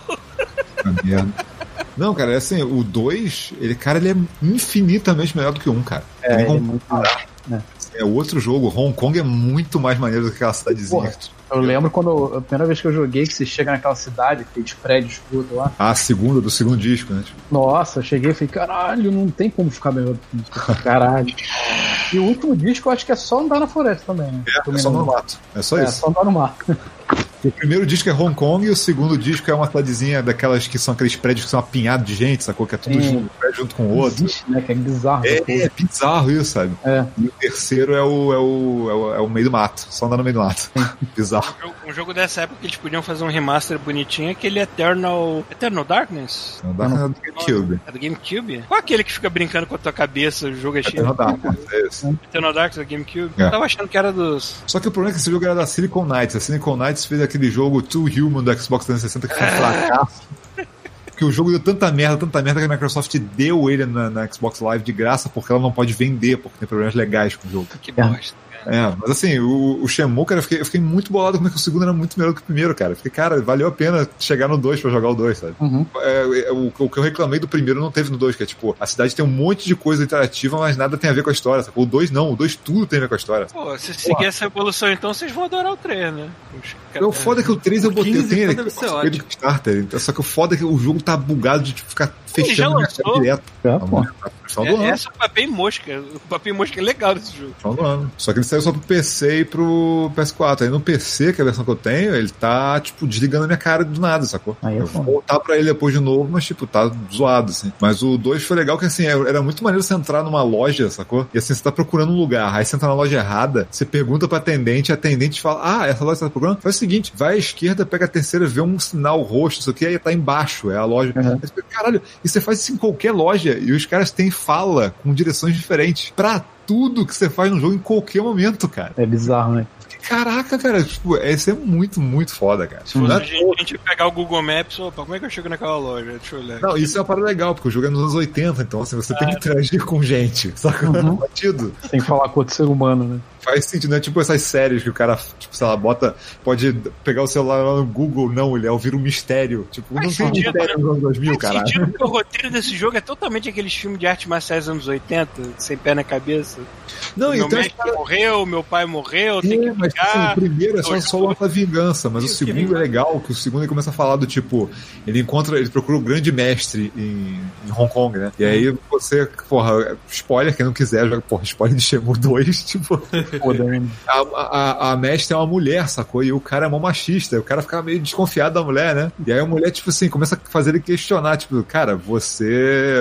Não, cara, é assim, o 2, ele é infinitamente melhor do que o 1, cara. Ele é muito melhor. É outro jogo. Hong Kong é muito mais maneiro do que aquela cidadezinha. Porra, eu lembro quando a primeira vez que eu joguei, que você chega naquela cidade, aqueles prédios putos lá. A segunda, do segundo disco, né? Nossa, eu cheguei e falei, caralho, não tem como ficar melhor do que isso. Caralho. E o último disco eu acho que é só andar na floresta também, né? É só no mato. É só isso. É só andar no mato. O primeiro disco é Hong Kong e o segundo disco é uma cidadezinha daquelas que são aqueles prédios que são apinhados de gente, sacou? Que é tudo junto, um prédio junto com o outro. Existe, né? Que é bizarro. É bizarro isso, sabe? É. E o terceiro é o meio do mato, só andar no meio do mato. Bizarro. Um jogo dessa época que eles podiam fazer um remaster bonitinho é aquele Eternal Darkness? Darkness é do GameCube. É do GameCube? Qual aquele que fica brincando com a tua cabeça, o jogo é cheio? Eternal Darkness, é isso. Eternal Darkness do GameCube? É. Eu tava achando que era dos... Só que o problema é que esse jogo era da Silicon Knights. A Silicon Knights fez aquele jogo Too Human do Xbox 360 que foi um fracasso. Porque o jogo deu tanta merda que a Microsoft deu ele na Xbox Live de graça porque ela não pode vender, porque tem problemas legais com o jogo. Que bosta. Mas assim, o Shenmue, cara, eu fiquei muito bolado como é que o segundo era muito melhor do que o primeiro, cara. Eu fiquei, cara, valeu a pena chegar no 2 pra jogar o 2, sabe? Uhum. O que eu reclamei do primeiro não teve no 2, que é tipo, a cidade tem um monte de coisa interativa, mas nada tem a ver com a história, sabe? O 2 não, o 2 tudo tem a ver com a história. Pô, se seguir essa evolução então, vocês vão adorar o 3, né? O foda é que o 3 eu botei ele de Kickstarter, só que o foda é que o jogo tá bugado de tipo, ficar fechando minha chave direto. Essa é o papel mosca. O papel mosca é legal desse jogo. Final do ano. Só que ele saiu só pro PC e pro PS4. Aí no PC, que é a versão que eu tenho, ele tá, tipo, desligando a minha cara do nada, sacou? Eu vou voltar pra ele depois de novo, mas, tipo, tá zoado, assim. Mas o 2 foi legal que, assim, era muito maneiro você entrar numa loja, sacou? E assim, você tá procurando um lugar. Aí você entra na loja errada, você pergunta pra atendente, a atendente fala, essa loja você tá procurando? Faz o seguinte, vai à esquerda, pega a terceira, vê um sinal roxo, isso aqui, aí tá embaixo, é a loja. Aí você fica, caralho, e você faz isso em qualquer loja, e os caras têm fala com direções diferentes pra tudo que você faz no jogo em qualquer momento, cara. É bizarro, né? Caraca, cara, tipo, isso é muito, muito foda, cara. Se fosse a gente pegar o Google Maps, opa, como é que eu chego naquela loja? Deixa eu olhar. Não, isso é uma parada legal, porque o jogo é nos anos 80, então assim, você tem que interagir com gente, saca? Batido. Tem que falar com outro ser humano, né? Faz sentido, né? Tipo essas séries que o cara, tipo, sei lá, pode pegar o celular lá no Google, não, ele vira um mistério. Tipo, não tem mistério nos anos 2000, cara. Porque o roteiro desse jogo é totalmente aqueles filmes de arte marciais dos anos 80, sem pé na cabeça. Não, meu então, mestre morreu, meu pai morreu, tem que mas assim, o primeiro é só uma vingança, mas o segundo é legal, que o segundo ele começa a falar do tipo, ele procura o grande mestre em Hong Kong, né? E aí você, porra, spoiler, quem não quiser, joga, porra, spoiler de Shenmue 2, tipo... A mestre é uma mulher, sacou? E o cara é mó machista, o cara ficava meio desconfiado da mulher, né? E aí a mulher, tipo assim, começa a fazer ele questionar, tipo, cara, você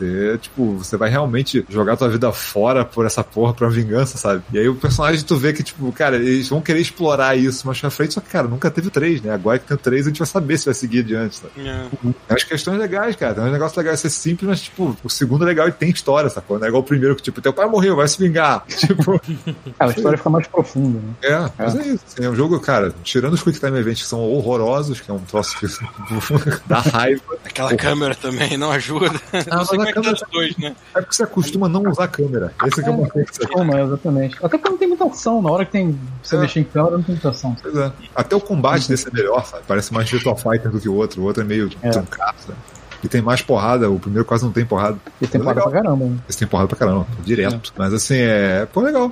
vai realmente jogar tua vida fora por essa porra, pra vingança, sabe? E aí o personagem, tu vê que, tipo, cara, eles vão querer explorar isso mais pra frente, só que, cara, nunca teve 3, né? Agora que tem o 3, a gente vai saber se vai seguir adiante, sabe? Tem umas questões legais, cara, tem uns negócios legais, ser simples, mas, tipo, o segundo é legal e tem história, sacou? Não é igual o primeiro que, tipo, teu pai morreu, vai se vingar, tipo... A história fica mais profunda, né? Mas é isso. É um jogo, cara, tirando os Quick Time Events que são horrorosos, que é um troço que dá raiva. Aquela câmera também não ajuda. Não sei como é que tá os dois, né? É porque você acostuma a não usar a câmera. Esse aqui é uma coisa. Exatamente. Até porque não tem muita opção. Na hora que você mexer em câmera, não tem muita opção. Pois é. Até o combate desse é melhor, sabe? Parece mais Virtua Fighter do que o outro. O outro é meio truncado, sabe? E tem mais porrada, o primeiro quase não tem porrada. E tem porrada pra caramba, né? Esse tem porrada pra caramba, direto. Mas assim, legal.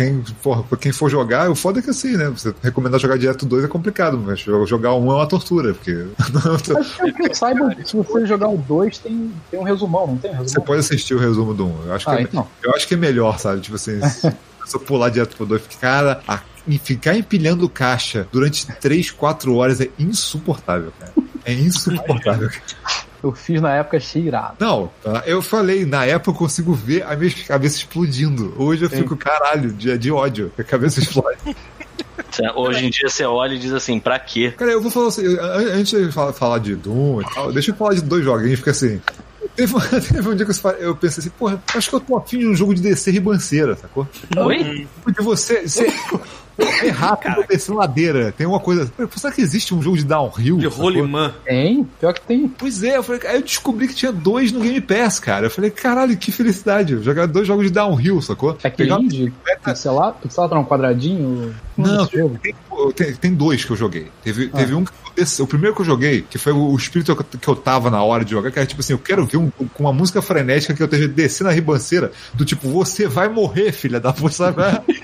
Quem for jogar, o foda é que assim, né? Você recomendar jogar direto 2 é complicado, mas jogar 1 é uma tortura, porque... Mas que eu saiba, se você jogar o 2, tem um resumão, não tem? Você pode assistir o resumo do 1. Eu acho que é melhor, sabe? Tipo assim, se eu pular direto pro 2, porque, cara, ficar empilhando caixa durante 3, 4 horas é insuportável, cara. É insuportável. Eu fiz na época, achei irado. Não, eu falei, na época eu consigo ver a minha cabeça explodindo. Hoje eu fico, caralho, de ódio, que a cabeça explode. Hoje em dia você olha e diz assim, pra quê? Cara, eu vou falar assim, antes de falar de Doom e tal, deixa eu falar de 2 joguinhos, porque assim... Teve um dia que eu pensei assim, porra, acho que eu tô afim de um jogo de descer ribanceira, sacou? Oi? De você é rápido, descer ladeira. Tem uma coisa. Será que existe um jogo de downhill? De rolimã. Tem? Pior que tem. Pois é, aí eu descobri que tinha 2 no Game Pass, cara. Eu falei, caralho, que felicidade. Jogar 2 jogos de downhill, sacou? É que indie? Pixelado pra um quadradinho? Não, Tem dois que eu joguei. Teve um que o primeiro que eu joguei, que foi o espírito que eu tava na hora de jogar, que era tipo assim, eu quero ver com uma música frenética que eu esteja descendo a ribanceira, do tipo, você vai morrer, filha da puta, sabe?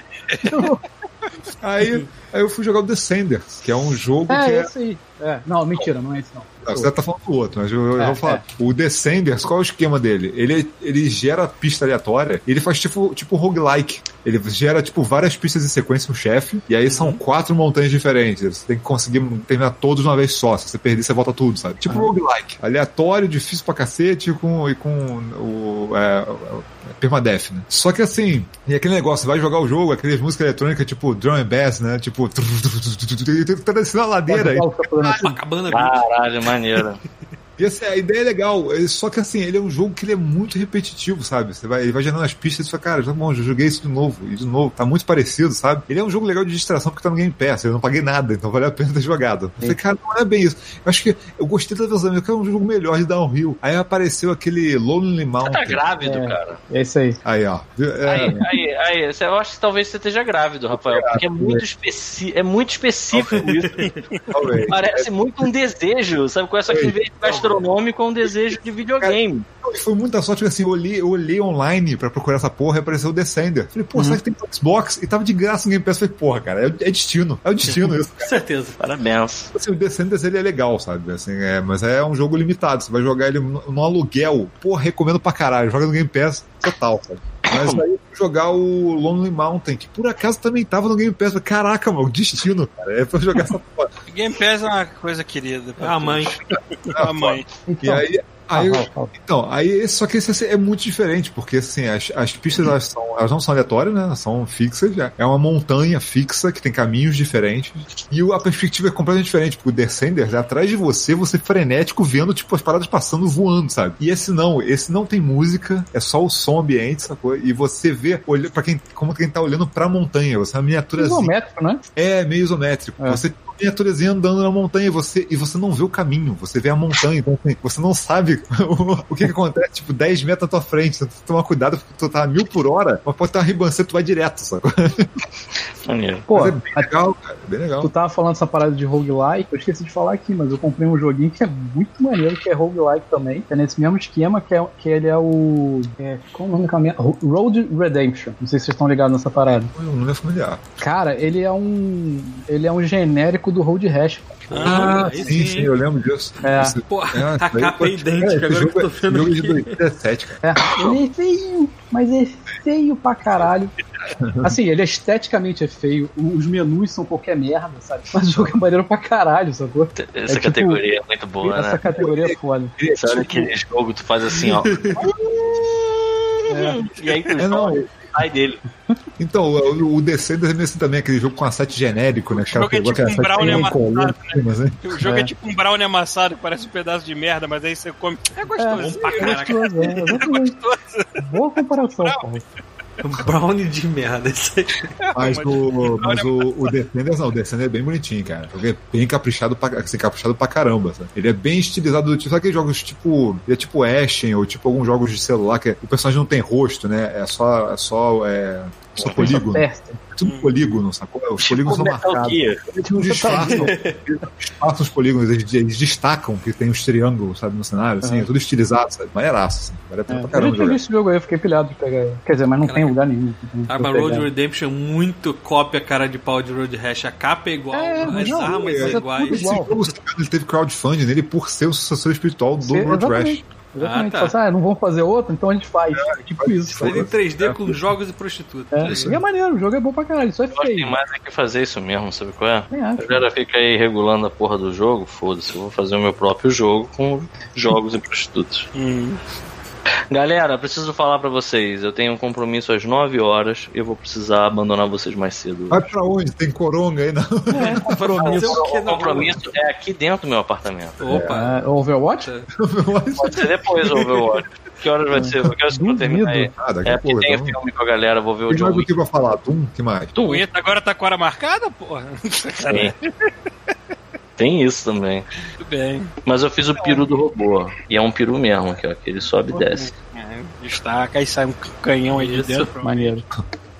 Aí eu fui jogar o Descenders, que é um jogo que é... esse aí. Não, mentira, não é esse não. Você tá falando do outro, mas eu vou falar. O Descenders, qual é o esquema dele? Ele gera pista aleatória, ele faz tipo roguelike. Ele gera tipo várias pistas em sequência, um chefe, e aí são 4 montanhas diferentes. Você tem que conseguir terminar todos de uma vez só. Se você perder, você volta tudo, sabe? Tipo roguelike. Aleatório, difícil pra cacete, com o permadeath, né? Só que assim, e aquele negócio, você vai jogar o jogo, aquelas músicas eletrônicas tipo drum and bass, né? Tipo, tá descendo a ladeira aí. Caralho, maneiro. E assim, a ideia é legal, só que assim, ele é um jogo que ele é muito repetitivo, sabe? Ele vai gerando as pistas e você fala, cara, tá bom, eu joguei isso de novo, tá muito parecido, sabe? Ele é um jogo legal de distração porque tá no Game Pass, eu não paguei nada, então valeu a pena ter jogado. Eu falei, cara, não é bem isso. Eu acho que eu gostei da versão, eu quero um jogo melhor de downhill. Aí apareceu aquele Lonely Mountain. Você tá grávido, cara. É isso aí. Aí, ó. Aí, eu acho que talvez você esteja grávido, Rafael, porque é muito específico isso. Parece muito um desejo, sabe? Com essa que em vez de gastronômico, é um desejo de videogame. Cara, foi muita sorte que assim, eu olhei online pra procurar essa porra e apareceu o Descender. Falei, pô, será que tem Xbox? E tava de graça no Game Pass. Falei, porra, cara, é destino. É o destino isso. Com certeza. Parabéns. Assim, o Descenders, ele é legal, sabe? Assim, mas é um jogo limitado. Você vai jogar ele no aluguel. Porra, recomendo pra caralho. Joga no Game Pass total, sabe? Mas aí eu fui jogar o Lonely Mountain, que por acaso também tava no Game Pass. Caraca, mano, destino, cara. É pra jogar essa porra. Game Pass é uma coisa querida. A mãe. A mãe. E aí, só que esse é muito diferente, porque assim, as pistas elas não são aleatórias, né? Elas são fixas. É uma montanha fixa que tem caminhos diferentes. E a perspectiva é completamente diferente, porque o Descenders é atrás de você frenético, vendo tipo as paradas passando voando, sabe? E esse não tem música, é só o som ambiente, sacou? E você vê, como quem tá olhando pra montanha, você é uma miniaturazinha. Isométrico, né? É, meio isométrico. Você miniaturazinha andando na montanha e você não vê o caminho, você vê a montanha, então assim, você não sabe o que acontece, tipo, 10 metros à tua frente, você tem que tomar cuidado porque tu tá a 1000 por hora, mas pode ter uma ribanceira, tu vai direto, sabe? Pô, mas é bem legal, cara, bem legal. Tu tava falando essa parada de roguelike, eu esqueci de falar aqui, mas eu comprei um joguinho que é muito maneiro, que é roguelike também, que é nesse mesmo esquema, que ele é o... qual o nome do caminho? Road Redemption, não sei se vocês estão ligados nessa parada. Não é familiar. Cara, ele é um genérico do Road Rash. Sim, eu lembro disso. Pô, a capa é idêntica, agora que eu tô vendo aqui. Jogo de 2017, cara. Ele é feio, mas é feio pra caralho. Assim, ele esteticamente é feio, os menus são qualquer merda, sabe? Mas o jogo é maneiro pra caralho, sacou? Essa categoria é muito boa, né? Essa categoria é foda. Sabe aquele jogo tu faz assim, ó. E aí tu sai dele. Então, o Descenders é assim também, aquele jogo com asset genérico, né? O jogo é tipo um brownie amassado, né? O jogo é tipo um brownie amassado, que parece um pedaço de merda, mas aí você come. É gostoso. É gostoso. Boa comparação, porra. Brownie de merda, isso aí. Mas o Descenders não, o Descenders é bem bonitinho, cara. O jogo é bem caprichado pra caramba, sabe? Ele é bem estilizado do tipo, sabe aqueles jogos tipo, ele é tipo Ashen, ou tipo alguns jogos de celular que o personagem não tem rosto, né? É só polígono. Tudo polígono, sacou? Os polígonos são marcados. Eles disfarçam os polígonos, eles destacam que tem os triângulos, sabe, no cenário, assim, é tudo estilizado, sabe? Maneiraço, assim. Vale a pena pra caramba. Eu já tive esse jogo aí, eu fiquei pilhado de pegar. Quer dizer, mas não tem lugar nenhum. Mas Road Redemption muito cópia cara de pau de Road Rash. A capa é igual, as armas são iguais. Esse jogo, ele teve crowdfunding nele por ser o sucessor espiritual do Road Rash. Exatamente. Não vamos fazer outro, então a gente faz. Tipo isso. Fazer em 3D com jogos e prostitutas. E é maneiro, o jogo é bom pra caralho, só é feio. Tem mais é que fazer isso mesmo, sabe qual é? A galera fica aí regulando a porra do jogo, foda-se, eu vou fazer o meu próprio jogo com jogos e prostitutas. Galera, preciso falar pra vocês, eu tenho um compromisso às 9 horas e eu vou precisar abandonar vocês mais cedo. Vai pra onde? Tem coronga aí, não? O compromisso é aqui dentro do meu apartamento. Opa! Overwatch? Pode ser depois o Overwatch. Que horas vai ser? Que horas que eu vou terminar aí? Porque tem filme com a galera, vou ver o jogo. O que vai falar? Doom? Que mais? Doom agora tá com a hora marcada, porra? Sim. Tem isso também. Muito bem. Mas eu fiz o peru do robô. E é um peru mesmo, que ele sobe e desce. Destaca e sai um canhão aí de dentro. Maneiro.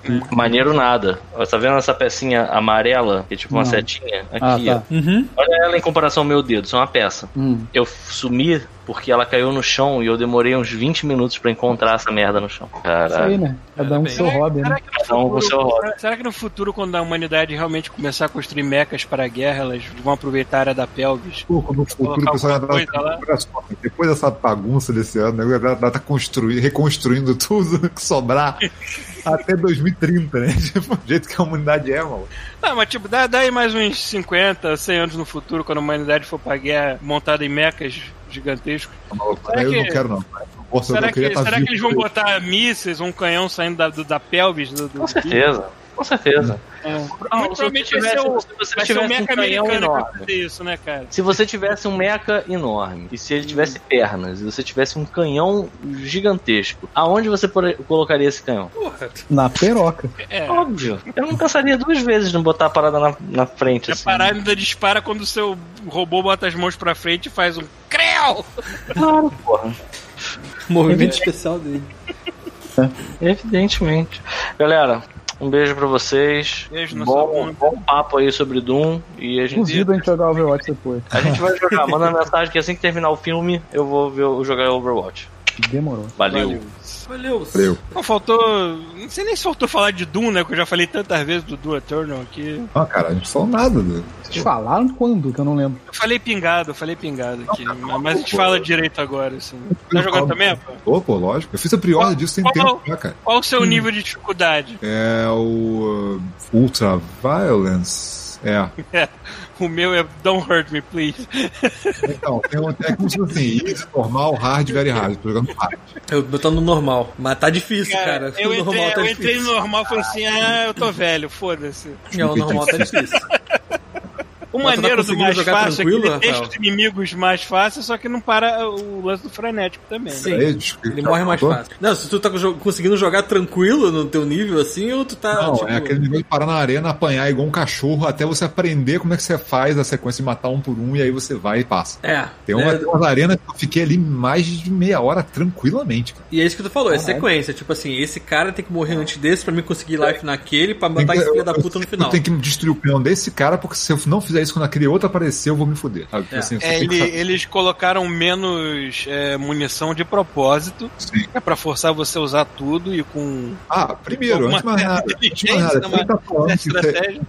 Maneiro nada. Tá vendo essa pecinha amarela? Que é tipo uma setinha? Aqui, tá. ó. Olha ela em comparação ao meu dedo, isso é uma peça. Eu sumi porque ela caiu no chão e eu demorei uns 20 minutos pra encontrar essa merda no chão. Caralho. Isso aí, né? Cada um com seu hobby, né? Será que no futuro, quando a humanidade realmente começar a construir mechas para a guerra, elas vão aproveitar a área da pelvis? Pô, no futuro o pessoal depois dessa bagunça desse ano, né, tá reconstruindo tudo que sobrar até 2030, né? Tipo, do jeito que a humanidade é, mano. Não, mas tipo, dá aí mais uns 50, 100 anos no futuro, quando a humanidade for pra guerra montada em mechas gigantescos. Eu não quero, não. Nossa, será que eles vão botar mísseis, um canhão saindo da pelvis? Com certeza. Com certeza. Muito provavelmente vai ser um mecha americano que fazer isso, né, cara? Se você tivesse um mecha enorme, e se ele tivesse pernas, e você tivesse um canhão gigantesco, aonde você colocaria esse canhão? Porra. Na peroca. Óbvio. Eu não pensaria 2 vezes em botar a parada na frente. A parada ainda dispara quando o seu robô bota as mãos pra frente e faz um creu! Claro, porra. Movimento especial dele. Evidentemente. Galera, um beijo pra vocês. Beijo, bom papo aí sobre Doom. E a gente... Duvido a gente jogar Overwatch depois. A gente vai jogar. Manda mensagem que assim que terminar o filme, eu vou jogar Overwatch. Demorou. Valeu. Não, faltou... Não sei nem se faltou falar de Doom, né? Que eu já falei tantas vezes do Doom Eternal aqui. Ah, cara, a gente falou nada. Vocês falaram quando? Que eu não lembro. Eu falei pingado aqui. Mas a gente fala direito agora, assim. Tá jogando também, pô? Pô, lógico. Eu fiz a pre-order disso sem tempo, cara. Qual o seu nível de dificuldade? É o Ultra Violence. O meu é Don't Hurt Me, Please. Então, é como se fosse assim, easy, normal, hard, very hard. Tô jogando hard. Eu tô no normal, mas tá difícil, cara. Eu entrei no normal e falei assim, eu tô velho, foda-se. O normal tá difícil. O maneiro do mais fácil é que ele deixa os inimigos mais fáceis, só que não para o lance do frenético também. Sim, ele morre mais fácil. Não, se tu tá conseguindo jogar tranquilo no teu nível assim, ou tu tá... Não, tipo... é aquele nível de parar na arena, apanhar igual um cachorro, até você aprender como é que você faz a sequência de matar um por um, e aí você vai e passa. Tem umas arenas que eu fiquei ali mais de meia hora tranquilamente, cara. E é isso que tu falou, é sequência. Tipo assim, esse cara tem que morrer antes desse pra mim conseguir life naquele, pra matar esse filho da puta no final. Eu tenho que destruir o canhão desse cara, porque se eu não fizer isso quando aquele outro aparecer, eu vou me foder. Assim, eles colocaram menos munição de propósito. Sim. É pra forçar você a usar tudo e com... primeiro, antes de mais nada. Quem tá falando que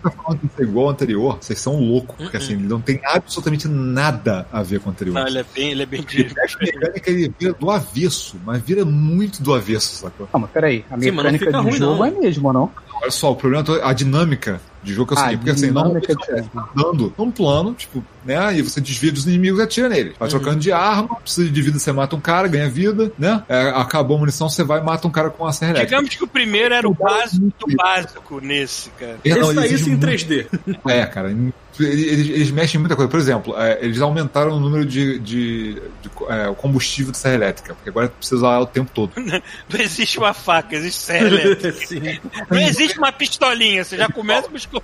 é igual ao anterior, vocês são loucos. Porque assim, ele não tem absolutamente nada a ver com o anterior. Não, ele é bem A mecânica ele vira do avesso, mas vira muito do avesso, sacou? Mas peraí, a mecânica do jogo é mesmo, não? Olha só, o problema é a dinâmica de jogo é o seguinte, porque assim, normalmente você tá andando num plano, tipo, né, e você desvia dos inimigos e atira nele. Vai trocando de arma, precisa de vida, você mata um cara, ganha vida, né, acabou a munição, você vai e mata um cara com uma serra elétrica. Digamos que o primeiro era o básico do básico nesse, cara. Esse tá isso em 3D. Cara, eles mexem em muita coisa. Por exemplo, eles aumentaram o número de combustível de serra elétrica, porque agora precisa usar ela o tempo todo. Não existe uma faca, existe serra elétrica. Não existe uma pistolinha, você já começa com escopeta.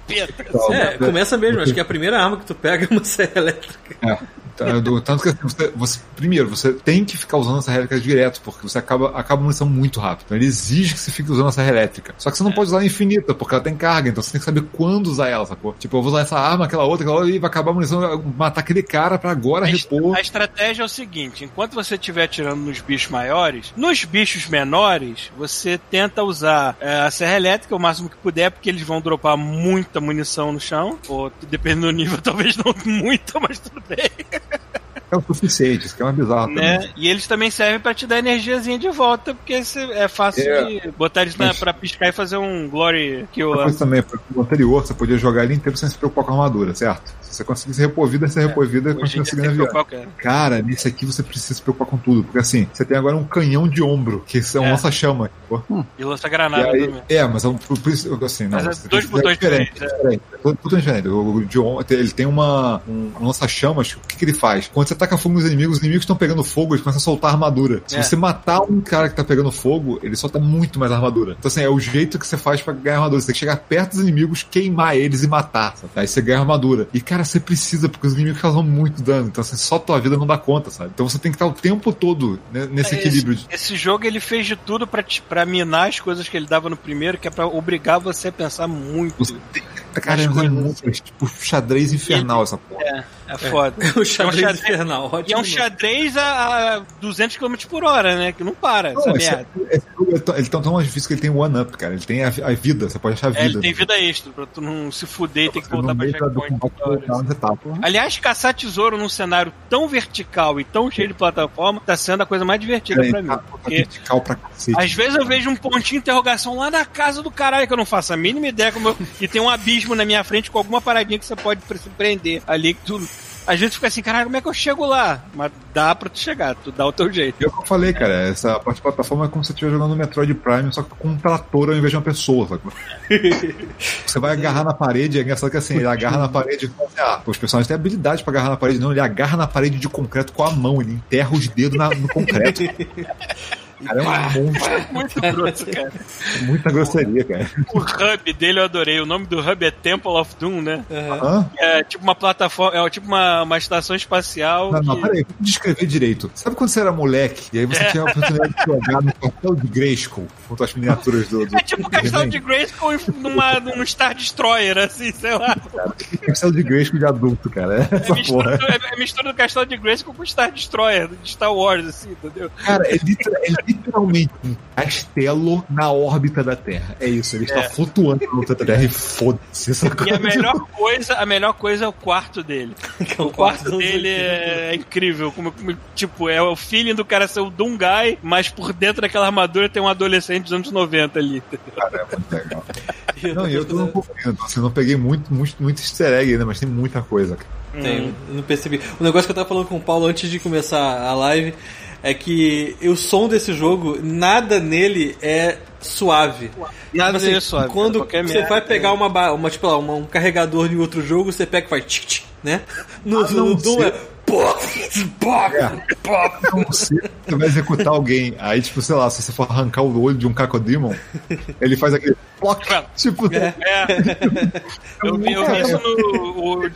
Começa mesmo, acho que a primeira arma que tu pega é uma serra elétrica. Tanto que você primeiro, você tem que ficar usando essa serra elétrica direto, porque você acaba a munição muito rápido. Então ele exige que você fique usando a serra elétrica. Só que você não pode usar ela infinita, porque ela tem carga, então você tem que saber quando usar ela, sacou? Tipo, eu vou usar essa arma, aquela outra, e vai acabar a munição, matar aquele cara pra agora repor. A estratégia é o seguinte, enquanto você estiver atirando nos bichos maiores, nos bichos menores, você tenta usar a serra elétrica o máximo que puder, porque eles vão dropar muita munição no chão, ou dependendo do nível, talvez não muita, mas tudo bem. É o suficiente, isso que é uma bizarra, né? E eles também servem pra te dar energiazinha de volta, porque é fácil de botar eles pra piscar e fazer um glory kill lá. Mas também, no anterior, você podia jogar ele inteiro sem se preocupar com a armadura, certo? Se você conseguisse repor vida, você repor vida e continua seguindo a viagem. Cara, nesse aqui você precisa se preocupar com tudo, porque assim, você tem agora um canhão de ombro, que é um lança-chama. E lança-granada também. Mas por isso, assim, não. Mas dois botões diferentes. Botões diferentes. O de ombro, ele tem um lança-chamas, o que ele faz? Quando você taca fogo nos inimigos, os inimigos estão pegando fogo, eles começam a soltar armadura. Se você matar um cara que tá pegando fogo, ele solta muito mais armadura. Então, assim, é o jeito que você faz pra ganhar armadura. Você tem que chegar perto dos inimigos, queimar eles e matar. Sabe? Aí você ganha armadura. E, cara, cara, você precisa, porque os inimigos causam muito dano. Então, assim, só tua vida não dá conta, sabe? Então você tem que estar o tempo todo, né, nesse equilíbrio. Esse jogo, ele fez de tudo pra minar as coisas que ele dava no primeiro, que é pra obrigar você a pensar muito. Você tem que, cara, tipo xadrez infernal essa porra. É foda. O xadrez infernal, ótimo. E é um xadrez a 200 km por hora, né? Que não para, essa merda. Ele tá tão mais difícil que ele tem one-up, cara. Ele tem a vida, você pode achar vida. Ele tem vida extra, pra tu não se fuder e ter que voltar pra checkpoint. Aliás, caçar tesouro num cenário tão vertical e tão cheio de plataforma tá sendo a coisa mais divertida pra mim. Porque vertical pra cacete. Às vezes eu vejo um pontinho de interrogação lá na casa do caralho que eu não faço a mínima ideia e tem um abismo na minha frente com alguma paradinha que você pode se prender ali que tu... Às vezes fica assim, caralho, como é que eu chego lá? Mas dá pra tu chegar, tu dá o teu jeito. É o que eu falei, cara, essa parte de plataforma é como se você estivesse jogando no Metroid Prime, só que com um trator ao invés de uma pessoa, sabe? Você vai agarrar na parede, é engraçado que assim, ele agarra na parede e fala assim, os personagens têm habilidade pra agarrar na parede, não, ele agarra na parede de concreto com a mão, ele enterra os dedos no concreto. Cara, é um monstro. Muito grosso, cara. Muita grosseria, cara. O hub dele eu adorei. O nome do hub é Temple of Doom, né? Uhum. É tipo uma plataforma, é tipo uma estação espacial. Não, peraí, vou descrever direito. Sabe quando você era moleque e aí você tinha a oportunidade de jogar no Castelo de Grayskull com as miniaturas do é tipo o Castelo de Grayskull num Star Destroyer, assim, sei lá. Castelo de Grayskull de adulto, cara. É mistura do Castelo de Grayskull com o Star Destroyer, de Star Wars, assim, entendeu? Cara, é literalmente um castelo na órbita da Terra. É isso, ele está flutuando na órbita da Terra e foda-se. E a melhor coisa é o quarto dele. O quarto dele é incrível. Tipo, é o feeling do cara ser o Doom Guy, mas por dentro daquela armadura tem um adolescente dos anos 90 ali. Cara, é muito legal. Não, e eu tô um pouquinho, assim, não peguei muito easter egg ainda, mas tem muita coisa. Tem, não percebi. O negócio que eu tava falando com o Paulo antes de começar a live é que o som desse jogo, nada nele é suave. Nada nele é suave. Quando você vai pegar um carregador em outro jogo, você pega e faz tic-tic, né? No Doom é... Você vai executar alguém, aí tipo, sei lá, se você for arrancar o olho de um Cacodemon, ele faz aquele ploc, tipo... Eu vi isso no...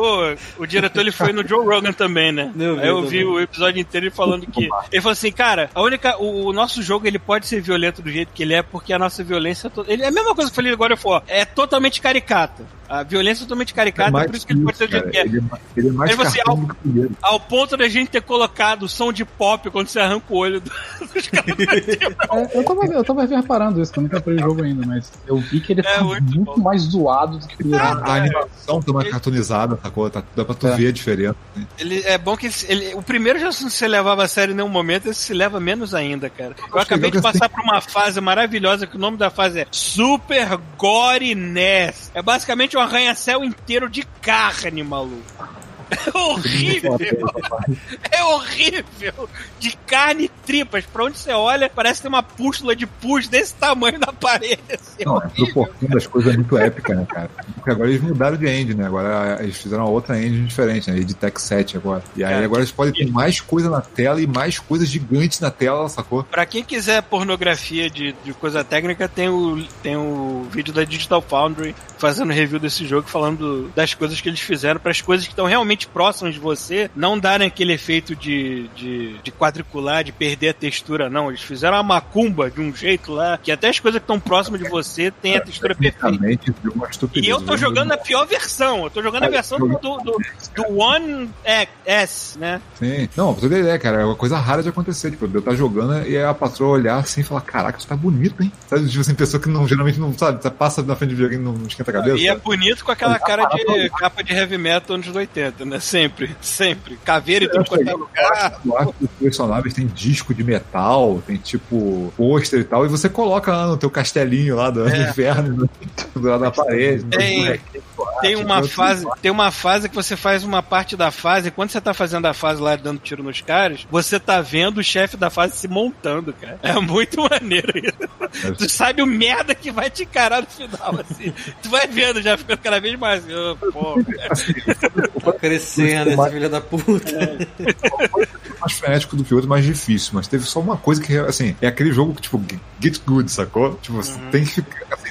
O diretor ele foi no Joe Rogan também, né? Aí eu vi o episódio inteiro ele falando que... Ele falou assim, cara, o nosso jogo ele pode ser violento do jeito que ele é, porque a nossa violência... Ele é a mesma coisa que eu falei agora, é totalmente caricata. A violência é totalmente caricata, por isso que ele pode ser do jeito que é. Ele é mais cartoon do que ele. Ao ponto da gente ter colocado som de pop quando você arranca o olho dos caras. Eu tava reparando isso, que eu nunca comprei o jogo ainda, mas eu vi que ele tá muito mais zoado do que o primeiro. A animação tá mais cartoonizada, sacou? Dá pra tu ver a diferença. Né? É bom que o primeiro já não se levava a sério em nenhum momento, esse se leva menos ainda, cara. Eu acabei de passar por uma fase maravilhosa, que o nome da fase é Super Gore Ness. É basicamente um arranha-céu inteiro de carne, maluco. É horrível! É horrível! De carne e tripas. Pra onde você olha, parece ter uma pústula de pus desse tamanho na parede. Assim, não, a proporção das coisas é muito épica, né, cara? Porque agora eles mudaram de engine, né? Agora eles fizeram uma outra engine diferente, né? De Tech 7 agora. E aí agora eles podem ter mais coisa na tela e mais coisas gigantes na tela, sacou? Pra quem quiser pornografia de coisa técnica, tem o vídeo da Digital Foundry fazendo review desse jogo, falando das coisas que eles fizeram para as coisas que estão realmente próximos de você não darem aquele efeito de quadricular, de perder a textura, não. Eles fizeram uma macumba de um jeito lá, que até as coisas que estão próximas de você tem a textura perfeita. E eu tô jogando a pior versão. Eu tô jogando a versão do One S, né? Sim. Não, pra você ter ideia, cara, é uma coisa rara de acontecer. Tipo, eu tá jogando e a patroa olhar assim e falar, caraca, isso tá bonito, hein? Sabe, tipo assim, pessoa que geralmente não sabe, passa na frente de videogame e não esquenta a cabeça. E é bonito com aquela cara de capa de heavy metal anos 80, né? Sempre. Caveira e tudo quanto é lugar. Eu acho que os personagens tem disco de metal, tem tipo pôster e tal, e você coloca lá no teu castelinho lá do inverno, lá na parede. Tem uma fase que você faz uma parte da fase, e quando você tá fazendo a fase lá dando tiro nos caras, você tá vendo o chefe da fase se montando, cara. É muito maneiro isso. Tu sabe o merda que vai te encarar no final, assim. Tu vai vendo, já ficando cada vez mais. Crescendo esse filho da puta. Mais frenético do que o outro, mais difícil, mas teve só uma coisa que, assim, é aquele jogo que, tipo, get good, sacou? Tipo, você tem que ficar, assim,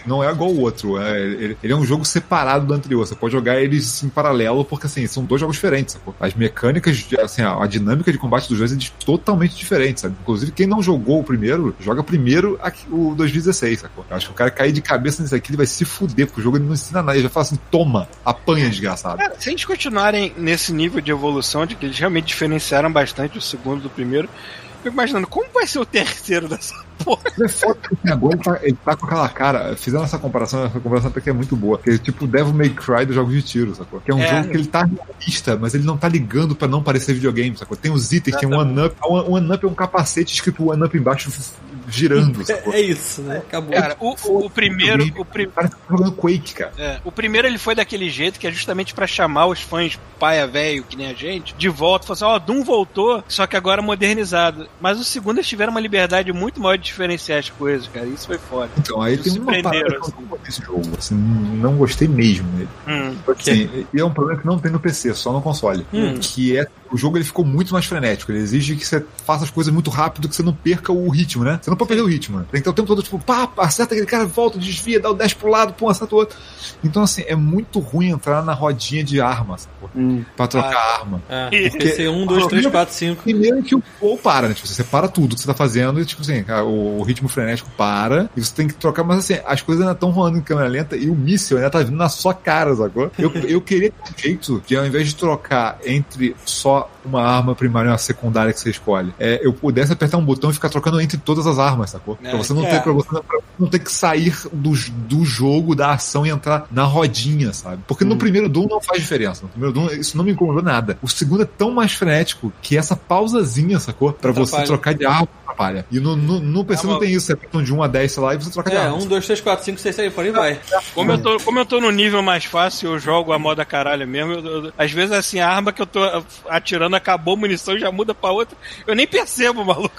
não é igual o outro. Ele é um jogo separado do anterior. Você pode jogar eles em paralelo, porque assim, são dois jogos diferentes, sacou? As mecânicas, assim, a dinâmica de combate dos dois é totalmente diferente, sabe? Inclusive, quem não jogou o primeiro, joga primeiro o 2016, sacou? Eu acho que o cara cair de cabeça nisso aqui, ele vai se fuder, porque o jogo ele não ensina nada. Ele já fala assim, toma, apanha, desgraçado. Cara, se eles continuarem nesse nível de evolução, de que eles realmente diferenciaram bastante o segundo do primeiro, eu fico imaginando, como vai ser o terceiro dessa porra? É foda que agora ele tá com aquela cara, fizeram essa comparação até que é muito boa, que é tipo o Devil May Cry dos jogos de tiro, sacou? Que é um jogo que ele tá realista, mas ele não tá ligando pra não parecer videogame, sacou? Tem os itens, tem um one-up, o one-up é um capacete escrito one-up embaixo girando, sacou? É isso, né? Acabou. Cara, o primeiro... Parece que tá jogando Quake, cara. O primeiro ele foi daquele jeito que é justamente pra chamar os fãs paia velho, que nem a gente, de volta. Falar assim, Doom voltou, só que agora modernizado. Mas o segundo eles tiveram uma liberdade muito maior de diferenciar as coisas, cara. Isso foi foda. Então, aí tem uma parada que eu não gostei desse jogo. Assim, não gostei mesmo dele. Assim, e é um problema que não tem no PC, só no console. Que é, o jogo ele ficou muito mais frenético. Ele exige que você faça as coisas muito rápido, que você não perca o ritmo, né? Você não pode perder o ritmo. Né? Tem que ter o tempo todo, tipo, pá, acerta aquele cara, volta, desvia, dá o dash pro lado, pum, acerta o outro. Então, assim, é muito ruim entrar na rodinha de arma, sacou? Pra trocar arma. Porque 1, 2, 3, 4, 5. Primeiro que o flow para, né? Tipo, você para tudo que você tá fazendo e, tipo assim, o ritmo frenético para e você tem que trocar, mas assim, as coisas ainda estão rolando em câmera lenta e o míssil ainda tá vindo na sua cara, sacou? Eu queria ter um jeito de, ao invés de trocar entre só uma arma primária e uma secundária que você escolhe, eu pudesse apertar um botão e ficar trocando entre todas as armas, sacou? Pra você não ter, pra você não ter que sair do jogo, da ação e entrar na rodinha, sabe? Porque no primeiro Doom não faz diferença. No primeiro Doom isso não me incomodou nada. O segundo é tão mais frenético que essa pausazinha, sacou? Pra você trocar de arma atrapalha. E no PC não tem isso. Você aperta de 1 a 10, sei lá, e você troca de arma. 1, 2, 3, 4, 5, 6, 7, por aí vai. Como eu tô no nível mais fácil, eu jogo a moda caralho mesmo. Às vezes, assim, a arma que eu tô atirando acabou a munição e já muda pra outra. Eu nem percebo, maluco.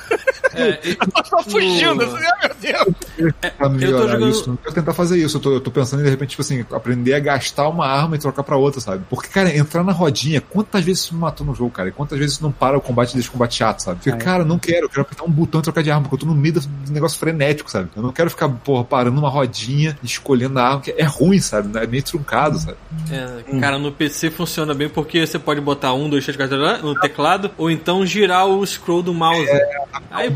Eu tô só fugindo, assim, meu Deus. Eu tô jogando... isso. Eu quero tentar fazer isso. Eu tô pensando em, de repente, tipo assim, aprender a gastar uma arma e trocar pra outra, sabe? Porque, cara, entrar na rodinha, quantas vezes isso me matou no jogo, cara? E quantas vezes isso não para o combate e deixa o combate chato, sabe? Porque, cara, eu quero apertar um botão e trocar de arma, porque eu tô no meio do negócio frenético, sabe? Eu não quero ficar, parando numa rodinha, escolhendo a arma, que é ruim, sabe? É meio truncado, sabe? Cara, no PC funciona bem porque você pode botar 1, 2, 3, 4 no teclado, ou então girar o scroll do mouse. Aí,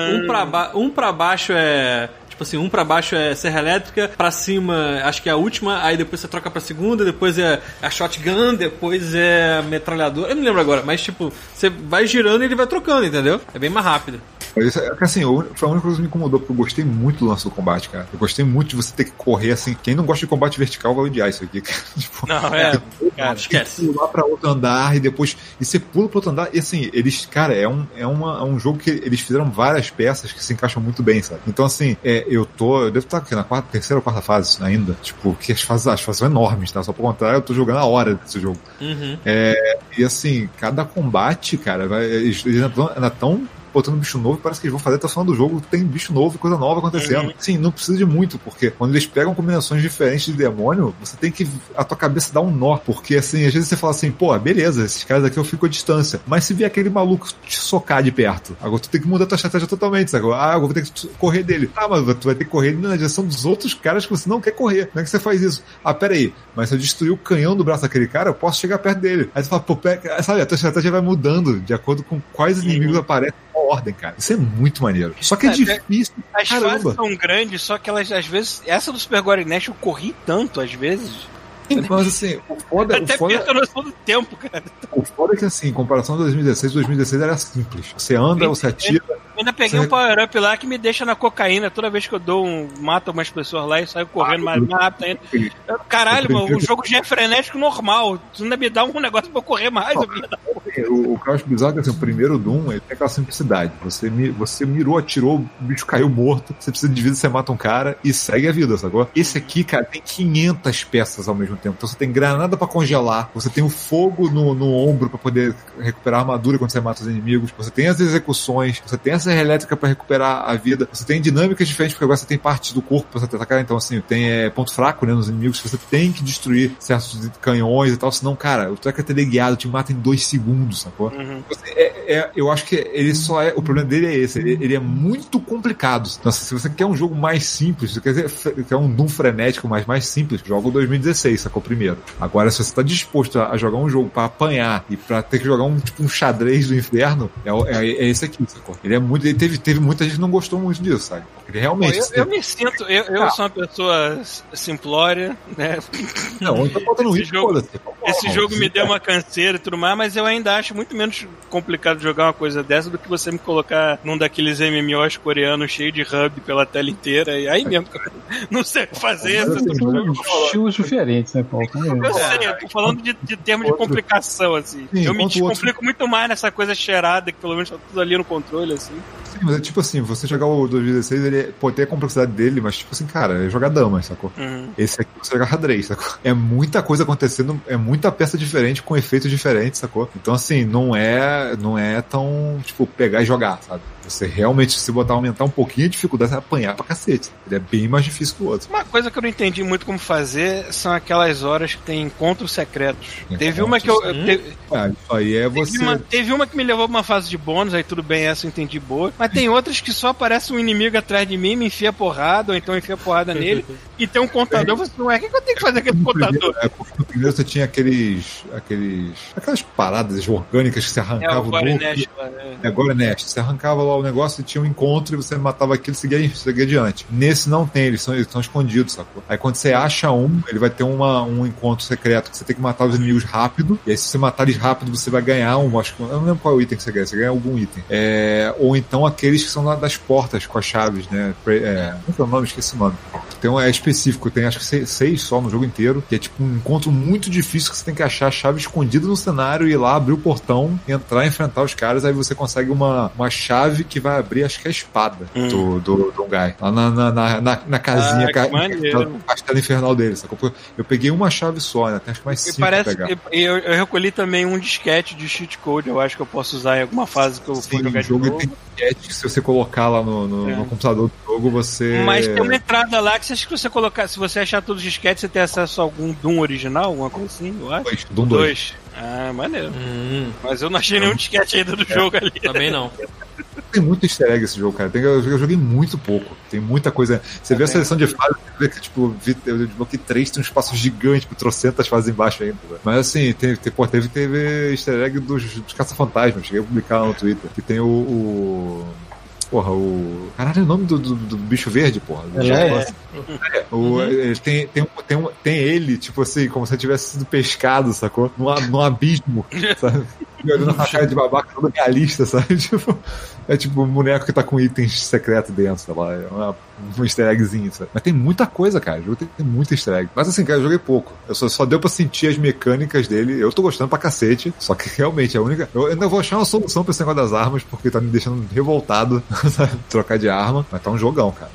um pra baixo é... Tipo assim, 1 pra baixo é serra elétrica, pra cima acho que é a última, aí depois você troca pra segunda, depois é a shotgun, depois é a metralhadora, eu não lembro agora, mas tipo, você vai girando e ele vai trocando, entendeu? É bem mais rápido. Assim, foi a única coisa que me incomodou, porque eu gostei muito do lance do combate, cara. Eu gostei muito de você ter que correr assim. Quem não gosta de combate vertical vai odiar isso aqui, cara. Tipo, cara, esquece. Pular pra outro andar e depois. E você pula pro outro andar. E assim, eles, cara, é um jogo que eles fizeram várias peças que se encaixam muito bem, sabe? Então, assim, eu devo estar aqui na terceira ou quarta fase ainda. Tipo, que as fases são enormes, tá? Só por contrário, eu tô jogando a hora desse jogo. E assim, cada combate, cara, eles ainda tão botando bicho novo, parece que eles vão fazer até o final do jogo, tem bicho novo e coisa nova acontecendo. Sim, não precisa de muito, porque quando eles pegam combinações diferentes de demônio, você tem que, a tua cabeça dá um nó, porque assim, às vezes você fala assim, beleza, esses caras aqui eu fico à distância, mas se vier aquele maluco te socar de perto, agora tu tem que mudar tua estratégia totalmente, sabe? Agora eu vou ter que correr dele. Mas tu vai ter que correr na direção dos outros caras que você não quer correr. Como é que você faz isso? Pera aí, mas se eu destruir o canhão do braço daquele cara, eu posso chegar perto dele. Aí tu fala, sabe, a tua estratégia vai mudando de acordo com quais inimigos aparecem. Ordem, cara. Isso é muito maneiro. Só que é difícil. As fases são grandes, só que elas, às vezes, essa do Super Gory Nest eu corri tanto, às vezes. Mas assim, o foda perco a noção do tempo, cara. O foda é que assim, em comparação a 2016 era simples. Você anda, você atira. Eu ainda peguei um power-up lá que me deixa na cocaína. Toda vez que eu mato umas pessoas lá e saio correndo mais rápido ainda. Caralho, mano, o jogo já é frenético normal. Tu ainda me dá um negócio pra eu correr mais. O que eu acho bizarro é que assim, o primeiro Doom ele tem aquela simplicidade. Você mirou, atirou, o bicho caiu morto. Você precisa de vida, você mata um cara e segue a vida, sacou? Esse aqui, cara, tem 500 peças ao mesmo tempo. Então você tem granada pra congelar, você tem o fogo no ombro pra poder recuperar a armadura quando você mata os inimigos, você tem as execuções, você tem a serra elétrica pra recuperar a vida, você tem dinâmicas diferentes, porque agora você tem partes do corpo pra você atacar, então assim, tem ponto fraco, né, nos inimigos, você tem que destruir certos canhões e tal, senão, cara, o treco é teleguiado, te mata em 2 segundos, sacou? eu acho que ele só é... O problema dele é esse. Ele é muito complicado. Então, se você quer um jogo mais simples, se você quer um Doom frenético, mas mais simples, joga o 2016, sacou? Primeiro. Agora, se você tá disposto a jogar um jogo pra apanhar e pra ter que jogar um xadrez do inferno, é esse aqui, sacou? Ele é muito... Ele teve muita gente que não gostou muito disso, sabe? Ele realmente... Eu me sinto... Eu sou uma pessoa simplória, né? Não, então bota no ritmo. Esse jogo me deu uma canseira e tudo mais, mas eu ainda acho muito menos complicado jogar uma coisa dessa do que você me colocar num daqueles MMOs coreanos cheio de hub pela tela inteira. E aí mesmo, não sei o que fazer. São estilos diferentes, né, Paulo? Eu sei, eu tô falando de termos de complicação, assim. Sim, eu me descomplico muito mais nessa coisa cheirada, que pelo menos tá tudo ali no controle, assim. Sim, mas é tipo assim, você jogar o 2016, ele pode ter a complexidade dele, mas tipo assim, cara, é jogar damas, sacou? Esse aqui você joga xadrez, sacou? É muita coisa acontecendo, é muita peça diferente com efeitos diferentes, sacou? Então assim, não é tão, tipo, pegar e jogar, sabe? Você realmente, se botar, aumentar um pouquinho a dificuldade, você vai apanhar pra cacete. Ele é bem mais difícil que o outro. Uma coisa que eu não entendi muito como fazer são aquelas horas que tem encontros secretos. Teve uma que eu... isso aí é você... Teve uma que me levou pra uma fase de bônus, aí tudo bem, essa eu entendi boa. Mas tem outras que só aparece um inimigo atrás de mim, me enfia porrada, ou então enfia porrada nele, e tem um contador, você não é, o que eu tenho que fazer com aquele contador? No primeiro você tinha aquelas paradas orgânicas que você arrancava o Gorenest. Gorenest. Você arrancava lá o negócio e tinha um encontro e você matava aquilo e seguia adiante. Nesse não tem, eles estão escondidos, sacou? Aí quando você acha ele vai ter um encontro secreto que você tem que matar os inimigos rápido, e aí se você matar eles rápido você vai ganhar acho que eu não lembro qual é o item que você ganha algum item. Ou então aqueles que são lá das portas com as chaves, né? Como é o nome? Esqueci o nome. É específico, tem acho que 6 só no jogo inteiro, que é tipo um encontro muito difícil que você tem que achar a chave escondida no cenário, ir lá, abrir o portão, entrar, enfrentar os caras, aí você consegue uma chave que vai abrir, acho que é a espada do guy. Lá na casinha, no castelo infernal dele, sacou? Eu peguei uma chave só, né? Tem acho que mais 5 pra pegar. Eu recolhi também um disquete de cheat code, eu acho que eu posso usar em alguma fase que eu for jogar de novo. Tem disquete que se você colocar lá no computador do jogo, você... Mas tem uma entrada lá que você acha que você colocar, se você achar todos os disquetes, você tem acesso a algum Doom original, alguma coisa assim, eu acho? Doom 2. Ah, maneiro. Mas eu não achei nenhum disquete ainda do jogo ali. Também não. Tem muito easter egg esse jogo, cara. Eu joguei muito pouco. Tem muita coisa. Você vê a seleção de fases, você vê que, tipo, eu desbloqueei 3, tem um espaço gigante, tipo, trocentas fases embaixo ainda. Mas assim, teve easter egg dos Caça-Fantasmas. Cheguei a publicar lá no Twitter. Que tem Caralho, é o nome do bicho verde, porra. Tem ele, tipo assim, como se ele tivesse sido pescado, sacou? Num abismo, sabe? Olhando com a cara de babaca todo realista, sabe? É tipo um boneco que tá com itens secretos dentro, sei lá. É um easter eggzinho, sabe? Mas tem muita coisa, cara. O jogo tem muito easter egg. Mas assim, cara, eu joguei pouco. Eu só deu pra sentir as mecânicas dele. Eu tô gostando pra cacete. Só que realmente a única... Eu ainda vou achar uma solução pra esse negócio das armas, porque tá me deixando revoltado, sabe? Trocar de arma. Mas tá um jogão, cara.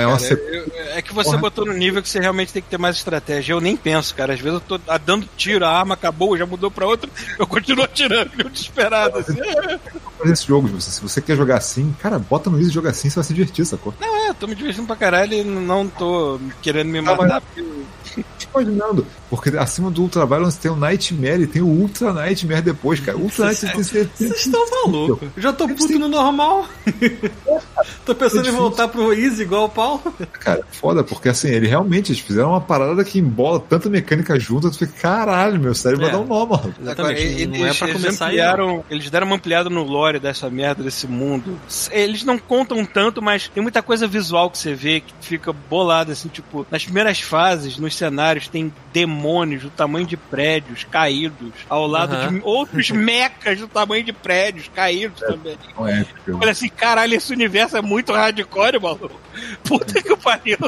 É que você botou no nível que você realmente tem que ter mais estratégia. Eu nem penso, cara. Às vezes eu tô dando tiro, a arma acabou, já mudou pra outra, eu continuo atirando, meio desesperado. Assim. Esse jogo, se você quer jogar assim, cara, bota no Easy e joga assim, você vai se divertir, sacou? Não, eu tô me divertindo pra caralho e não tô querendo me matar. Imaginando, porque acima do Ultra Violence tem o Nightmare e tem o Ultra Nightmare depois, cara. Ultra Nightmare Vocês estão malucos? Eu já tô puto no normal. Tô pensando em voltar pro Easy igual o Paulo. Cara, foda, porque assim, eles fizeram uma parada que embola tanta mecânica junto, tu fica, caralho, meu cérebro vai dar um nó, mano. Exatamente, não é pra começar aí. Eles deram uma ampliada no lore dessa merda, desse mundo. Eles não contam tanto, mas tem muita coisa visual que você vê que fica bolada, assim, tipo, nas primeiras fases, nos cenários, tem demônios do tamanho de prédios caídos, ao lado de outros mechas do tamanho de prédios caídos também. Olha assim, caralho, esse universo é muito hardcore, maluco. Puta que pariu.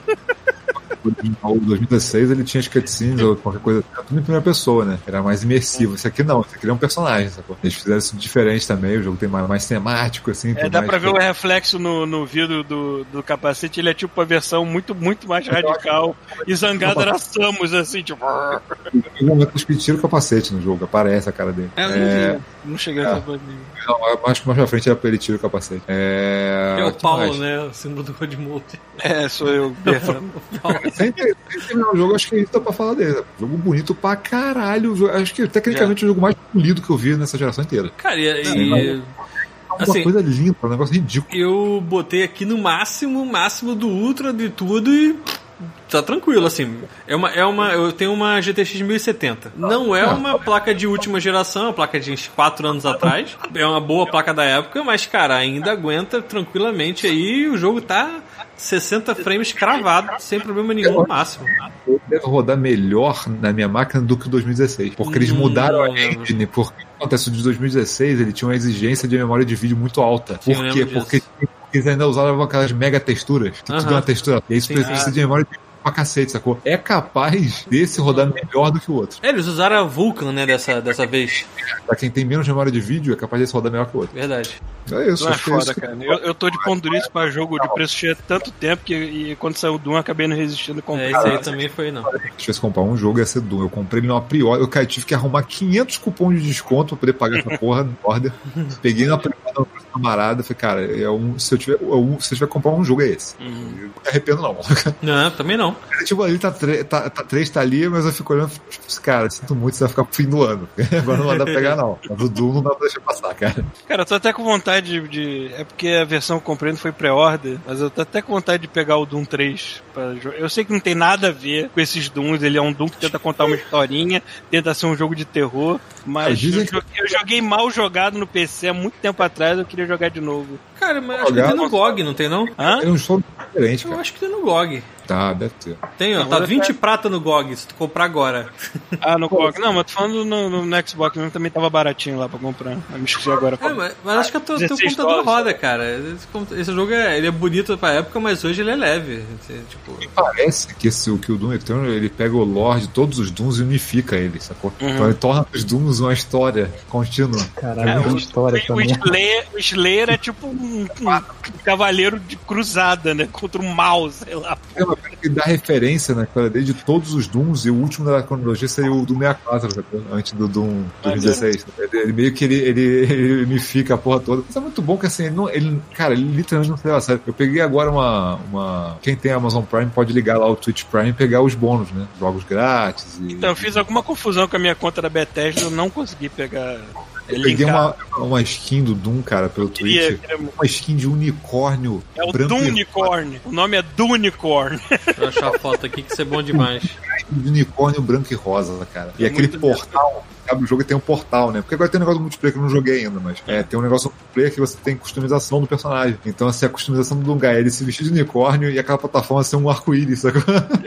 O 2016 ele tinha as cutscenes ou qualquer coisa tudo em primeira pessoa, né? Era mais imersivo. Esse aqui não, esse aqui é um personagem, sacou? Eles fizeram isso diferente também, o jogo tem mais temático, assim. Dá pra ver o reflexo no vidro do capacete, ele é tipo a versão muito, muito mais radical e zangada era Samus, assim, tipo... Tem um momento que ele tira o capacete no jogo, aparece a cara dele. Não cheguei a ver. Não, acho que mais pra frente era pra ele tirar o capacete. É o Paulo, né? O símbolo do Godmode. Sou eu, berrando. Sem terminar o jogo, acho que é isso que dá pra falar dele. Jogo bonito pra caralho. Acho que tecnicamente é o jogo mais polido que eu vi nessa geração inteira. Cara, uma coisa limpa, um negócio ridículo. Eu botei aqui no máximo do Ultra, de tudo e... Tá tranquilo, assim. Eu tenho uma GTX 1070. Não é uma placa de última geração, é uma placa de 4 anos atrás. É uma boa placa da época, mas, cara, ainda aguenta tranquilamente aí. O jogo tá 60 frames cravado, sem problema nenhum, no máximo. Deve rodar melhor na minha máquina do que o 2016. Porque eles mudaram a engine, porque acontece, o de 2016 ele tinha uma exigência de memória de vídeo muito alta. Por quê? Porque eles ainda usavam aquelas mega texturas. Tudo é uma textura. E isso precisa de memória de vídeo pra cacete, sacou? É capaz desse rodar melhor do que o outro. Eles usaram a Vulkan, né, dessa vez. Pra quem tem menos memória de vídeo, é capaz desse rodar melhor que o outro. Verdade. É isso. Não é foda, cara. Eu tô de pão duríssimo pra jogo de preço cheio há tanto tempo que quando saiu o Doom, eu acabei não resistindo a comprar. Isso aí também foi, não. Se eu tivesse comprar um jogo, ia ser Doom. Eu comprei ele numa priori. Eu tive que arrumar 500 cupons de desconto pra poder pagar essa porra no order. Peguei na priori camarada, falei, cara, se eu tiver comprar um jogo, é esse. Eu não me arrependo, não. Não, também não. Tipo, ali tá 3 tá ali, mas eu fico olhando, tipo, cara, sinto muito, você vai ficar pro fim do ano. Agora não vai dar pra pegar, não. Mas o Doom não dá pra deixar passar, cara. Cara, eu tô até com vontade de... É porque a versão que eu comprei não foi pré-order, mas eu tô até com vontade de pegar o Doom 3 pra jogar. Eu sei que não tem nada a ver com esses Dooms, ele é um Doom que tenta contar uma historinha, tenta ser um jogo de terror, mas eu joguei mal jogado no PC há muito tempo atrás, eu queria jogar de novo. Cara, mas acho que tem no GOG, não tem não? Hã? Tem um jogo diferente, cara. Eu acho que tem no GOG. Tá, deve ter. Tem, ó, tá 20 prata no GOG, se tu comprar agora. Ah, no GOG. Não, mas tô falando no Xbox mesmo, também tava baratinho lá pra comprar. Eu me esqueci agora. Mas acho que o teu computador roda, cara. Esse jogo ele é bonito pra época, mas hoje ele é leve. Tipo... Parece que o Doom Eternal, ele pega o lore de todos os Dooms e unifica ele, sacou? Então ele torna os Dooms uma história contínua. Caralho, uma história também. O Slayer é tipo um cavaleiro de cruzada, né? Contra um mal, sei lá. Ele dá referência na história dele de todos os Dooms, e o último da cronologia seria o Doom 64, antes do Doom 2016. Ele meio que ele unifica a porra toda. Mas é muito bom que assim, ele literalmente não se leva a sério. Eu peguei agora quem tem Amazon Prime pode ligar lá o Twitch Prime e pegar os bônus, né? Jogos grátis. Então eu fiz alguma confusão com a minha conta da Bethesda, eu não consegui pegar. Eu peguei uma skin do Doom, cara, pelo Twitch. Uma skin de unicórnio. É o Doonicorn. O nome é Doonicorn. Vou achar a foto aqui que isso é bom demais. De unicórnio branco e rosa, cara. E aquele portal. O jogo tem um portal, né? Porque agora tem um negócio do multiplayer que eu não joguei ainda, mas tem um negócio do multiplayer que você tem customização do personagem. Então, assim, a customização do Dungai é ele se vestir de unicórnio e aquela plataforma ser um arco-íris, sacou?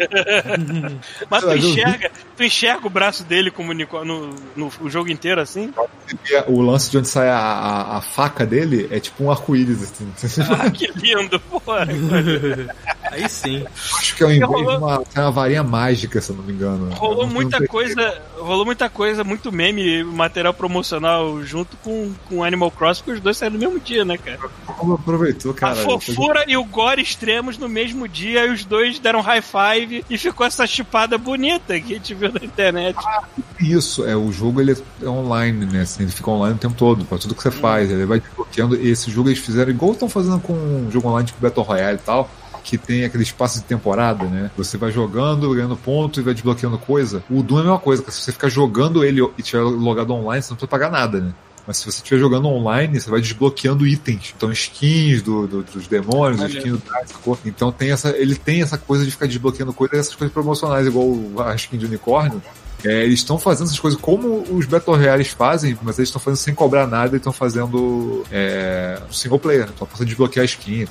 Mas tu enxerga o braço dele como unicórnio no jogo inteiro, assim? O lance de onde sai a faca dele é tipo um arco-íris, assim. Ah, que lindo, porra! Aí sim. Acho que é uma varinha mágica, se eu não me engano. Rolou muita coisa, muito meme, material promocional junto com Animal Crossing, porque os dois saíram no mesmo dia, né, cara? Como aproveitou, cara? A fofura e o gore extremos no mesmo dia, e os dois deram high five e ficou essa chipada bonita que a gente viu na internet. Isso, o jogo ele é online, né? Assim, ele fica online o tempo todo, pra tudo que você faz. Ele vai desbloqueando. E esse jogo eles fizeram igual estão fazendo com um jogo online tipo Battle Royale e tal, que tem aquele espaço de temporada, né? Você vai jogando, ganhando ponto e vai desbloqueando coisa. O Doom é a mesma coisa, que se você ficar jogando ele e tiver logado online, você não precisa pagar nada, né? Mas se você estiver jogando online, você vai desbloqueando itens. Então, skins dos demônios, skins do Dark. Então, ele tem essa coisa de ficar desbloqueando coisas, essas coisas promocionais, igual a skin de unicórnio. Eles estão fazendo essas coisas como os Battle Royales fazem, mas eles estão fazendo sem cobrar nada e estão fazendo single player. Então você desbloquear a skin.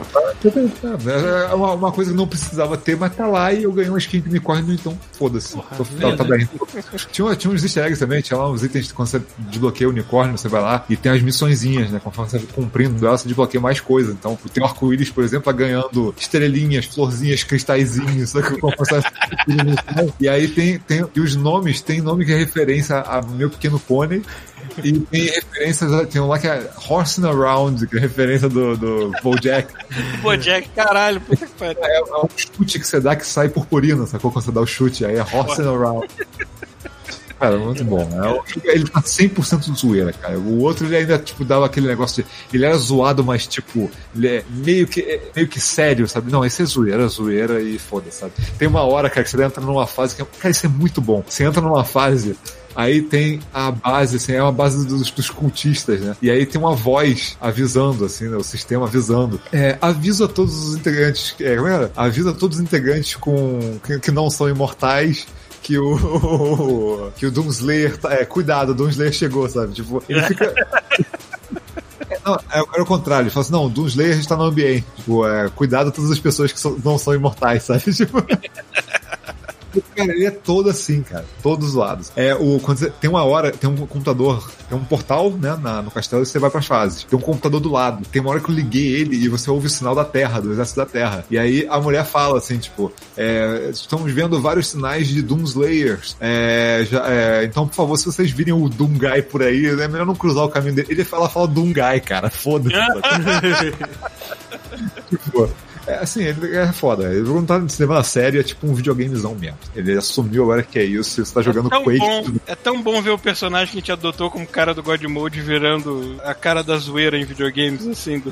É uma coisa que não precisava ter, mas tá lá e eu ganhei uma skin de unicórnio, então foda-se. Tá bem. Tinha uns easter eggs também, tinha lá uns itens quando você desbloqueia o unicórnio, você vai lá e tem as missõezinhas, né? Conforme você vai cumprindo ela, você desbloqueia mais coisas. Então tem o arco-íris, por exemplo, tá ganhando estrelinhas, florzinhas, cristalzinhos, e aí tem os nomes, tem nome que é referência a Meu Pequeno Pônei, e tem referências, tem um lá que é Horsing Around, que é referência do BoJack. BoJack, caralho, puta que pariu. É um chute que você dá que sai purpurina, sacou? Quando você dá o chute, aí é Horsing Around. Cara, muito bom. Ele tá 100% de zoeira, cara. O outro, ele ainda, tipo, dava aquele negócio de... Ele era zoado, mas, tipo, ele é meio que sério, sabe? Não, esse é zoeira e foda-se, sabe? Tem uma hora, cara, que você entra numa fase que... Cara, isso é muito bom. Você entra numa fase... Aí tem a base, assim, é uma base dos cultistas, né? E aí tem uma voz avisando, assim, né? O sistema avisando. Avisa a todos os integrantes... Avisa a todos os integrantes que não são imortais... Que o Doomslayer... cuidado, o Doomslayer chegou, sabe? Tipo, ele fica... Não, era o contrário. Ele fala assim, não, o Doomslayer está no ambiente. Tipo, cuidado a todas as pessoas que não são imortais, sabe? Tipo... Cara, ele é todo assim, cara. Todos zoados. Tem uma hora, tem um computador, tem um portal, né, no castelo e você vai pras fases. Tem um computador do lado. Tem uma hora que eu liguei ele e você ouve o sinal da Terra, do exército da Terra. E aí a mulher fala assim, tipo, estamos vendo vários sinais de Doomslayers. Então, por favor, se vocês virem o Doomguy por aí, é melhor não cruzar o caminho dele. Ela fala Doomguy, cara. Foda-se. Tipo... assim, ele é foda. Ele não tá se levando a sério, é tipo um videogamezão mesmo. Ele assumiu agora que é isso, você tá jogando Quake. É tão bom ver o personagem que a gente adotou como cara do God Mode virando a cara da zoeira em videogames, assim.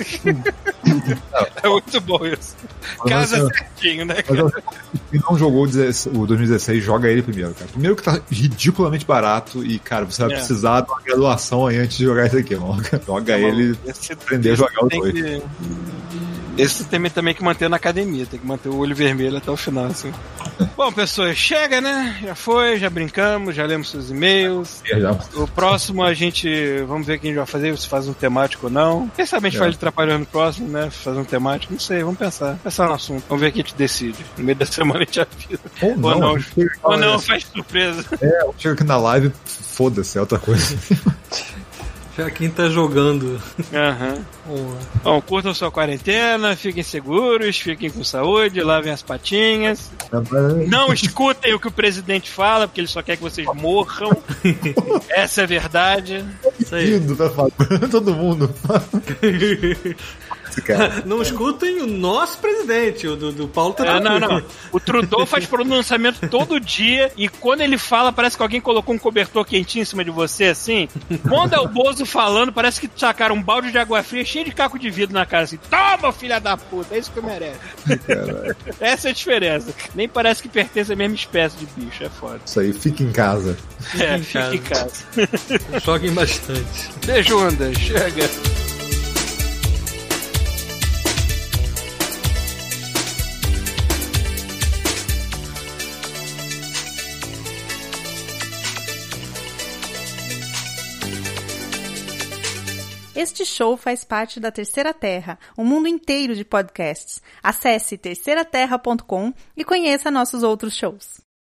É muito bom isso. Casa certinho, né, cara? Quem não jogou o 2016, joga ele primeiro, cara. Primeiro que tá ridiculamente barato e, cara, você vai precisar de uma graduação aí antes de jogar isso aqui, mano. Joga ele e aprender a jogar o 2. Esse tem também que manter na academia, tem que manter o olho vermelho até o final, assim. Bom, pessoas, chega, né? Já foi, já brincamos, já lemos seus e-mails. O próximo vamos ver o que a gente vai fazer, se faz um temático ou não. Quem sabe a gente faz de Trapalhões no próximo, né? Fazer um temático, não sei, vamos pensar no assunto. Vamos ver o que a gente decide. No meio da semana a gente avisa. Ou não, faz surpresa. Chega aqui na live, foda-se, é outra coisa. Já quem tá jogando. Bom, curtam sua quarentena, fiquem seguros, fiquem com saúde, lavem as patinhas. Não escutem o que o presidente fala, porque ele só quer que vocês morram. Essa é a verdade. Isso aí. Todo mundo. Não escutem o nosso presidente, o do Paulo também. Não. O Trudeau faz pronunciamento todo dia e quando ele fala, parece que alguém colocou um cobertor quentinho em cima de você, assim. Quando é o Bozo falando, parece que sacaram um balde de água fria cheio de caco de vidro na cara, assim. Toma, filha da puta, é isso que eu mereço. Essa é a diferença. Nem parece que pertence à mesma espécie de bicho, é foda. Isso aí, fique em casa. Fique em casa. Joguem bastante. Beijo, Anda, chega. Este show faz parte da Terceira Terra, um mundo inteiro de podcasts. Acesse terceiraterra.com e conheça nossos outros shows.